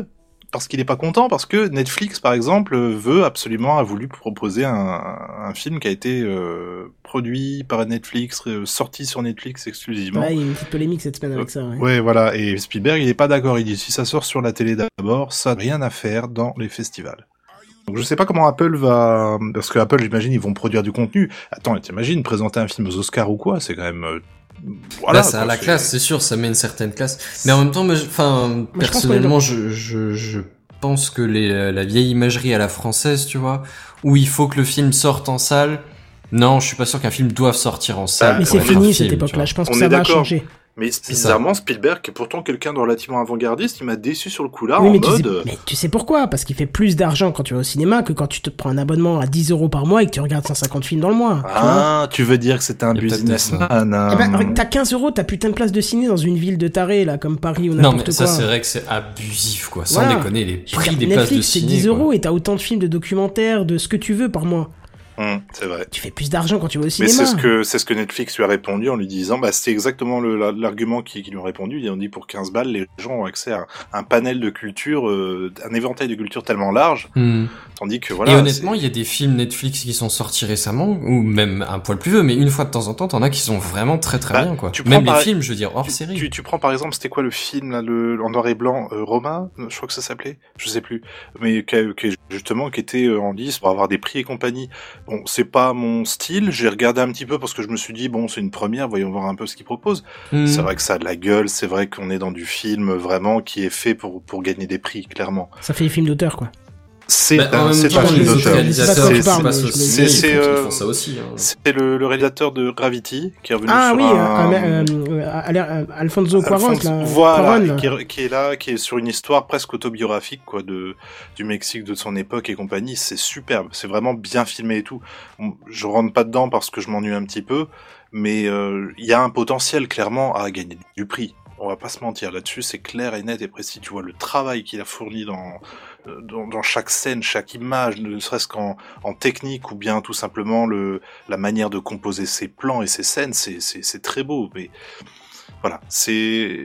parce qu'il est pas content, parce que Netflix, par exemple, veut absolument, a voulu proposer un, un film qui a été euh, produit par Netflix, euh, sorti sur Netflix exclusivement. Ouais, il y a une petite polémique cette semaine avec ça. Ouais, ouais voilà. Et Spielberg, il est pas d'accord. Il dit si ça sort sur la télé d'abord, ça n'a rien à faire dans les festivals. Donc je sais pas comment Apple va, parce que Apple, j'imagine, ils vont produire du contenu. Attends, t'imagines présenter un film aux Oscars ou quoi, c'est quand même. Euh, Voilà, là, ça a la c'est... classe, c'est sûr, ça met une certaine classe. Mais en même temps, enfin, personnellement, je, je, je pense que les, la vieille imagerie à la française, tu vois, où il faut que le film sorte en salle. Non, je suis pas sûr qu'un film doive sortir en salle. Mais c'est fini cette époque-là. Je pense que ça va changer. Mais bizarrement, Spielberg, qui est pourtant quelqu'un de relativement avant-gardiste, il m'a déçu sur le coup là, oui, en mais mode... Tu sais, mais tu sais pourquoi? Parce qu'il fait plus d'argent quand tu vas au cinéma que quand tu te prends un abonnement à dix euros par mois et que tu regardes cent cinquante films dans le mois. Ah, tu, tu veux dire que c'était un businessman. Hein. Eh ben, t'as quinze euros, t'as putain de place de ciné dans une ville de tarés, là, comme Paris ou n'importe quoi. Non, mais ça, c'est vrai que c'est abusif, quoi. Sans voilà. déconner, les prix dire, des Netflix, places de ciné. c'est dix euros et t'as autant de films, de documentaires, de ce que tu veux par mois. Mmh, c'est vrai. Tu fais plus d'argent quand tu vas au cinéma. Mais c'est ce que c'est ce que Netflix lui a répondu en lui disant bah c'est exactement le, l'argument qui, qui lui ont répondu. Ils ont dit pour quinze balles les gens ont accès à un panel de culture, euh, un éventail de culture tellement large. Mmh. Tandis que voilà. Et honnêtement, il y a des films Netflix qui sont sortis récemment ou même un poil plus vieux, mais une fois de temps en temps, t'en as qui sont vraiment très très bah, bien quoi. Tu même par... les films, je veux dire hors tu, série. Tu, tu prends par exemple c'était quoi le film là le en noir et blanc euh, Roma, je crois que ça s'appelait, je sais plus, mais qui, qui justement qui était en lice pour avoir des prix et compagnie. Bon c'est pas mon mon style, j'ai regardé un petit peu parce que je me suis dit bon c'est une première, voyons voir un peu ce qu'ils proposent. Mmh. C'est vrai que ça a de la gueule, c'est vrai qu'on est dans du film vraiment qui est fait pour pour gagner des prix clairement. Ça fait des films d'auteur quoi. C'est bah, un, c'est temps, un film d'auteur. C'est c'est c'est euh, ça aussi. Hein. C'est le, le réalisateur de Gravity qui est revenu ah, sur oui, un... euh, euh, euh, Alfonso Cuarón là. Voilà, Cuarón. Qui, est, qui est là, qui est sur une histoire presque autobiographique quoi de du Mexique de son époque et compagnie. C'est superbe, c'est vraiment bien filmé et tout. Je rentre pas dedans parce que je m'ennuie un petit peu, mais il euh, y a un potentiel clairement à gagner du prix. On va pas se mentir là-dessus, c'est clair et net et précis. Tu vois le travail qu'il a fourni dans Dans, dans chaque scène, chaque image, ne serait-ce qu'en en technique ou bien tout simplement le la manière de composer ses plans et ses scènes, c'est c'est c'est très beau. Mais voilà, c'est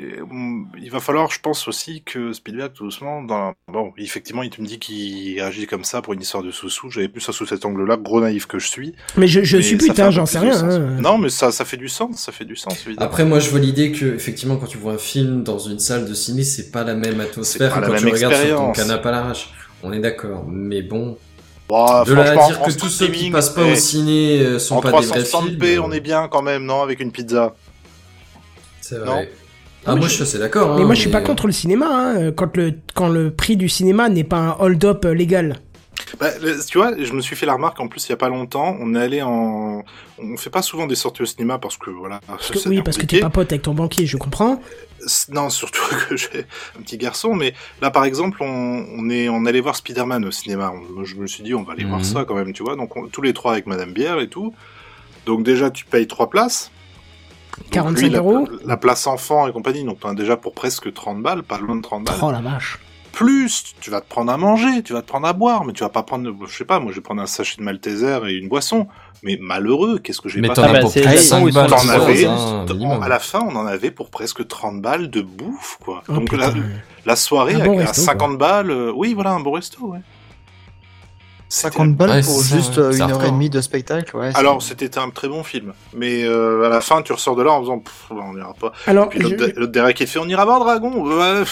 il va falloir, je pense aussi que Spielberg tout doucement, dans bon, effectivement, il te me dit qu'il réagit comme ça pour une histoire de sous-sous. J'avais plus ça sous cet angle-là, gros naïf que je suis. Mais je je suis plus tard, j'en sais rien. Hein. Non, mais ça ça fait du sens, ça fait du sens évidemment. Après, moi, je vois l'idée que effectivement, quand tu vois un film dans une salle de ciné, c'est pas la même atmosphère que quand tu regardes sur ton canapé à l'arrache. On est d'accord, mais bon. Bah, de là à dire que tous ceux qui passent pas au ciné euh, sont pas des vrais films. En trois cent soixante p, on est bien quand même, non, avec une pizza. C'est vrai. Non. Ah, moi, je suis assez d'accord. Hein, mais moi, je suis pas contre le cinéma, hein, quand le, quand le prix du cinéma n'est pas un hold-up légal. Bah, tu vois, je me suis fait la remarque, en plus, il y a pas longtemps, on est allé en... On fait pas souvent des sorties au cinéma parce que, voilà... Parce que, oui, parce que t'es pas pote avec ton banquier, je comprends. Non, surtout que j'ai un petit garçon, mais là, par exemple, on, on est, on allait voir Spider-Man au cinéma. On, je me suis dit, on va aller mmh. voir ça quand même, tu vois. Donc, on, tous les trois avec Madame Bière et tout. Donc, déjà, tu payes trois places. quarante-cinq euros. La, la place enfant et compagnie, donc hein, déjà pour presque trente balles, pas loin de trente balles. Oh la vache. Plus, tu vas te prendre à manger, tu vas te prendre à boire, mais tu vas pas prendre, je sais pas, moi je vais prendre un sachet de Malteser et une boisson. Mais malheureux, qu'est-ce que j'ai mais pas fait. Mais t'en as pour cinq balles. T'en avais, hein, à la fin, on en avait pour presque trente balles de bouffe, quoi. Oh, donc la, la soirée, bon à, resto, à cinquante quoi. balles, euh, oui, voilà, un bon resto, ouais. cinquante balles ouais, pour ça, juste ouais. une heure et demie de spectacle, ouais. Alors, c'était un très bon film. Mais euh, à la fin, tu ressors de là en faisant, on n'ira pas. Alors, puis l'autre, je... l'autre derrière qui te fait, on ira voir Dragon. Ouais,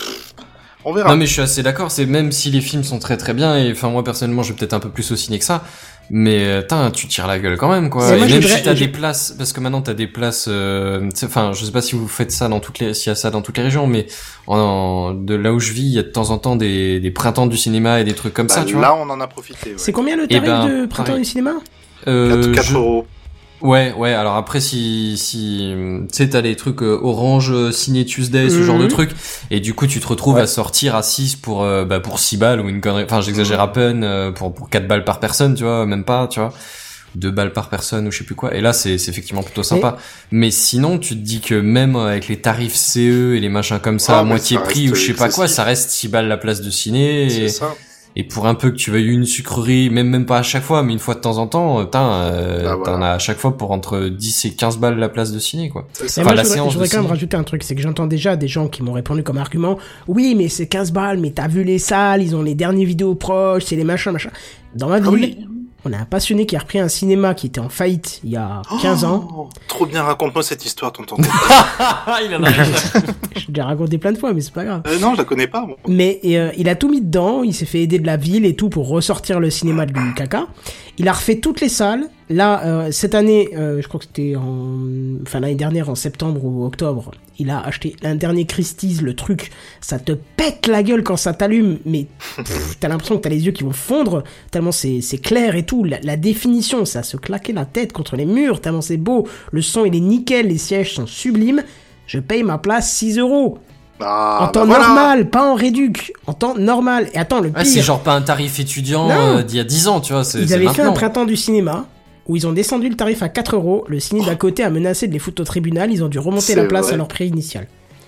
on verra. Non, mais je suis assez d'accord. C'est même si les films sont très très bien, et enfin moi personnellement, je vais peut-être un peu plus au ciné que ça. Mais tain, tu tires la gueule quand même, quoi. Et moi, même voudrais... si t'as je... des places, parce que maintenant t'as des places. Enfin, euh, je sais pas si vous faites ça dans toutes les, s'il y a ça dans toutes les régions, mais en, en, de là où je vis, il y a de temps en temps des, des printemps du cinéma et des trucs comme bah, ça, tu là, vois. Là, on en a profité. Ouais. C'est combien le tarif ben, de printemps pareil. du cinéma euh, quatre euros. Ouais, ouais. Alors après, si, si, tu sais, t'as les trucs euh, Orange, Ciné Tuesday, ce mmh. genre de trucs, et du coup, tu te retrouves ouais. à sortir à six pour, euh, bah, pour six balles ou une connerie. Enfin, j'exagère à peine, euh, pour pour quatre balles par personne, tu vois, même pas, tu vois. deux balles par personne ou je sais plus quoi. Et là, c'est, c'est effectivement plutôt sympa. Mais... mais sinon, tu te dis que même avec les tarifs C E et les machins comme ça, ah, à moitié prix ou je sais pas quoi, ça reste six balles la place de ciné. C'est et... ça. Et pour un peu que tu veuilles une sucrerie, même même pas à chaque fois, mais une fois de temps en temps, putain, euh, Bah, voilà. t'en as à chaque fois pour entre dix et quinze balles la place de ciné, quoi. Mais Enfin, moi, la je voudrais, séance je voudrais de quand même ciné. rajouter un truc, c'est que j'entends déjà des gens qui m'ont répondu comme argument, oui, mais c'est quinze balles, mais t'as vu les salles, ils ont les dernières vidéos proches, c'est les machins, machins. Dans ma ville, Ah oui. on a un passionné qui a repris un cinéma qui était en faillite il y a quinze ans. Oh, trop bien, raconte-moi cette histoire, tonton. Ah, il en a. Je l'ai déjà raconté plein de fois, mais c'est pas grave. euh, non, je la connais pas. Moi. Mais euh, il a tout mis dedans, il s'est fait aider de la ville et tout pour ressortir le cinéma du caca. Il a refait toutes les salles. Là, euh, cette année, euh, je crois que c'était en... Enfin, l'année dernière, en septembre ou octobre, il a acheté un dernier Christie's, le truc, ça te pète la gueule quand ça t'allume, mais pff, t'as l'impression que t'as les yeux qui vont fondre, tellement c'est, c'est clair et tout. La, la définition, ça se claquer la tête contre les murs, tellement c'est beau. Le son, il est nickel, les sièges sont sublimes. Je paye ma place six euros. Ah, En temps bah voilà. normal, pas en réduc, en temps normal. Et attends, le pire, Ah, c'est genre pas un tarif étudiant Non. euh, d'il y a dix ans, tu vois, c'est ils c'est avaient fait un maintenant. printemps du cinéma où ils ont descendu le tarif à quatre euros. Le ciné d'à côté a menacé de les foutre au tribunal. Ils ont dû remonter C'est la place vrai. à leur prix initial.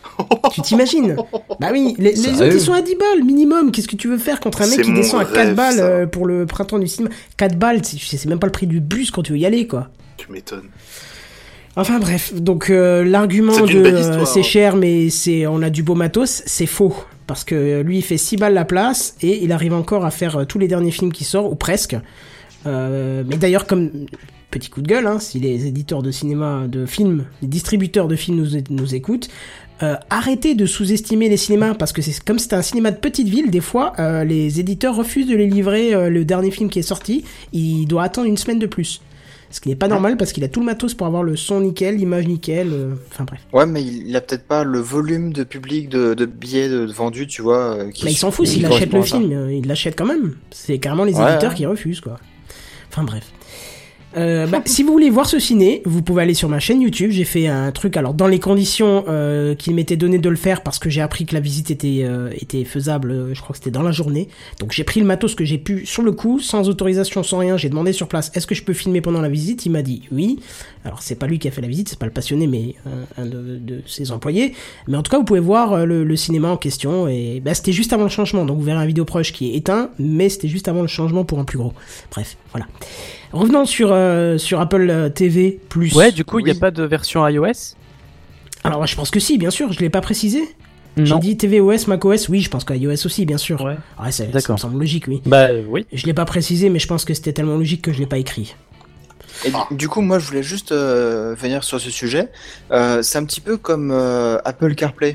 Tu t'imagines? Bah oui, les, les Sérieux autres ils sont à dix balles minimum. Qu'est-ce que tu veux faire contre un mec C'est qui mon descend à rêve, quatre balles ça. euh, pour le printemps du cinéma? quatre balles, c'est, c'est même pas le prix du bus quand tu veux y aller, quoi. Tu m'étonnes. Enfin bref, donc euh, l'argument C'est de une belle euh, histoire, c'est hein. cher mais c'est on a du beau matos, c'est faux. Parce que euh, lui il fait six balles la place et il arrive encore à faire euh, tous les derniers films qui sortent, ou presque. Euh, mais d'ailleurs, comme petit coup de gueule, hein, si les éditeurs de cinéma, de films, les distributeurs de films nous, nous écoutent, euh, arrêtez de sous-estimer les cinémas, parce que c'est comme c'est un cinéma de petite ville, des fois euh, les éditeurs refusent de les livrer euh, le dernier film qui est sorti, il doit attendre une semaine de plus. Ce qui n'est pas normal parce qu'il a tout le matos pour avoir le son nickel, l'image nickel, euh, enfin bref. Ouais, mais il, il a peut-être pas le volume de public de, de billets de, de vendus, tu vois. euh, Qui, Mais il s'en fout qui s'il achète le correspond à ça. film, euh, il l'achète quand même. C'est carrément les Ouais, éditeurs ouais. qui refusent, quoi. Enfin bref. Euh, bah, si vous voulez voir ce ciné, vous pouvez aller sur ma chaîne YouTube. J'ai fait un truc, alors dans les conditions euh, qu'il m'était donné de le faire, parce que j'ai appris que la visite était euh, était faisable. euh, Je crois que c'était dans la journée. Donc j'ai pris le matos que j'ai pu sur le coup, sans autorisation, sans rien. J'ai demandé sur place, est-ce que je peux filmer pendant la visite? Il m'a dit oui. Alors c'est pas lui qui a fait la visite, c'est pas le passionné, mais un, un de, de ses employés. Mais en tout cas, vous pouvez voir euh, le, le cinéma en question. Et bah, c'était juste avant le changement. Donc vous verrez un vidéo proche qui est éteint, mais c'était juste avant le changement pour un plus gros. Bref, voilà. Revenons sur, euh, sur Apple T V plus. Ouais, du coup, il n'y Oui. a pas de version iOS? Alors je pense que si, bien sûr, je l'ai pas précisé. J'ai Non. dit tvOS, macOS, oui, je pense qu'iOS aussi, bien sûr. Ouais. Ouais, ça, ça D'accord. me semble logique, oui. Bah euh, oui. Je l'ai pas précisé, mais je pense que c'était tellement logique que je l'ai pas écrit. Et du, du coup, moi, je voulais juste euh, venir sur ce sujet. Euh, c'est un petit peu comme euh, Apple CarPlay.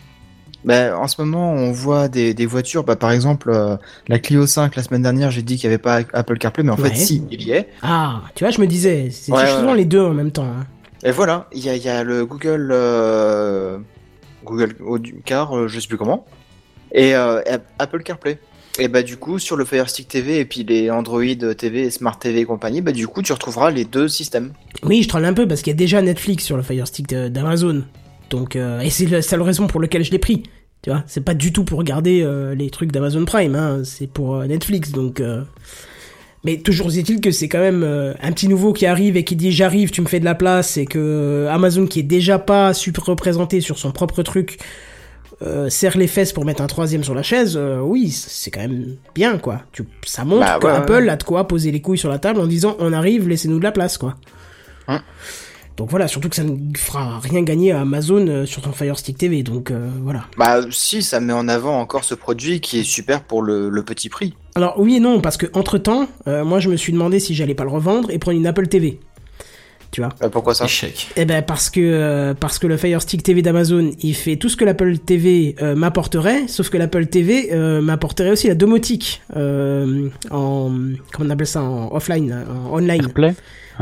Ben, en ce moment, on voit des, des voitures, bah, par exemple, euh, la Clio cinq, la semaine dernière, j'ai dit qu'il n'y avait pas Apple CarPlay, mais en Ouais. fait, si, il y est. Ah, tu vois, je me disais, c'est Ouais, souvent ouais. les deux en même temps. Hein. Et voilà, il y a, il y a le Google, euh, Google Audio- Car, euh, je sais plus comment, et euh, et Apple CarPlay. Et bah du coup, sur le Fire Stick T V et puis les Android T V et Smart T V et compagnie, bah du coup, tu retrouveras les deux systèmes. Oui, je troll un peu parce qu'il y a déjà Netflix sur le Fire Stick de- d'Amazon. Donc, euh, et c'est la seule raison pour laquelle je l'ai pris. Tu vois, c'est pas du tout pour regarder euh, les trucs d'Amazon Prime, hein, c'est pour euh, Netflix. Donc, euh... mais toujours est-il que c'est quand même euh, un petit nouveau qui arrive et qui dit j'arrive, tu me fais de la place, et que euh, Amazon qui est déjà pas super représenté sur son propre truc euh, serre les fesses pour mettre un troisième sur la chaise. Euh, oui, c'est quand même bien, quoi. Tu, ça montre Bah, que ouais, Apple ouais. a de quoi poser les couilles sur la table en disant on arrive, laissez-nous de la place, quoi. Hein. Donc voilà, surtout que ça ne fera rien gagner à Amazon euh, sur ton Fire Stick T V, donc euh, voilà. Bah si, ça met en avant encore ce produit qui est super pour le, le petit prix. Alors oui et non, parce que entre temps, moi je me suis demandé si j'allais pas le revendre et prendre une Apple T V. Tu vois. Euh, pourquoi ça? Échec. Eh ben parce que euh, parce que le Fire Stick T V d'Amazon, il fait tout ce que l'Apple T V euh, m'apporterait, sauf que l'Apple T V euh, m'apporterait aussi la domotique euh, en comment on appelle ça, en offline, en online, AirPlay.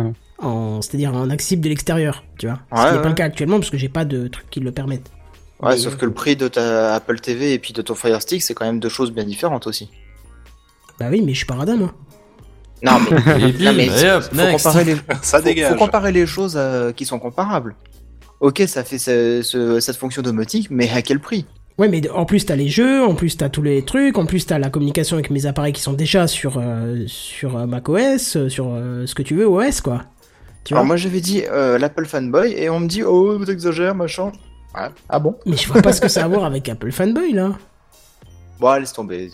en c'est-à-dire en accessible de l'extérieur, tu vois. Ouais, Ce qui n'est ouais. pas le cas actuellement parce que j'ai pas de trucs qui le permettent. Ouais, Mais, sauf euh, que le prix de ta Apple T V et puis de ton Fire Stick, c'est quand même deux choses bien différentes aussi. Bah oui, mais je suis pas radin moi. Non mais, Et puis, non, mais et hop, faut next. comparer les, Ça faut, dégage. faut comparer les choses euh, qui sont comparables. Ok, ça fait ce- ce- cette fonction domotique, mais à quel prix? Ouais, mais en plus t'as les jeux, en plus t'as tous les trucs, en plus t'as la communication avec mes appareils qui sont déjà sur euh, sur euh, macOS, euh, sur euh, ce que tu veux O S, quoi. Tu vois. Alors moi j'avais dit euh, l'Apple Fanboy et on me dit oh t'exagères machin. Ouais. Ah bon? Mais je vois pas ce que ça a à voir avec Apple Fanboy là. Bon laisse tomber.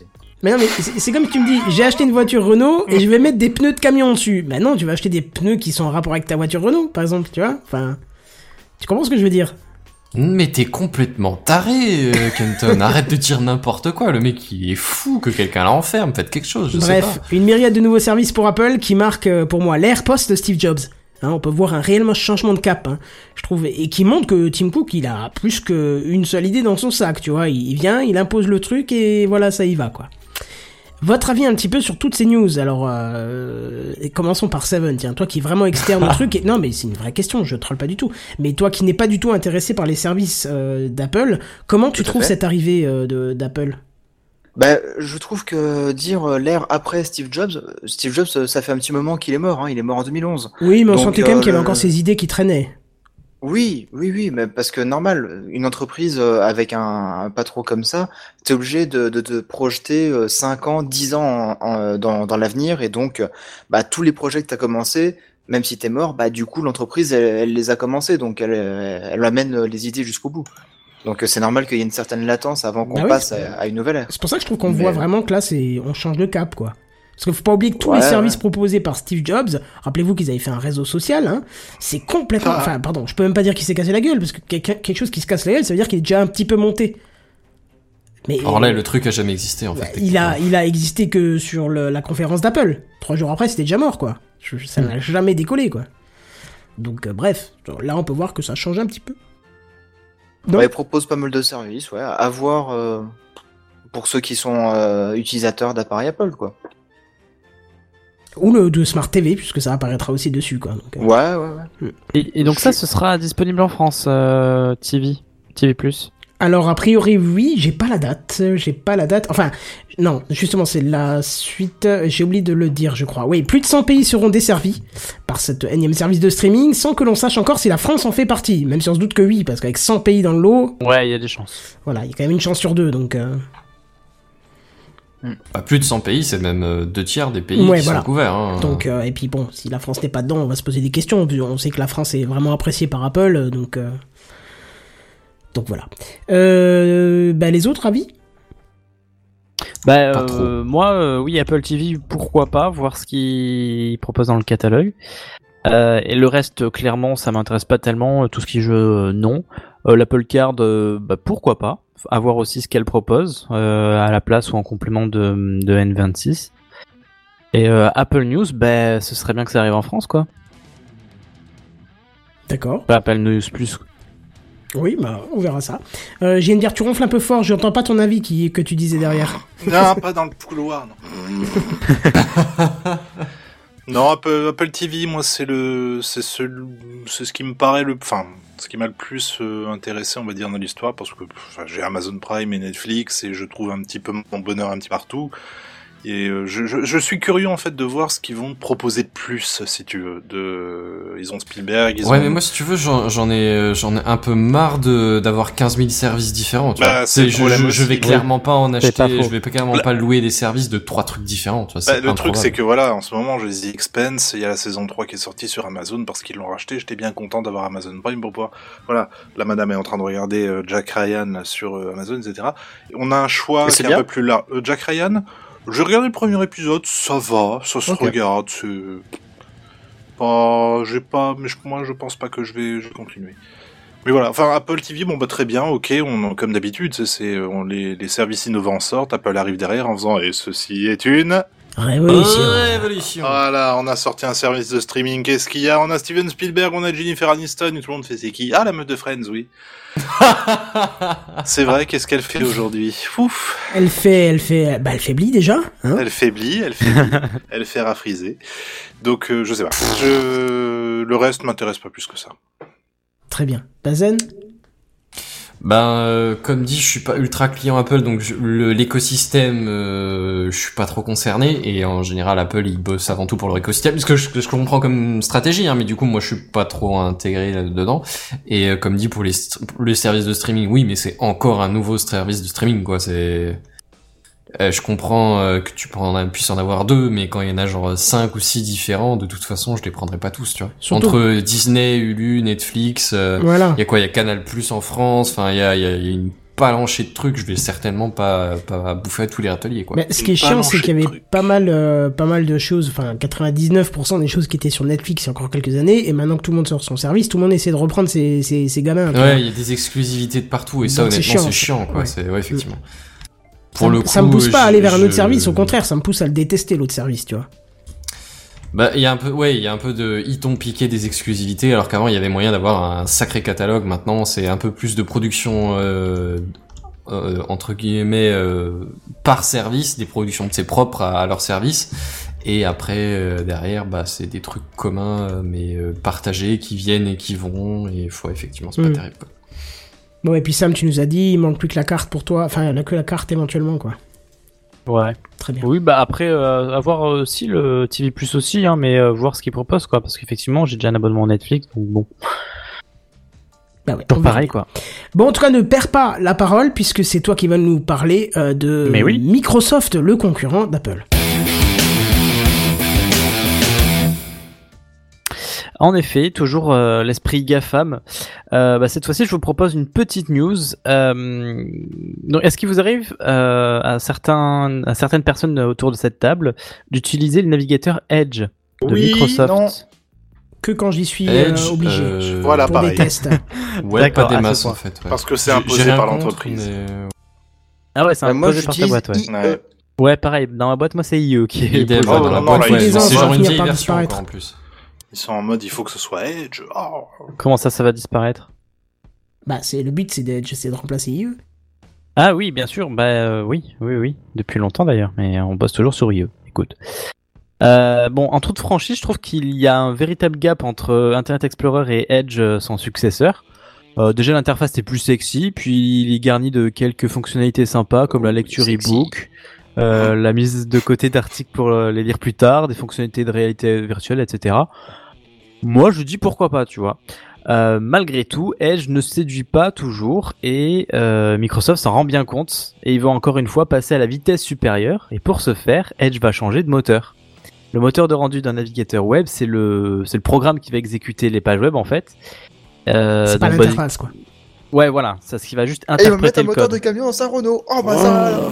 Mais non, mais c'est, c'est comme si tu me dis, j'ai acheté une voiture Renault et je vais mettre des pneus de camion dessus. Bah non, tu vas acheter des pneus qui sont en rapport avec ta voiture Renault, par exemple, tu vois. Enfin, tu comprends ce que je veux dire? Mais t'es complètement taré, euh, Kenton. Arrête de dire n'importe quoi. Le mec, il est fou que quelqu'un l'enferme. Faites quelque chose, je Bref, sais pas. une myriade de nouveaux services pour Apple qui marquent euh, pour moi l'ère post de Steve Jobs. Hein, on peut voir un réel changement de cap, hein, je trouve, et qui montre que Tim Cook, il a plus qu'une seule idée dans son sac, tu vois. Il vient, il impose le truc et voilà, ça y va, quoi. Votre avis un petit peu sur toutes ces news. Alors, euh, et commençons par Seven, tiens, toi qui es vraiment externe au truc. Et, non, mais c'est une vraie question, je troll pas du tout. Mais toi qui n'es pas du tout intéressé par les services euh, d'Apple, comment tu Tout à trouves fait. cette arrivée euh, de, d'Apple? Bah, je trouve que dire euh, l'ère après Steve Jobs, euh, Steve Jobs, euh, ça fait un petit moment qu'il est mort, hein, il est mort en deux mille onze. Oui, mais on Donc, sentait quand même euh, qu'il y avait le- encore ses idées qui traînaient. Oui, oui, oui, mais parce que normal, une entreprise euh, avec un, un patron comme ça, t'es obligé de, de, de projeter euh, cinq ans, dix ans en- en- dans, dans l'avenir, et donc, euh, bah, tous les projets que t'as commencé, même si t'es mort, bah, du coup, l'entreprise, elle, elle les a commencés, donc elle, euh, elle amène les idées jusqu'au bout. Donc, euh, c'est normal qu'il y ait une certaine latence avant qu'on Bah oui, passe c'est- à, à une nouvelle ère. C'est pour ça que je trouve qu'on Mais- voit vraiment que là, c'est, on change de cap, quoi. Parce qu'il faut pas oublier que tous Ouais, les services ouais. proposés par Steve Jobs, rappelez-vous qu'ils avaient fait un réseau social, hein, c'est complètement, Ah. enfin, pardon, je peux même pas dire qu'il s'est cassé la gueule, parce que quelqu'un- quelque chose qui se casse la gueule, ça veut dire qu'il est déjà un petit peu monté. Mais, Alors là, le truc a jamais existé, en bah, fait. il a, il a existé que sur le- la conférence d'Apple. Trois jours après, c'était déjà mort, quoi. Je- ça n'a jamais décollé, quoi. Donc, euh, bref, là, on peut voir que ça change un petit peu. Donc- Ouais, il propose pas mal de services, ouais, à voir euh, pour ceux qui sont euh, utilisateurs d'appareils Apple, quoi. Ou le de Smart T V, puisque ça apparaîtra aussi dessus, quoi. Donc, euh, Ouais, ouais, ouais. Et, et donc ça, ce sera disponible en France, euh, T V, T V plus. Alors, a priori, oui, j'ai pas la date, j'ai pas la date, enfin, non, justement, c'est la suite, j'ai oublié de le dire, je crois. Oui, plus de cent pays seront desservis par cet énième service de streaming, sans que l'on sache encore si la France en fait partie, même si on se doute que oui, parce qu'avec cent pays dans le lot, Ouais, il y a des chances. voilà, il y a quand même une chance sur deux, donc... Euh... Bah, plus de cent pays, c'est même euh, deux tiers des pays Ouais, qui voilà. sont couverts. Hein. Donc, euh, et puis bon, si la France n'est pas dedans, on va se poser des questions, puis on sait que la France est vraiment appréciée par Apple, donc... Euh... Donc voilà. Euh, bah, les autres avis? Bah, Pas euh, trop. moi, euh, oui, Apple T V, pourquoi pas, voir ce qu'ils proposent dans le catalogue. Euh, et le reste, clairement, ça m'intéresse pas tellement. Tout ce qui est jeu, euh, non. Euh, L'Apple Card, euh, bah, pourquoi pas. À voir aussi ce qu'elle propose, euh, à la place ou en complément de, de N vingt-six. Et euh, Apple News, bah, ce serait bien que ça arrive en France, quoi. D'accord. Bah, Apple News Plus. Oui, bah, on verra ça. Euh, j'ai une dire, tu ronfles un peu fort, j'entends pas ton avis qui, que tu disais derrière. Non, pas dans le couloir, non. Non, Apple, Apple T V, moi, c'est le, c'est ce, c'est ce qui me paraît le, enfin, ce qui m'a le plus euh, intéressé, on va dire, dans l'histoire, parce que enfin, j'ai Amazon Prime et Netflix et je trouve un petit peu mon bonheur un petit partout. Et euh, je, je, je suis curieux en fait de voir ce qu'ils vont proposer de plus, si tu veux. De, ils ont Spielberg, ils Ouais, ont. mais moi, si tu veux, j'en, j'en ai, euh, j'en ai un peu marre de d'avoir quinze mille services différents. Tu Bah, vois. c'est le je, problème je, aussi. je vais clairement pas en C'est pas acheter. faux. Je vais pas clairement Là- pas louer des services de trois trucs différents. Tu vois. Bah, C'est le truc, improbable. c'est que voilà, en ce moment, j'ai The Expanse, il y a la saison trois qui est sortie sur Amazon parce qu'ils l'ont racheté. J'étais bien content d'avoir Amazon Prime pour pouvoir. Voilà, la madame est en train de regarder euh, Jack Ryan là, sur euh, Amazon, et cetera. Et on a un choix Et qui c'est est bien un peu plus large. Euh, Jack Ryan, j'ai regardé le premier épisode, ça va, ça se Ok. regarde, c'est. Pas. J'ai pas. Mais je- moi, je pense pas que je vais, je vais continuer. Mais voilà, enfin Apple T V, bon bah très bien, ok, on comme d'habitude, c'est, c'est on, les, les services innovants sortent, Apple arrive derrière en faisant et ceci est une. Révolution. Révolution. Voilà, on a sorti un service de streaming. Qu'est-ce qu'il y a? On a Steven Spielberg, on a Jennifer Aniston, et tout le monde fait c'est qui? Ah, la meuf de Friends, oui. C'est vrai, qu'est-ce qu'elle fait aujourd'hui? Ouf. Elle fait, elle fait, bah, elle faiblit déjà, hein. Elle faiblit, elle faiblit, elle fait rafriser. Donc, euh, je sais pas. Je... Le reste m'intéresse pas plus que ça. Très bien. Bazen? Ben, euh, comme dit, je suis pas ultra client Apple, donc je- le- l'écosystème, euh, je suis pas trop concerné. Et en général, Apple, il bosse avant tout pour leur écosystème, ce que je, que je comprends comme stratégie, hein, mais du coup, moi, je suis pas trop intégré là-dedans. Et euh, comme dit, pour les, st- pour les services de streaming, oui, mais c'est encore un nouveau service de streaming, quoi. C'est, euh, je comprends euh, que tu peux en, puisses en avoir deux, mais quand il y en a genre cinq ou six différents, de toute façon, je les prendrai pas tous, tu vois. Surtout- Entre Disney, Hulu, Netflix. euh, Voilà. il y a quoi? Il y a Canal Plus en France. Enfin, il y a, il y a, il y a une palancher de trucs, je vais certainement pas, pas bouffer à tous les râteliers, quoi. Mais ce qui est Une chiant, c'est qu'il y avait palanchée de pas mal, euh, pas mal de choses, enfin quatre-vingt-dix-neuf pour cent des choses qui étaient sur Netflix il y a encore quelques années, et maintenant que tout le monde sort son service, tout le monde essaie de reprendre ses, ses, ses gamins. tu vois. Ouais, il y a des exclusivités de partout, et ça, Donc, c'est honnêtement, chiant, c'est ça. chiant, quoi. Ouais. C'est, ouais, effectivement. Ça, Pour me- le coup, ça me pousse pas à je- aller vers un autre je- service, au contraire, ça me pousse à le détester l'autre service, tu vois. Bah, il y a un peu, ouais, il y a un peu de, ils t'ont piqué des exclusivités, alors qu'avant, il y avait moyen d'avoir un sacré catalogue. Maintenant, c'est un peu plus de production, euh, euh, entre guillemets, euh, par service, des productions de ses propres à, à leur service. Et après, euh, derrière, bah, c'est des trucs communs, euh, mais euh, partagés, qui viennent et qui vont, et faut, effectivement, c'est Mm. pas terrible, quoi. Bon, et puis Sam, tu nous as dit, il manque plus que la carte pour toi, enfin, il y a que la carte éventuellement, quoi. Ouais. Très bien. Oui, bah après, euh, avoir aussi le T V Plus aussi, hein, mais euh, voir ce qu'ils proposent, quoi. Parce qu'effectivement, j'ai déjà un abonnement Netflix, donc bon. Bah ouais, on Toujours verra. pareil, quoi. Bon, en tout cas, ne perds pas la parole, puisque c'est toi qui vas nous parler euh, de Mais oui. Microsoft, le concurrent d'Apple. En effet, toujours euh, l'esprit GAFAM. Euh, bah, cette fois-ci, je vous propose une petite news. Euh, donc, est-ce qu'il vous arrive euh, à, certains, à certaines personnes autour de cette table d'utiliser le navigateur Edge de Oui, Microsoft? non. Que quand j'y suis euh, Edge, obligé. euh, Voilà, Pour des pareil. tests. Ouais, D'accord, pas des à ce masses, point. en fait, ouais. Parce que c'est J'ai- imposé j'ai rien par contre, l'entreprise. mais- Ah ouais, c'est Euh, moi, imposé par ta j'utilise boîte, ouais. I E. Ouais. Ouais, pareil. Dans ma boîte, moi, c'est I E qui est. Idem, Oh, dans non, la non, boîte, là, ouais, ils c'est ont- c'est ça genre va une finir vieille par version, disparaître. encore, en plus. Ils sont en mode, il faut que ce soit Edge. Oh. Comment ça, ça va disparaître? Bah, c'est le but, c'est de, c'est de remplacer I E. Ah oui, bien sûr. Bah euh, oui, oui, oui. Depuis longtemps d'ailleurs, mais on bosse toujours sur I E. Écoute. Euh, bon, en toute franchise, je trouve qu'il y a un véritable gap entre Internet Explorer et Edge, euh, son successeur. Euh, déjà, l'interface est plus sexy, puis il est garni de quelques fonctionnalités sympas comme la lecture Sexy. e-book, euh, la mise de côté d'articles pour euh, les lire plus tard, des fonctionnalités de réalité virtuelle, et cetera. Moi, je dis pourquoi pas, tu vois. Euh, malgré tout, Edge ne séduit pas toujours et euh, Microsoft s'en rend bien compte et ils vont encore une fois passer à la vitesse supérieure et pour ce faire, Edge va changer de moteur. Le moteur de rendu d'un navigateur web, c'est le c'est le programme qui va exécuter les pages web en fait. Euh, c'est pas donc, bah, l'interface, quoi. ouais, voilà, c'est ce qui va juste Et ils vont mettre interpréter un le moteur code. de camion en Saint-Renaud. Oh bah ça alors.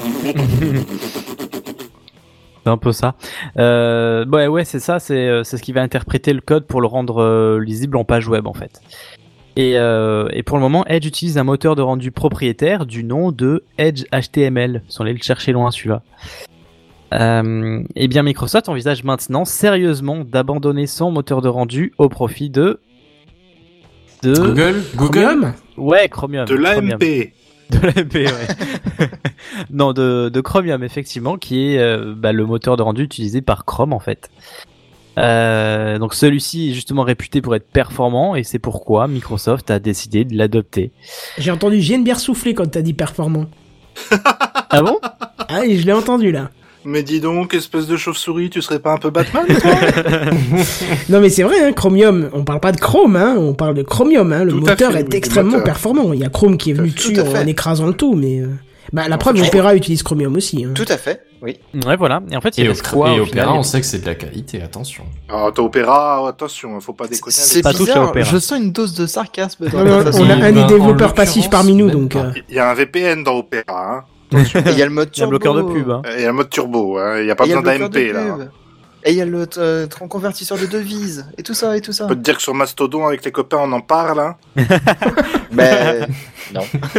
C'est un peu ça. Euh, ouais, ouais, c'est ça. C'est euh, c'est ce qui va interpréter le code pour le rendre euh, lisible en page web en fait. Et, euh, et pour le moment, Edge utilise un moteur de rendu propriétaire du nom de Edge H T M L. Ils sont allés le chercher loin celui-là. Euh, et bien Microsoft envisage maintenant sérieusement d'abandonner son moteur de rendu au profit de de Google, Google. Chromium. ouais Chromium. De Chromium. l'A M P. De l'A M P, ouais. non, de, de Chromium, effectivement, qui est euh, bah, le moteur de rendu utilisé par Chrome, en fait. Euh, donc celui-ci est justement réputé pour être performant, et c'est pourquoi Microsoft a décidé de l'adopter. J'ai entendu, j'ai une bière soufflée quand t'as dit performant. Ah bon? Ah, et je l'ai entendu, là. Mais dis donc, espèce de chauve-souris, tu serais pas un peu Batman, toi? Non, mais c'est vrai, hein, Chromium, on parle pas de Chrome, hein, on parle de Chromium, hein, le Tout à moteur fait, est oui, le extrêmement moteur. performant. Il y a Chrome qui est venu Tout dessus à fait. en écrasant le tout, mais... euh, Bah, la En preuve, fait, je Opera utilise Chromium aussi. Hein. Tout à fait, oui. Ouais, voilà. Et en fait, il Et, reste Opera, quoi et au Opéra, final on sait que c'est de la qualité, attention. Ah, t'as Opéra, attention, faut pas déconner. C'est pas touché à bizarre, Opera. je sens une dose de sarcasme dans Non, mais la on, façon on a dont- un des ben, en développeurs passifs l'occurrence, parmi nous, même donc... pas. euh, Il y a un V P N dans Opéra, hein. Et il y a le mode Il y a un turbo. bloqueur de pub. Hein. Il y a le mode turbo, hein. Il y a pas Et il y a besoin le d'A bloqueur M de P, là. pub. Et il y a le euh, tron- convertisseur de devises. Et tout ça, et tout ça. Je peux te dire que sur Mastodon, avec les copains, on en parle, hein. Ben, non.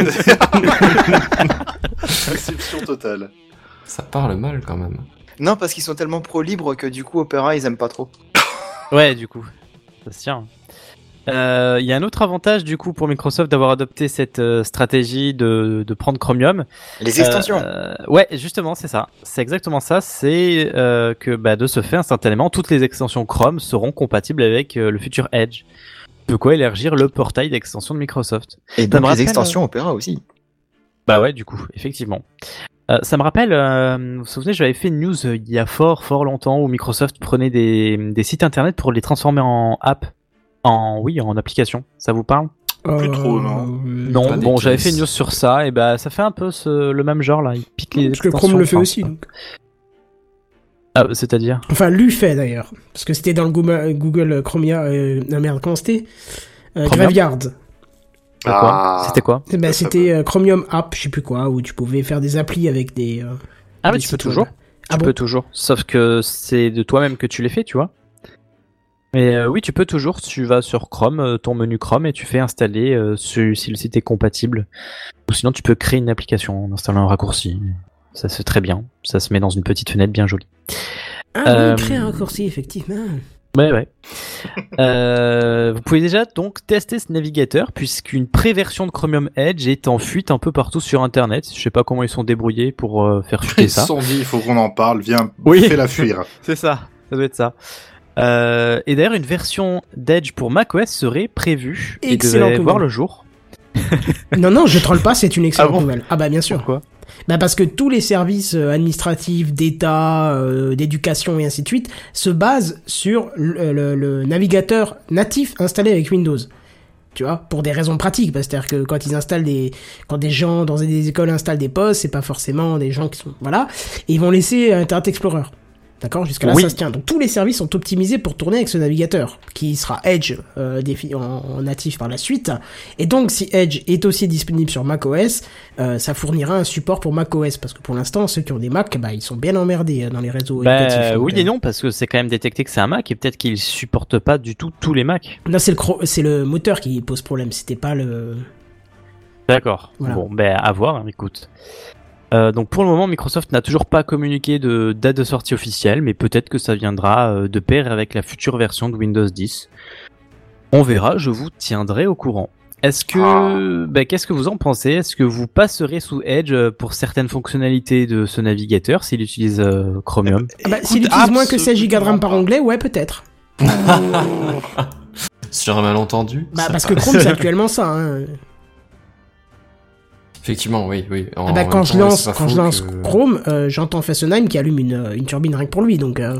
Exception totale. Ça parle mal, quand même. Non, parce qu'ils sont tellement pro-libre que du coup, Opera, ils aiment pas trop. Ouais, du coup, ça se tient. Euh, Il y a un autre avantage du coup pour Microsoft d'avoir adopté cette euh, stratégie de, de prendre Chromium. Les extensions. Euh, ouais, justement, c'est ça. C'est exactement ça. C'est euh, que bah, de ce fait, instantanément, toutes les extensions Chrome seront compatibles avec euh, le futur Edge. De quoi élargir le portail d'extensions de Microsoft. Et ça donc me les rappelle, extensions Opera aussi. Bah ouais, du coup, effectivement. Euh, ça me rappelle, euh, vous vous souvenez, j'avais fait une news euh, il y a fort, fort longtemps où Microsoft prenait des, des sites internet pour les transformer en app. En, oui, en application. Ça vous parle? Plus trop, non. euh, Non, pas des bon, j'avais cases. fait une news sur ça, et bah ça fait un peu ce, le même genre là, il pique les Parce que extensions, Chrome le fait enfin, aussi. donc. Ah, c'est-à-dire Enfin, lui fait d'ailleurs. Parce que c'était dans le Google, Google Chromia... Euh, non, merde, comment c'était euh, Chromium Graveyard. Ah. C'était quoi Eh ben, c'était euh, Chromium App, je sais plus quoi, où tu pouvais faire des applis avec des. Euh, Ah des oui, tu peux sites toujours. web. Tu Ah peux bon toujours. Sauf que c'est de toi-même que tu les fais, tu vois. Mais euh, oui, tu peux toujours. Tu vas sur Chrome, euh, ton menu Chrome, et tu fais installer euh, ce- si le site est compatible. Ou sinon, tu peux créer une application en installant un raccourci. Ça se fait très bien. Ça se met dans une petite fenêtre bien jolie. Ah Euh, oui, créer un raccourci, effectivement. Ouais, ouais. euh, vous pouvez déjà donc tester ce navigateur puisqu'une pré-version de Chromium Edge est en fuite un peu partout sur Internet. Je sais pas comment ils sont débrouillés pour euh, faire fuiter Ils se ça. sont dit, il faut qu'on en parle, viens, Oui. fais-la fuir. C'est ça, ça doit être ça. Euh, et d'ailleurs, une version d'Edge pour macOS serait prévue et Excellente devrait voir nouvelle. le jour. Non, non, je troll pas, c'est une excellente Ah bon nouvelle. Ah bah bien sûr. Pourquoi ? Bah parce que tous les services euh, administratifs, d'État, euh, d'éducation et ainsi de suite se basent sur le, le- le navigateur natif installé avec Windows. Tu vois, pour des raisons pratiques, parce que c'est-à-dire que quand ils installent des, quand des gens dans des écoles installent des postes, c'est pas forcément des gens qui sont, voilà, et ils vont laisser Internet Explorer. D'accord, jusqu'à là Oui. ça se tient. Donc tous les services sont optimisés pour tourner avec ce navigateur, qui sera Edge euh, défi- en, en natif par la suite. Et donc si Edge est aussi disponible sur macOS, euh, ça fournira un support pour macOS, parce que pour l'instant ceux qui ont des Mac, bah ils sont bien emmerdés euh, dans les réseaux éducatifs. Bah, Donc, oui euh, et non, parce que c'est quand même détecté que c'est un Mac et peut-être qu'il supporte pas du tout tous les Macs. Là c'est le cro- c'est le moteur qui pose problème, c'était pas le. D'accord. Voilà. Bon, ben à voir, hein, écoute. Euh, donc pour le moment, Microsoft n'a toujours pas communiqué de date de sortie officielle, mais peut-être que ça viendra euh, de pair avec la future version de Windows dix. On verra, je vous tiendrai au courant. Est-ce que, ben, qu'est-ce que vous en pensez ? Est-ce que vous passerez sous Edge euh, pour certaines fonctionnalités de ce navigateur s'il utilise euh, Chromium ? Ah bah, Écoute, s'il utilise moins que seize gigas de RAM par absolument onglet, ouais peut-être. Sur un malentendu. Bah ça parce va. que Chrome c'est actuellement ça. Hein. Effectivement, oui, oui. En Ah bah même quand temps, je ouais, lance c'est pas quand je faux lance que- Chrome, euh, j'entends Fessenheim qui allume une, une turbine rien que pour lui, donc. Euh...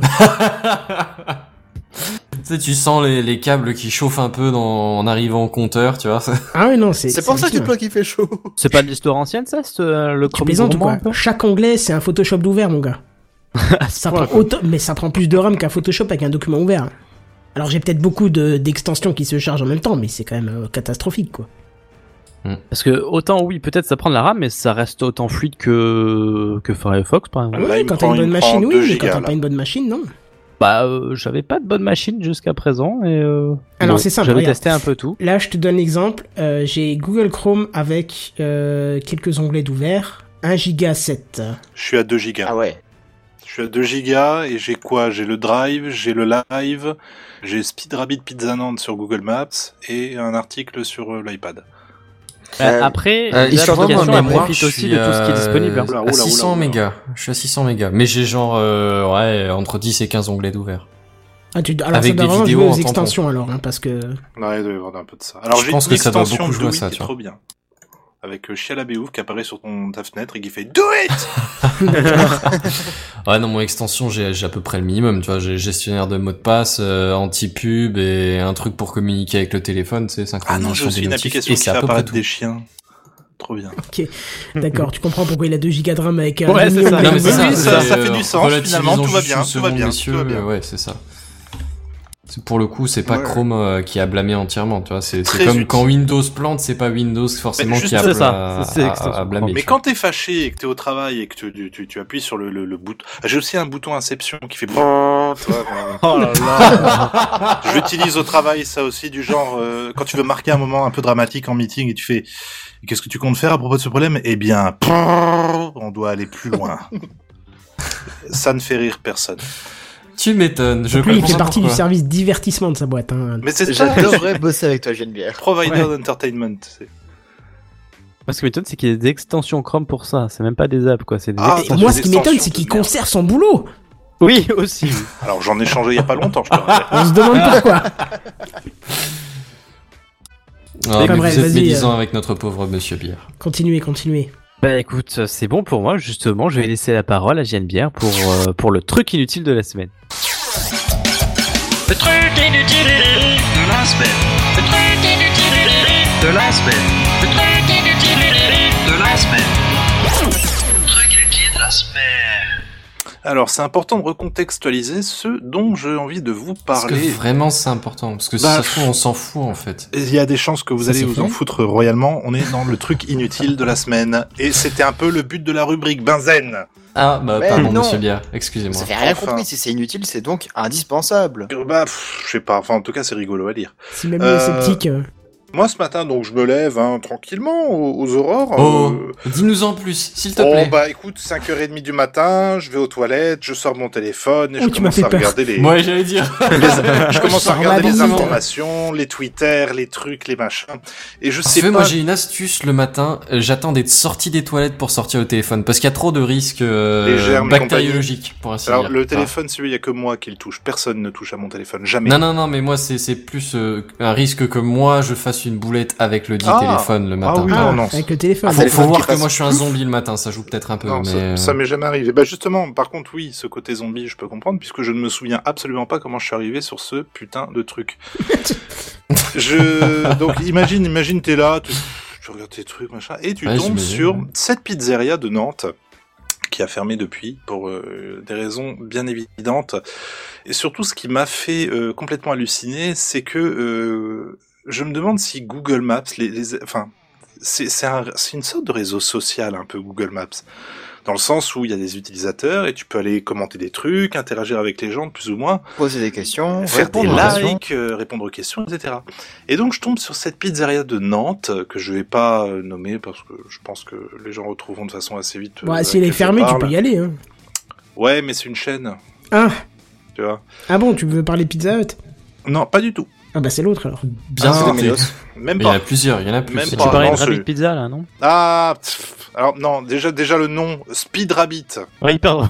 Tu sais, tu sens les, les câbles qui chauffent un peu dans, en arrivant au compteur, tu vois. Ah oui non c'est. C'est pour ça que hallucinant. toi qui fait chaud. C'est pas de l'histoire ancienne, ça, ce, euh, le Tu Chrome plaisantes ou gourmand, quoi un peu Chaque onglet c'est un Photoshop d'ouvert mon gars. À ce Ça point, prend autant, mais ça prend plus de RAM qu'un Photoshop avec un document ouvert. Alors j'ai peut-être beaucoup de d'extensions qui se chargent en même temps, mais c'est quand même euh, catastrophique quoi. Parce que autant oui, peut-être ça prend de la RAM, mais ça reste autant fluide que que Firefox par exemple. Là, Ouais, il me quand t'as prend- une il bonne me prend machine, oui, deux mais gigas, quand t'as là. pas une bonne machine, non. Bah, euh, j'avais pas de bonne machine jusqu'à présent et. Euh... Alors, bon, c'est simple, J'avais regarde. testé un peu tout. Là, je te donne l'exemple. Euh, j'ai Google Chrome avec euh, quelques onglets d'ouvert, un giga sept. Je suis à deux gigas. Ah ouais. Je suis à deux gigas et j'ai quoi ? J'ai le Drive, j'ai le Live, j'ai Speed Rabbit Pizzanand sur Google Maps et un article sur euh, l'iPad. Euh, Après, Euh, les histoire de applications moi, elles mémoire, profitent je aussi suis, de tout ce qui est euh, disponible. hein. Oula, à oula, six cents oula, oula. mégas. Je suis à six cents mégas. Mais j'ai genre, euh, ouais, entre dix et quinze onglets d'ouverts. Ah, tu, alors Avec ça doit des vraiment vidéos jouer en aux tampon. extensions alors, hein, parce que. Ouais, il doit y avoir un peu de ça. Alors Je j'ai pense une que ça doit extension beaucoup jouer à Do It ça, qui tu est vois. trop bien. Avec euh, Chia la Béouf qui apparaît sur ton, ta fenêtre et qui fait Do It. Ouais, non, mon extension, j'ai, j'ai à peu près le minimum, tu vois. J'ai gestionnaire de mots de passe, euh, anti-pub et un truc pour communiquer avec le téléphone, c'est Ah synchronisation non, j'ai aussi des une notifs. application Et qui c'est fait à peu près apparaître tout. des chiens. Trop bien. Ok, d'accord, tu comprends pourquoi il a deux gigas de RAM avec un. Ouais, c'est million ça. de Non, mais c'est mégas. ça, Oui, ça- c'est, ça fait euh, du sens, relativisons finalement, tout va juste bien, une tout va seconde, bien, messieurs, tout va bien. euh, Ouais, c'est ça. C'est- Pour le coup, c'est pas Ouais. Chrome euh, qui a blâmé entièrement, tu vois. C'est, c'est Très comme utile. quand Windows plante, c'est pas Windows forcément Mais qui juste- a, c'est ça, bla- c'est- c'est a- extension a blâmé. Mais tu vois. quand t'es fâché et que t'es au travail et que tu, tu, tu, tu appuies sur le, le, le bouton... Ah, j'ai aussi un bouton Inception qui fait... Tu vois, quand- Oh là là. Je l'utilise au travail, ça aussi, du genre... euh, quand tu veux marquer un moment un peu dramatique en meeting et tu fais... Qu'est-ce que tu comptes faire à propos de ce problème ? Eh bien, on doit aller plus loin. Ça ne fait rire personne. Tu m'étonnes, je Donc lui, il comprends fait partie du pourquoi. service divertissement de sa boîte. Hein. Mais c'est ça, J'adorerais bosser avec toi, Geneviève. Provider Ouais. d'entertainment. c'est- Moi, ce qui m'étonne, c'est qu'il y a des extensions Chrome pour ça. C'est même pas des apps, quoi. C'est des Ah, Et extensions. moi, des ce qui m'étonne, extensions c'est de qu'il merde. conserve son boulot. Oui, aussi. Alors, j'en ai changé il y a pas longtemps, je te rappelle. On se demande pourquoi. Ah, mais Enfin, bref, vous êtes vas-y, médisant euh. avec notre pauvre monsieur Bière. Continuez, continuez. Bah écoute, c'est bon pour moi. Justement, je vais laisser la parole à Geneviève pour euh, pour le truc inutile de la semaine. Le truc inutile de la semaine. Le truc inutile de la semaine. Le truc inutile de la semaine. Le truc inutile de la semaine. Alors, c'est important de recontextualiser ce dont j'ai envie de vous Parce que parler. vraiment, c'est important. Parce que si Bah, ça se trouve, on s'en fout, en fait. Il y a des chances que vous Ça, allez c'est vous en fait. foutre royalement. On est dans le truc inutile de la semaine. Et c'était un peu le but de la rubrique Benzen. Ah, bah, Mais pardon, non. monsieur Biard. Excusez-moi. Ça fait rien Enfin. compris. Si c'est inutile, c'est donc indispensable. Euh, Bah, pff, je sais pas. Enfin, en tout cas, c'est rigolo à lire. Si même Euh, les sceptiques... euh, Moi, ce matin, donc, je me lève hein, tranquillement aux, aux aurores. Oh, euh, dis-nous en plus, s'il te Oh plaît. bah écoute, cinq heures trente du matin, je vais aux toilettes, je sors mon téléphone et Oh, je tu m'as commence fait à peur. regarder les... Moi, j'allais dire. les- Je commence à Sors regarder ma les bite. informations, les Twitter, les trucs, les machins. Et je Si sais tu veux, pas... moi j'ai une astuce le matin, euh, j'attends d'être sorti des toilettes pour sortir le téléphone, parce qu'il y a trop de risques euh, Les germes et bactériologiques, pour ainsi Alors, dire. le téléphone, celui, il y a que moi qui le touche. Personne ne touche à mon téléphone. Jamais. Non, non, non, mais moi c'est c'est plus euh, un risque que moi je fasse une boulette avec le dit Ah. téléphone le matin. oui, Ah, non, non. avec le téléphone. Ah, Faut, téléphone faut voir qui que passe. moi je suis un zombie le matin, ça joue peut-être un peu, Non, mais... ça, euh, ça m'est jamais arrivé. Bah justement, par contre, oui, ce côté zombie, je peux comprendre, puisque je ne me souviens absolument pas comment je suis arrivé sur ce putain de truc. je donc imagine, imagine, t'es là, tu, tu regardes tes trucs, machin, et tu Ouais, tombes j'imagine, sur ouais. cette pizzeria de Nantes qui a fermé depuis pour euh, des raisons bien évidentes. Et surtout, ce qui m'a fait euh, complètement halluciner, c'est que euh, je me demande si Google Maps, les, les enfin, c'est c'est un, c'est une sorte de réseau social un peu Google Maps. Dans le sens où il y a des utilisateurs et tu peux aller commenter des trucs, interagir avec les gens plus ou moins, Poser des questions, faire des répondre aux questions. likes, euh, répondre aux questions, et cetera. Et donc je tombe sur cette pizzeria de Nantes que je vais pas euh, nommer parce que je pense que les gens retrouveront de façon assez vite. euh, Ouais, à si elle est laquelle je fermée, tu parle. peux y aller. Hein. Ouais, mais c'est une chaîne, Ah, tu vois. ah bon, tu veux parler Pizza Hut? Non, pas du tout. Ah bah c'est l'autre alors. Bien Ah, c'est tenté. des mélos. Même Mais il y en pas. a plusieurs, il y en a Même plusieurs. Tu pas. parlais non, de Rabbit c'est- Pizza là, non? Ah, pff, alors non, déjà déjà le nom, Speed Rabbit. Oui, pardon.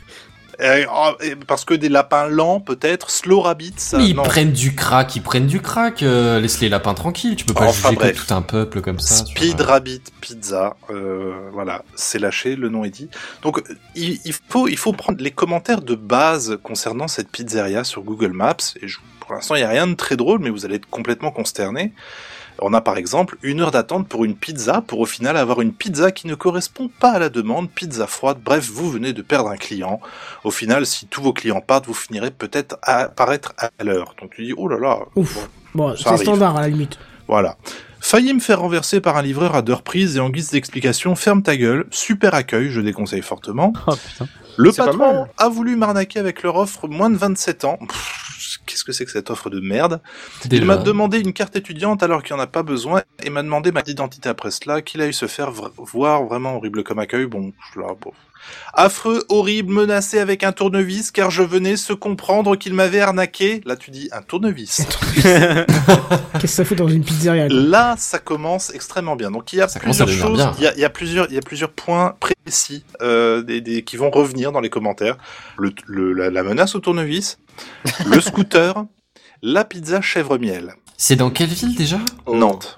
Euh, oh, et parce que des lapins lents, peut-être, Slow Rabbit, ça, Mais ils non. prennent du crack, ils prennent du crack, euh, laisse les lapins tranquilles, tu peux pas Enfin, juger bref. que tout un peuple comme ça. sur, Speed euh, Rabbit Pizza, euh, voilà, c'est lâché, le nom est dit. Donc, il, il faut, il faut prendre les commentaires de base concernant cette pizzeria sur Google Maps. Et je, pour l'instant, il n'y a rien de très drôle, mais vous allez être complètement consterné. On a par exemple une heure d'attente pour une pizza, pour au final avoir une pizza qui ne correspond pas à la demande, pizza froide. Bref, vous venez de perdre un client. Au final, si tous vos clients partent, vous finirez peut-être à paraître à l'heure. Donc tu dis, oh là là. Ouf. bon, Bon, ça c'est arrive. standard à la limite. Voilà. Failli me faire renverser par un livreur à deux reprises et en guise d'explication, ferme ta gueule, super accueil, je déconseille fortement. Oh putain. Le C'est pas patron mal. a voulu m'arnaquer avec leur offre moins de vingt-sept ans. Pff, qu'est-ce que c'est que cette offre de merde? déjà. Il m'a demandé une carte étudiante alors qu'il n'y en a pas besoin et m'a demandé ma identité après cela, qu'il a eu se faire vra- voir vraiment horrible comme accueil. Bon, là, bon. Affreux, horrible, menacé avec un tournevis car je venais se comprendre qu'il m'avait arnaqué. Là, tu dis un tournevis. Qu'est-ce que ça fout dans une pizzeria quoi? Là, ça commence extrêmement bien. Donc il y a Ça commence à plusieurs devenir choses, bien. il y a, il y a plusieurs, il y a plusieurs points précis euh, des, des, qui vont revenir dans les commentaires. Le, le, la, la menace au tournevis, le scooter, la pizza chèvre miel. C'est dans quelle ville déjà? Nantes.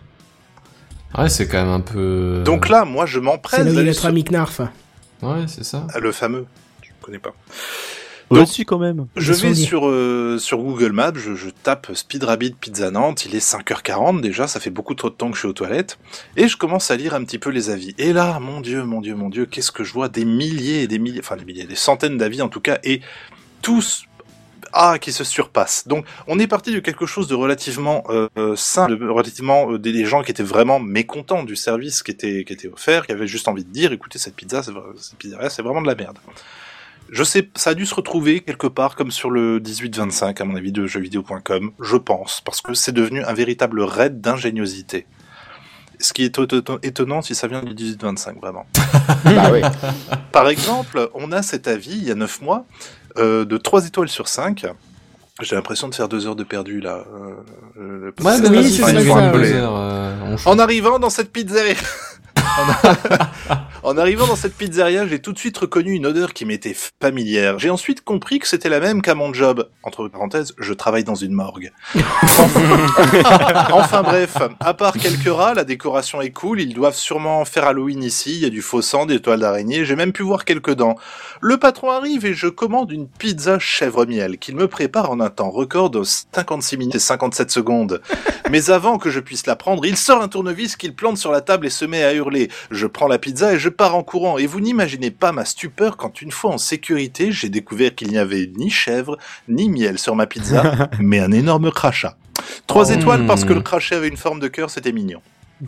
Ouais, c'est quand même un peu... Donc là, moi, je C'est m'empresse là où il y a d'aller notre sur... ami Knarf. Ouais, c'est ça. Ah, le fameux. Je connais pas. Ouais, Donc, si, quand même. Je Ils sont vais liés. sur, euh, sur Google Maps, je, je tape Speed Rabbit Pizza Nantes, il est cinq heures quarante déjà, ça fait beaucoup trop de temps que je suis aux toilettes, et je commence à lire un petit peu les avis. Et là, mon dieu, mon dieu, mon dieu, qu'est-ce que je vois? Des milliers et des milliers, enfin des milliers, des centaines d'avis en tout cas, et tous, ah, qui se surpassent. Donc, on est parti de quelque chose de relativement euh, euh, simple, de relativement euh, des, des gens qui étaient vraiment mécontents du service qui était, qui était offert, qui avaient juste envie de dire, écoutez, cette pizza, c'est, vra- cette pizzeria, c'est vraiment de la merde. Je sais, ça a dû se retrouver quelque part comme sur le dix-huit vingt-cinq, à mon avis, de jeux vidéo point com, je pense, parce que c'est devenu un véritable raid d'ingéniosité. Ce qui est éton- étonnant si ça vient du dix-huit vingt-cinq, vraiment. Bah oui. Par exemple, on a cet avis, il y a neuf mois, euh, de trois étoiles sur cinq. J'ai l'impression de faire deux heures de perdu, là. Euh, euh, Ouais, parce que bah, oui, vas-y, c'est fais ça, une ça, bonne ouais. heure, euh, on change. En arrivant dans cette pizzeria, en, en arrivant dans cette pizzeria, j'ai tout de suite reconnu une odeur qui m'était familière. J'ai ensuite compris que c'était la même qu'à mon job. Entre parenthèses, je travaille dans une morgue. Enfin, enfin bref, à part quelques rats, la décoration est cool. Ils doivent sûrement faire Halloween ici. Il y a du faux sang, des toiles d'araignée. J'ai même pu voir quelques dents. Le patron arrive et je commande une pizza chèvre miel qu'il me prépare en un temps record de cinquante-six minutes et cinquante-sept secondes. Mais avant que je puisse la prendre, il sort un tournevis qu'il plante sur la table et se met à hurler. Je prends la pizza et je pars en courant, et vous n'imaginez pas ma stupeur quand une fois en sécurité, j'ai découvert qu'il n'y avait ni chèvre, ni miel sur ma pizza, mais un énorme crachat. Trois Oh. étoiles parce que le crachat avait une forme de cœur, c'était mignon.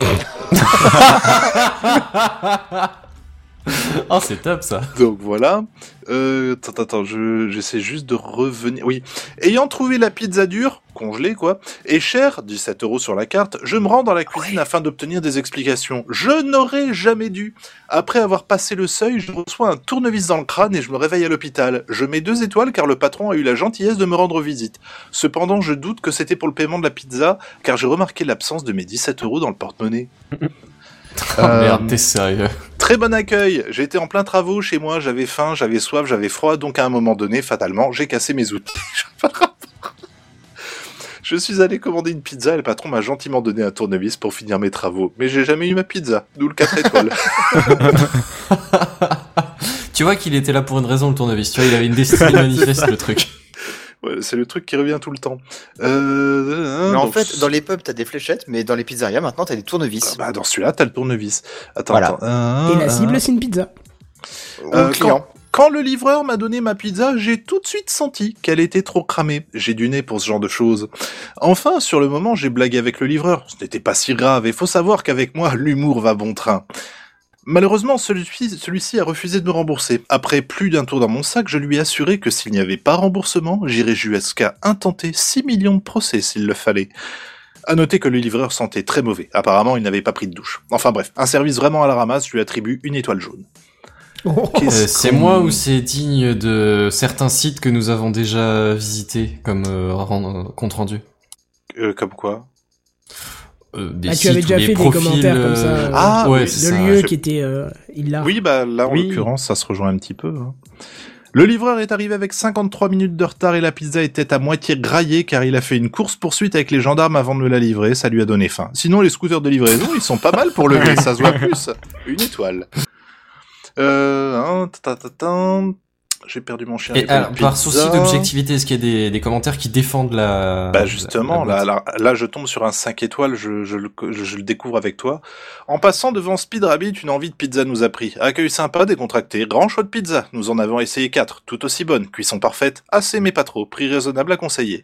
Oh, c'est top ça. Donc voilà. Euh, attends, attends, je, j'essaie juste de revenir. Oui. Ayant trouvé la pizza dure, congelée quoi, et chère, dix-sept euros sur la carte, je me rends dans la cuisine afin d'obtenir des explications. Je n'aurais jamais dû. Après avoir passé le seuil, je reçois un tournevis dans le crâne et je me réveille à l'hôpital. Je mets deux étoiles car le patron a eu la gentillesse de me rendre visite. Cependant, je doute que c'était pour le paiement de la pizza, car j'ai remarqué l'absence de mes dix-sept euros dans le porte-monnaie. Oh merde, t'es sérieux. Très bon accueil. J'ai été en plein travaux chez moi, j'avais faim, j'avais soif, j'avais froid, donc à un moment donné, fatalement, j'ai cassé mes outils. Je suis allé commander une pizza et le patron m'a gentiment donné un tournevis pour finir mes travaux. Mais j'ai jamais eu ma pizza, d'où le quatre étoiles. Tu vois qu'il était là pour une raison, le tournevis. Tu vois, il avait une destinée manifeste, le truc. Ouais, c'est le truc qui revient tout le temps. Euh, Mais en donc, fait, dans les pubs, t'as des fléchettes, mais dans les pizzerias, maintenant, t'as des tournevis. Bah, dans celui-là, t'as le tournevis. Attends, Voilà. attends. Euh, Et la euh, cible, c'est une pizza. Au Euh, client. Quand le livreur m'a donné ma pizza, j'ai tout de suite senti qu'elle était trop cramée. J'ai du nez pour ce genre de choses. Enfin, sur le moment, j'ai blagué avec le livreur. Ce n'était pas si grave, et faut savoir qu'avec moi, l'humour va bon train. Malheureusement, celui-ci, celui-ci a refusé de me rembourser. Après plus d'un tour dans mon sac, je lui ai assuré que s'il n'y avait pas remboursement, j'irais jusqu'à intenter six millions de procès s'il le fallait. À noter que le livreur sentait très mauvais. Apparemment, il n'avait pas pris de douche. Enfin bref, un service vraiment à la ramasse, je lui attribue une étoile jaune. Oh. Euh, Qu'est-ce c'est qu'on- moi ou c'est digne de certains sites que nous avons déjà visités comme euh, rend- euh, compte rendu Euh, comme quoi? euh, des Ah, sites tu avais ou déjà des fait des profils, commentaires comme euh, ça. euh, Ah, ouais, oui, c'est de ça. lieux Je- qui étaient euh, hilar. Oui, bah là, en Oui. l'occurrence, ça se rejoint un petit peu. Hein. Le livreur est arrivé avec cinquante-trois minutes de retard et la pizza était à moitié graillée car il a fait une course-poursuite avec les gendarmes avant de me la livrer, ça lui a donné faim. Sinon, les scooters de livraison, ils sont pas mal pour lever, ça se voit plus. Une étoile. Euh, hein, ta, ta, ta, ta. J'ai perdu mon chien. Et avec la alors, par pizza. souci d'objectivité, est-ce qu'il y a des, des commentaires qui défendent la... Bah justement, la- la là, boîte là, là, je tombe sur un cinq étoiles, je, je, le- je, je le découvre avec toi. En passant devant Speed Rabbit, une envie de pizza nous a pris. Accueil sympa, décontracté, grand choix de pizza. Nous en avons essayé quatre, tout aussi bonnes. Cuisson parfaite, assez mais pas trop. Prix raisonnable à conseiller.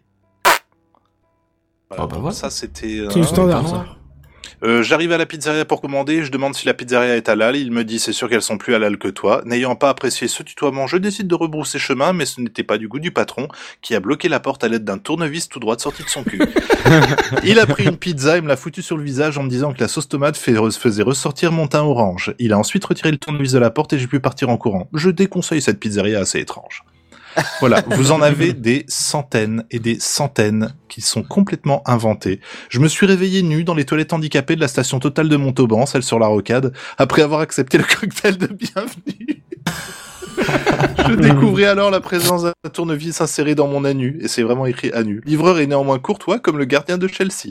Voilà, Oh, bah donc voilà. ça c'était... euh, C'est le standard, pas ça. loin. Euh, j'arrive à la pizzeria pour commander, je demande si la pizzeria est halal, il me dit c'est sûr qu'elles sont plus halal que toi. N'ayant pas apprécié ce tutoiement, je décide de rebrousser chemin, mais ce n'était pas du goût du patron, qui a bloqué la porte à l'aide d'un tournevis tout droit de sorti de son cul. Il a pris une pizza et me l'a foutu sur le visage en me disant que la sauce tomate fait- faisait ressortir mon teint orange. Il a ensuite retiré le tournevis de la porte et j'ai pu partir en courant. Je déconseille cette pizzeria assez étrange. Voilà, vous en avez des centaines et des centaines qui sont complètement inventées. Je me suis réveillé nu dans les toilettes handicapées de la station Total de Montauban, celle sur la Rocade, après avoir accepté le cocktail de bienvenue. Je découvrais alors la présence d'un tournevis inséré dans mon anus, et c'est vraiment écrit anus. Livreur est néanmoins courtois comme le gardien de Chelsea.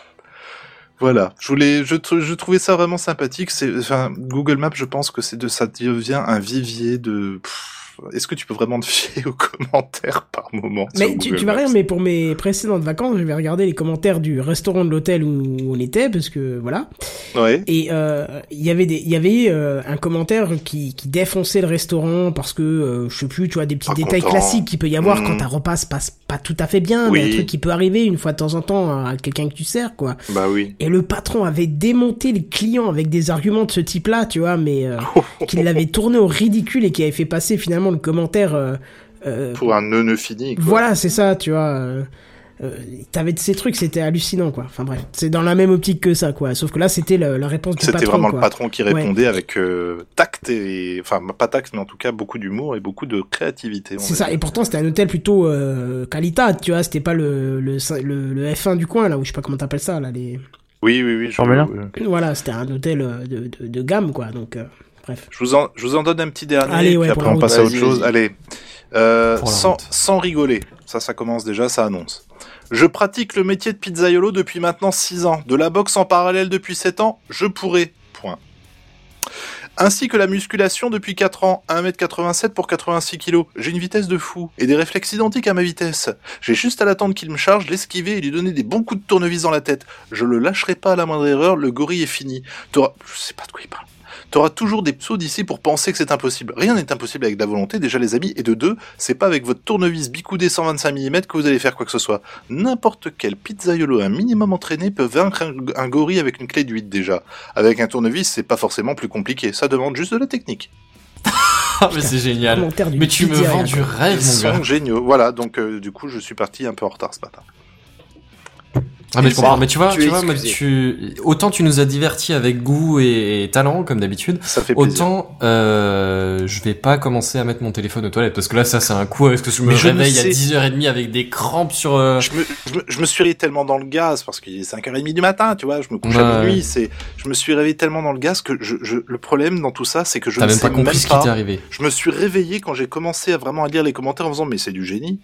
Voilà, je voulais, je, tr- je trouvais ça vraiment sympathique. C'est, enfin, Google Maps, je pense que c'est de, ça devient un vivier de. Pff, est-ce que tu peux vraiment te fier aux commentaires par moment sur Mais tu, Google tu vas Maps rire, mais pour mes précédentes vacances, je vais regarder les commentaires du restaurant de l'hôtel où on était, parce que voilà. Ouais. Et euh, il y avait des, il y avait euh, un commentaire qui, qui défonçait le restaurant parce que euh, je sais plus, tu vois, des petits Pas détails content. classiques qu'il peut y avoir Mmh. quand un repas se passe pas tout à fait bien, mais Oui. un truc qui peut arriver une fois de temps en temps à quelqu'un que tu sers, quoi. Bah oui. Et le patron avait démonté les clients avec des arguments de ce type-là, tu vois, mais euh, qu'il l'avait tourné au ridicule et qui avait fait passer finalement le commentaire. Euh, euh, Pour un neuneu fini, quoi. voilà, c'est ça, tu vois. Euh, euh, t'avais de ces trucs, c'était hallucinant, quoi. Enfin bref, c'est dans la même optique que ça, quoi. Sauf que là, c'était la, la réponse du patron. C'était vraiment quoi. le patron qui répondait avec euh, tact et, enfin, pas tact, mais en tout cas beaucoup d'humour et beaucoup de créativité. on C'est va ça, dire. et pourtant c'était un hôtel plutôt euh, qualité, tu vois, c'était pas le, le, le, le F un du coin, là, ou je sais pas comment t'appelles ça, là, les... Oui, oui, oui. Je, Formule un. euh, Voilà, c'était un hôtel euh, de, de, de gamme, quoi, donc, euh, bref. je vous en, je vous en donne un petit dernier, Allez, ouais, puis pour après la on passe à route. autre Vas-y, chose. vas-y. Allez, euh, Pour la sans, route. sans rigoler. Ça, ça commence déjà, ça annonce. Je pratique le métier de pizzaiolo depuis maintenant six ans. De la boxe en parallèle depuis sept ans, je pourrais. Point. Ainsi que la musculation depuis quatre ans, un mètre quatre-vingt-sept pour quatre-vingt-six kilos. J'ai une vitesse de fou, et des réflexes identiques à ma vitesse. J'ai juste à l'attendre qu'il me charge, l'esquiver et lui donner des bons coups de tournevis dans la tête. Je le lâcherai pas à la moindre erreur, le gorille est fini. T'auras... Je sais pas de quoi il parle. T'auras toujours des pseudos d'ici pour penser que c'est impossible. Rien n'est impossible avec de la volonté, déjà les amis, et de deux, c'est pas avec votre tournevis bicoudé cent vingt-cinq millimètres que vous allez faire quoi que ce soit. N'importe quel pizzaiolo un minimum entraîné peut vaincre un, un gorille avec une clé de huit déjà. Avec un tournevis, c'est pas forcément plus compliqué, ça demande juste de la technique. Ah, mais c'est génial. Mais tu me vends du rêve, Ils mon gars. sont géniaux. Voilà, donc euh, du coup, je suis parti un peu en retard ce matin. Ah mais je comprends, mais tu vois, tu tu es vois, moi, excusé. tu autant tu nous as divertis avec goût et, et talent comme d'habitude, Ça fait plaisir. autant euh, je vais pas commencer à mettre mon téléphone aux toilettes parce que là ça c'est un coup parce que je me Mais je ne réveille à sais- dix heures trente avec des crampes sur euh... Je me, je, me, je me suis réveillé tellement dans le gaz parce qu'il est cinq heures trente du matin, tu vois, je me couche Ouais, à minuit, ouais. c'est, je me suis réveillé tellement dans le gaz que je, je, le problème dans tout ça, c'est que je T'as ne même sais pas compris même ce qui pas. t'est arrivé. Je me suis réveillé quand j'ai commencé à vraiment à lire les commentaires en faisant mais c'est du génie.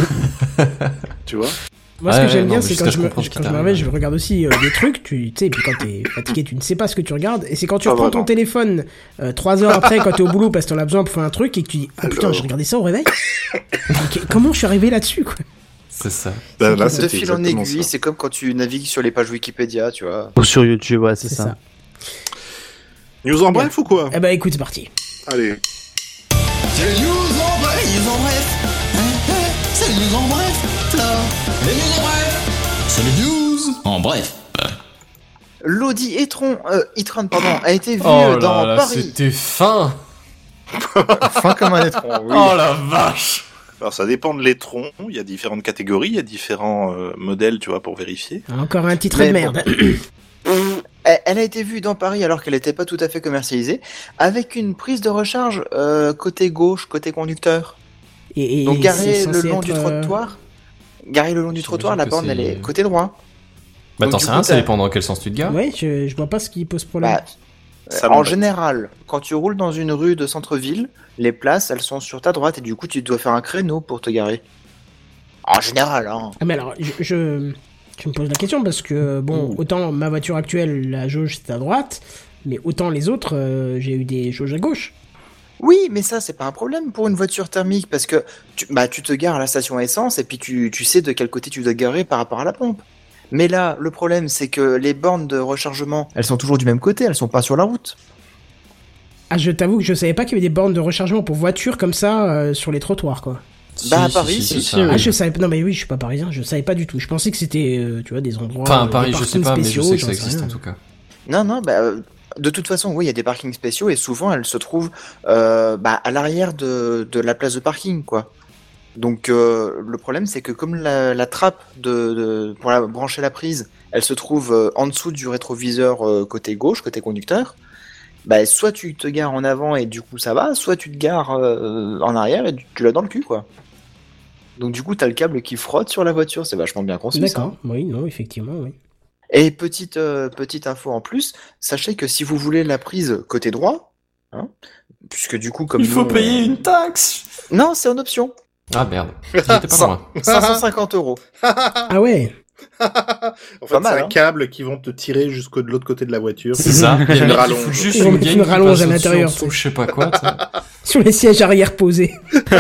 Tu vois? Moi, ce Ouais, que j'aime ouais, bien, non, c'est mais quand jusqu'à je je me, comprends ce qui quand je me t'arrive. réveille, je regarde aussi euh, des trucs, tu tu sais, puis quand t'es fatigué, tu ne sais pas ce que tu regardes, et c'est quand tu Pas reprends vraiment. ton téléphone euh, trois heures après, quand t'es au boulot, parce que t'en as besoin pour faire un truc, et que tu dis, ah putain, Alors. j'ai regardé ça au réveil. Ok, comment je suis arrivé là-dessus, quoi? C'est ça. Ben, là, De c'était De fil en exactement aiguille, ça. c'est comme quand tu navigues sur les pages Wikipédia, tu vois. Ou sur YouTube, ouais, c'est C'est ça. ça. News en bref ou quoi? Eh ben, écoute, c'est parti. Allez. C'est les news en bref, les news en bref. Hein, hein, c'est les news en bref. Ça. Les news en bref. C'est les news en bref. L'Audi e-tron, euh, e-tron, pardon, a été vu Oh dans là là, Paris. c'était fin. Fin comme un e-tron, oui. Oh la vache. Alors ça dépend de l'étron, il y a différentes catégories, il y a différents euh, modèles, tu vois, pour vérifier. Encore un titre Mais de bon. merde. Elle elle a été vue dans Paris alors qu'elle n'était pas tout à fait commercialisée, avec une prise de recharge euh, côté gauche, côté conducteur. Et, et Donc c'est garé le censé long être, du euh, trottoir, garé le long du trottoir, la que borne c'est- elle est côté droit. Bah Donc, t'en du sais coup, rien, ça t'as- dépend dans quel sens tu te gares. Ouais, je, je vois pas ce qui pose problème. Bah, Ça en m'embête. général, quand tu roules dans une rue de centre-ville, les places elles sont sur ta droite et du coup tu dois faire un créneau pour te garer. En général, hein. Ah mais alors, je, je, je me pose la question parce que, bon, autant ma voiture actuelle, la jauge c'est à droite, mais autant les autres, euh, j'ai eu des jauges à gauche. Oui, mais ça c'est pas un problème pour une voiture thermique parce que tu, bah, tu te gares à la station essence et puis tu, tu sais de quel côté tu dois te garer par rapport à la pompe. Mais là, le problème c'est que les bornes de rechargement, elles sont toujours du même côté, elles sont pas sur la route. Ah, je t'avoue que je savais pas qu'il y avait des bornes de rechargement pour voitures comme ça euh, sur les trottoirs, quoi. Bah, à Si, Paris, si, si, c'est si, ça. oui. Ah, je savais pas. Non, mais oui, je suis pas parisien, je savais pas du tout. Je pensais que c'était, euh, tu vois, des endroits. Enfin, à euh, des Paris, je sais parkings pas, mais je spéciaux, sais que j'en ça sais existe rien. en tout cas. Non, non, bah, euh, de toute façon, oui, il y a des parkings spéciaux et souvent elles se trouvent euh, bah, à l'arrière de, de la place de parking, quoi. Donc euh, le problème, c'est que comme la, la trappe de, de, pour la, brancher la prise, elle se trouve euh, en dessous du rétroviseur euh, côté gauche, côté conducteur, bah, soit tu te gares en avant et du coup ça va, soit tu te gares euh, en arrière et tu, tu l'as dans le cul, quoi. Donc du coup, t'as le câble qui frotte sur la voiture, c'est vachement bien conçu. ça. D'accord, oui, non, effectivement, oui. Et petite, euh, petite info en plus, sachez que si vous voulez la prise côté droit, hein, puisque du coup comme Il faut nous, payer euh, une taxe. Non, c'est en option. Ah merde, j'étais pas loin. cinq cent cinquante euros. Ah ouais. En fait, Pas c'est mal, un hein. câble qui vont te tirer jusqu'au de l'autre côté de la voiture. C'est ça. Il y a Une une rallonge. Juste Ils vont une mettre gaine une qui rallonge passe à au-dessus, l'intérieur, en dessous, tu je sais pas quoi. tu sais. Sur les sièges arrière posés.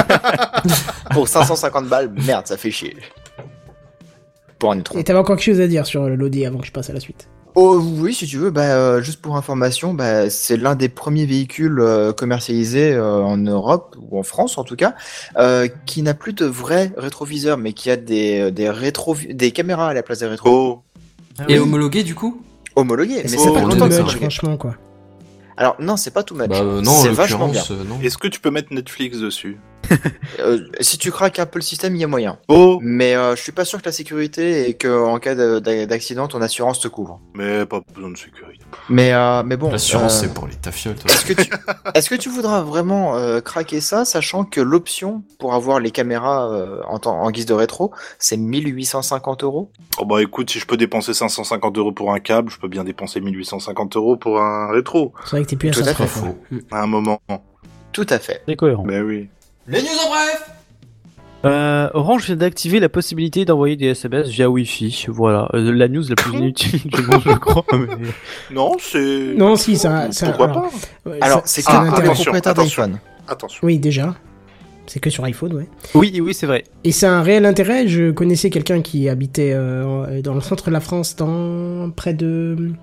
Pour cinq cent cinquante balles, merde, ça fait chier. Pour un e-tron. Et t'avais encore quelque chose à dire sur l'Audi avant que je passe à la suite. Oh oui, si tu veux, bah, euh, juste pour information, bah, c'est l'un des premiers véhicules euh, commercialisés euh, en Europe, ou en France en tout cas, euh, qui n'a plus de vrai rétroviseur, mais qui a des, des, rétro des caméras à la place des rétros. Oh, Et homologué du coup Homologués, mais Est-ce ça que Oh, fait c'est pas longtemps too que c'est much, homologué. franchement, quoi. Alors non, c'est pas too much. Bah euh, non, en c'est vachement bien. l'occurrence, euh, non. est-ce que tu peux mettre Netflix dessus? Euh, si tu craques un peu le système, il y a moyen. Oh, Mais euh, je suis pas sûr que la sécurité et que en cas de- d'a- d'accident, ton assurance te couvre. mais pas besoin de sécurité. Mais euh, mais bon. L'assurance euh, c'est pour les tafioles. toi. Est-ce que tu est-ce que tu voudras vraiment euh, craquer ça, sachant que l'option pour avoir les caméras euh, en, temps- en guise de rétro, c'est mille huit cent cinquante euros. Oh bah écoute, si je peux dépenser cinq cent cinquante euros pour un câble, je peux bien dépenser mille huit cent cinquante euros pour un rétro, C'est vrai que t'es plus à Tout ça à près, fait quoi. faux. à un moment. Tout à fait. C'est cohérent. Mais oui. Les news en bref. Euh, Orange vient d'activer la possibilité d'envoyer des S M S via Wi-Fi. Voilà, Euh, la news la plus inutile du monde, je crois. Mais... Non, c'est... Non, si, ça- ça- Pourquoi alors- pas Ouais, Alors, ça- c'est ça que a ah, pour l'intérêt. les attention, propriétaires attention. d'iPhone. Attention. Oui, déjà. C'est que sur iPhone, ouais. Oui, oui, c'est vrai. Et c'est un réel intérêt. Je connaissais quelqu'un qui habitait euh, dans le centre de la France, dans près de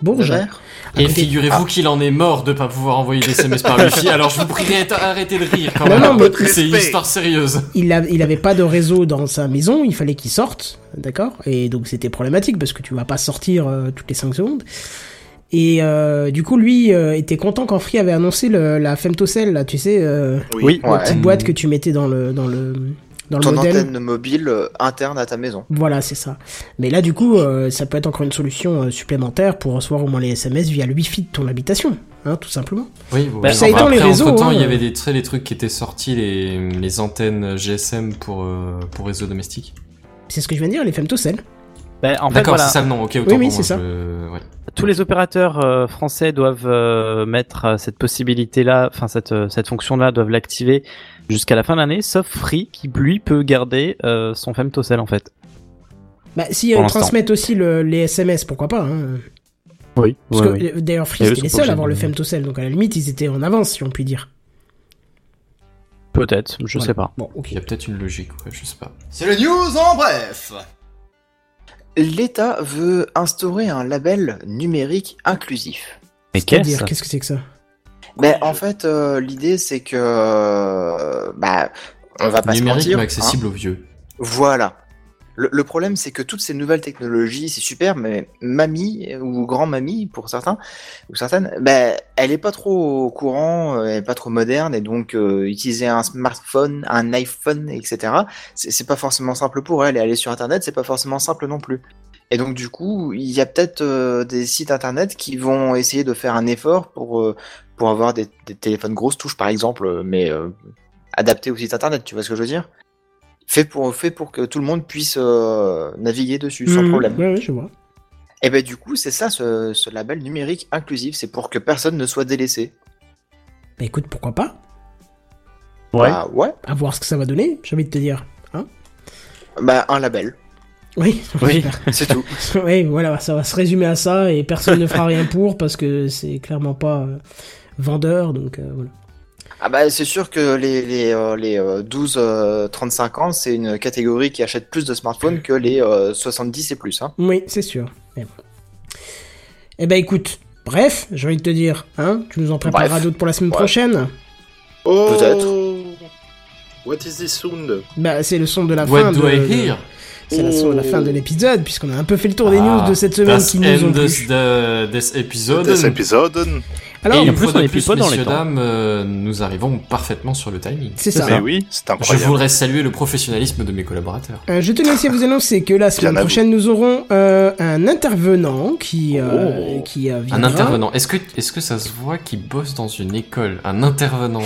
Bourges. Nevers. Et côté- figurez-vous qu'il en est mort de pas pouvoir envoyer des S M S par Wi-Fi, alors je vous prierai d'arrêter de rire quand Non, même. non, mais- C'est une histoire sérieuse. Il, a, il avait pas de réseau dans sa maison, il fallait qu'il sorte, d'accord? Et donc c'était problématique parce que tu vas pas sortir euh, toutes les cinq secondes. Et euh, du coup, lui euh, était content quand Free avait annoncé le, la Femtocell, là, tu sais, euh, Oui. la Ouais. petite boîte que tu mettais dans le dans le dans le Ton modem. antenne mobile euh, interne à ta maison. Voilà, c'est ça. Mais là, du coup, euh, ça peut être encore une solution euh, supplémentaire pour recevoir au moins les S M S via le Wi-Fi de ton habitation, hein, tout simplement. Oui, bon, Bah, ça étend les réseaux, Entre temps, hein. il y avait des, tu sais, les trucs qui étaient sortis, les, les antennes G S M pour, euh, pour réseau domestique. C'est ce que je viens de dire, les Femtocell. Ben, en fait, D'accord, voilà, c'est ça le nom, ok, autant Oui, oui, pour c'est moi, ça. je- ouais. tous les opérateurs euh, français doivent euh, mettre euh, cette possibilité-là, enfin cette euh, cette fonction-là, doivent l'activer jusqu'à la fin de l'année, sauf Free qui lui peut garder euh, son Femtocell en fait. Bah, si Pour ils l'instant. transmettent aussi le, les S M S, pourquoi pas, hein. Oui. Parce que euh, d'ailleurs, Free Et eux c'était les sont pas seuls à avoir le obligés de- Femtocell, donc à la limite, ils étaient en avance, si on peut dire. Peut-être, je Voilà. sais pas. Bon, ok. Il y a peut-être une logique, ouais, je sais pas. C'est le news en bref. L'État veut instaurer un label numérique inclusif. Mais C'est-à-dire, qu'est-ce qu'est-ce que c'est que ça? Ben, en fait, euh, l'idée c'est que, euh, bah, on va pas se Numérique mentir. mais hein. accessible aux vieux. Voilà. Le, le problème, c'est que toutes ces nouvelles technologies, c'est super, mais mamie ou grand-mamie pour certains ou certaines, ben, elle est pas trop au courant, euh, elle est pas trop moderne, et donc euh, utiliser un smartphone, un iPhone, et cetera. C'est c'est pas forcément simple pour elle. Et aller sur Internet, c'est pas forcément simple non plus. Et donc du coup, il y a peut-être euh, des sites Internet qui vont essayer de faire un effort pour euh, pour avoir des, des téléphones grosses touches, par exemple, euh, mais euh, adaptés au site Internet. Tu vois ce que je veux dire? Fait pour, fait pour que tout le monde puisse euh, naviguer dessus sans Mmh, problème. Ouais, ouais, je vois. Et ben du coup, c'est ça ce, ce label numérique inclusif, c'est pour que personne ne soit délaissé. Bah écoute, pourquoi pas? Ouais. Bah ouais, À voir ce que ça va donner, j'ai envie de te dire. Hein? bah un label, Oui. Oui. c'est tout. Oui, voilà, ça va se résumer à ça et personne ne fera rien pour parce que c'est clairement pas euh, vendeur, donc euh, voilà. Ah bah c'est sûr que les, les, euh, les euh, douze trente-cinq ans, c'est une catégorie qui achète plus de smartphones que les euh, soixante-dix et plus. Hein. Oui, c'est sûr. Mais bon. Eh ben écoute, bref, j'ai envie de te dire, hein, tu nous en prépareras Bref. d'autres pour la semaine Ouais. prochaine. Oh, Peut-être. What is this sound? Bah c'est le son de la What fin do de, I de- hear? c'est la, son- la fin de l'épisode puisqu'on a un peu fait le tour des Ah, news de cette semaine das qui nous ont Ende plu. de- des épisodes. Des épisodes. Alors, Et en une plus, fois on de est plus, pile poil dans les messieurs, temps. dames, euh, nous arrivons parfaitement sur le timing. c'est c'est ça. Mais oui, c'est Je incroyable. voudrais saluer le professionnalisme de mes collaborateurs. Euh, je tenais aussi à vous annoncer que la semaine Bien à vous. prochaine nous aurons euh, un intervenant qui euh, Oh. qui euh, Un viendra. intervenant. Est-ce que, est-ce que ça se voit qu'il bosse dans une école? Un intervenant.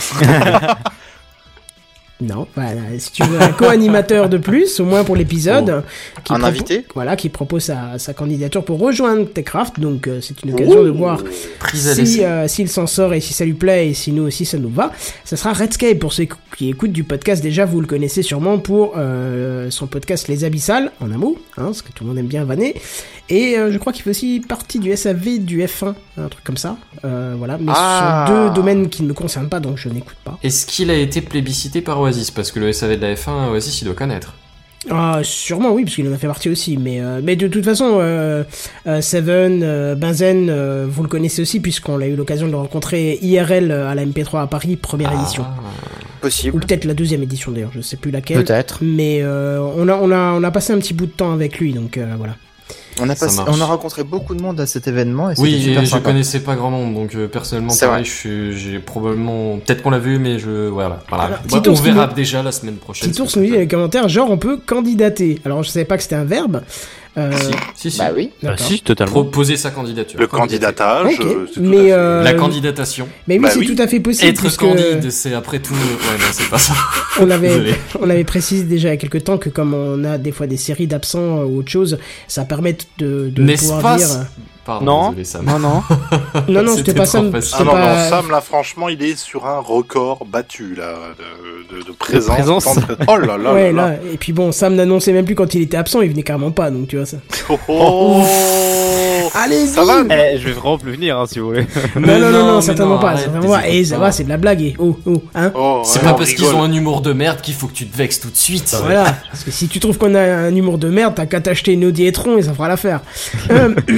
Non, voilà, si tu veux un co-animateur de plus, au moins pour l'épisode. qui Un propo- invité. Voilà, qui propose sa, sa candidature pour rejoindre Techcraft, donc euh, c'est une occasion de voir Prise à si l'essai. euh, s'il s'en sort et si ça lui plaît et si nous aussi ça nous va. Ça sera Redscape pour ceux qui écoutent du podcast. Déjà, vous le connaissez sûrement pour euh, son podcast Les Abyssales, en un mot, hein, parce que tout le monde aime bien vanner. Et euh, je crois qu'il fait aussi partie du S A V du F un, un truc comme ça. Euh, voilà, mais Ah. ce sont deux domaines qui ne me concernent pas, donc je n'écoute pas. Est-ce qu'il a été plébiscité par Oasis? Parce que le S A V de la F un, Oasis, il doit connaître. Ah, sûrement oui, parce qu'il en a fait partie aussi. Mais, euh, mais de toute façon, euh, euh, Seven, euh, Benzen, euh, vous le connaissez aussi, puisqu'on a eu l'occasion de le rencontrer I R L à la M P trois à Paris, première édition. Ah. Ou Possible. peut-être la deuxième édition d'ailleurs, je sais plus laquelle. Peut-être. Mais euh, on, a, on, a, on a passé un petit bout de temps avec lui, donc euh, voilà. On a, Ça passé, marche. on a rencontré beaucoup de monde à cet événement et c'était Oui, super et je sympa. connaissais pas grand monde, donc euh, personnellement, C'est pareil, vrai. je suis, j'ai probablement, peut-être qu'on l'a vu, mais je, voilà, voilà. Alors, Bah, Titours on verra nous- déjà la semaine prochaine. Titours ce que nous dit ça dans fait. les commentaires, genre on peut candidater. Alors je savais pas que c'était un verbe. Euh, Si, si, si. Bah oui. Bah, d'accord. si, totalement. Proposer sa candidature. Le Candidater. candidatage. Ok, euh, c'est tout mais, à fait- euh, La candidatation. Mais oui, Bah c'est oui. tout à fait possible. Être puisque candide, c'est après tout. Ouais, non, c'est pas ça. on avait, Désolé. on avait précisé déjà il y a quelques temps que comme on a des fois des séries d'absents ou autre chose, ça permet de, de N'est-ce pouvoir pas dire. Pardon, Non, désolé, Sam. non, non. Non, non, C'était c'était pas trop ça. facile. Ah c'était non, pas- non, Sam, là, franchement, il est sur un record battu, là, de, de, de présence. présence. temps de pré- Oh là là ouais, là là. Et puis bon, Sam n'annonçait même plus quand il était absent, il venait carrément pas, donc tu vois ça. Oh, oh. Allez-y. Ça va Eh, je vais vraiment plus venir, hein, si vous voulez. Non, Mais non, non, non, mais certainement non, pas. arrête, certainement pas. les Eh, ça écoute va, pas. c'est de la blague. Et oh, oh, hein. Oh, C'est ouais, pas on parce qu'ils rigole. ont un humour de merde qu'il faut que tu te vexes tout de suite. Voilà. Parce que si tu trouves qu'on a un humour de merde, t'as qu'à t'acheter une Audi e-tron et ça fera l'affaire. Euh,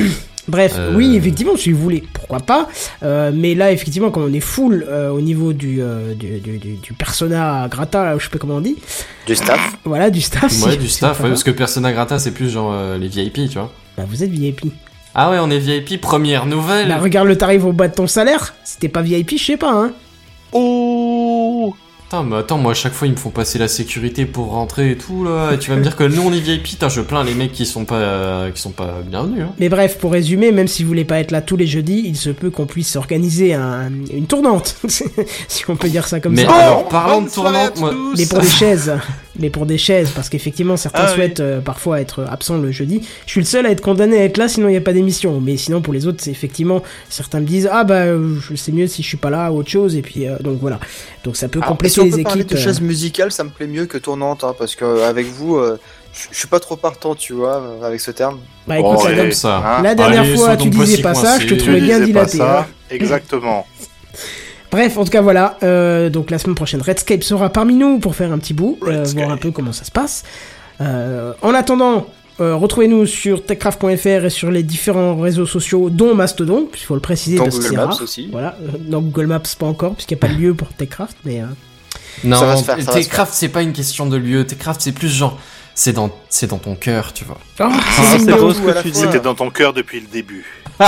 Bref, Euh, oui, effectivement, si vous voulez, pourquoi pas. Euh, mais là, effectivement, quand on est full euh, au niveau du, euh, du, du, du, du persona grata, là, je sais pas comment on dit. Du staff. Voilà, du staff. Ouais, si- du si staff, on ouais, peut parce que Persona Grata, c'est plus genre euh, les V I P, tu vois. Bah, vous êtes V I P. Ah ouais, on est V I P, première nouvelle. Bah, regarde le tarif au bas de ton salaire. Si t'es pas V I P, je sais pas, hein. Oh Attends, mais attends, moi à chaque fois ils me font passer la sécurité pour rentrer et tout là, et tu vas me dire que nous on est V I P, putain, je plains les mecs qui sont pas euh, qui sont pas bienvenus. Hein. Mais bref, pour résumer, même si vous voulez pas être là tous les jeudis, il se peut qu'on puisse organiser un, une tournante, si on peut dire ça comme Mais ça. alors, parlant bonne de soirée à tournante, moi, tous. Mais pour des chaises, mais pour des chaises, parce qu'effectivement certains Ah oui. souhaitent euh, parfois être absents le jeudi. Je suis le seul à être condamné à être là, sinon il n'y a pas d'émission. Mais sinon pour les autres, c'est effectivement certains me disent ah bah euh, je sais mieux si je suis pas là ou autre chose et puis euh, donc voilà. Donc ça peut Alors, compléter si on les peut parler équipes. de euh, chaises musicales, ça me plaît mieux que tournante, hein, parce que euh, avec vous, euh, je je suis pas trop partant, tu vois, euh, avec ce terme. Bah Oh, écoute, ouais. la, comme ça. Hein la dernière Allez, fois sois tu donc pas disais si pas ça, je te coincé. trouvais Tu bien disais pas dilaté. ça. hein. Exactement. Bref, en tout cas voilà, euh, donc la semaine prochaine Redscape sera parmi nous pour faire un petit bout, euh, Redscape. voir un peu comment ça se passe. Euh, en attendant, euh, retrouvez-nous sur techcraft point f r et sur les différents réseaux sociaux, dont Mastodon, il faut le préciser Dans parce que Google c'est Maps rare. aussi. Voilà, euh, dans Google Maps pas encore, puisqu'il n'y a pas de lieu pour Techcraft, mais... Euh... Non, Ça va se faire, ça va se Techcraft c'est pas une question de lieu, Techcraft c'est plus genre, c'est dans, c'est dans ton cœur, tu vois. Oh, Ah, c'est c'est beau. beau ce à la que tu dis. fois. C'était dans ton cœur depuis le début.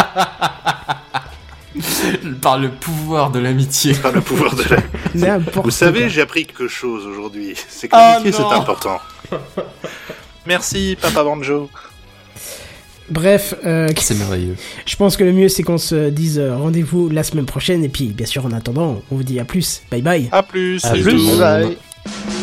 Par le pouvoir de l'amitié. Par le pouvoir de la... N'importe Vous savez, quoi. j'ai appris quelque chose aujourd'hui. C'est que Ah l'amitié, non. c'est important. Merci, Papa Banjo. Bref, euh, C'est merveilleux. je pense que le mieux c'est qu'on se dise euh, rendez-vous la semaine prochaine, et puis bien sûr en attendant, on vous dit à plus, bye bye. À plus. À les plus. deux. Bye.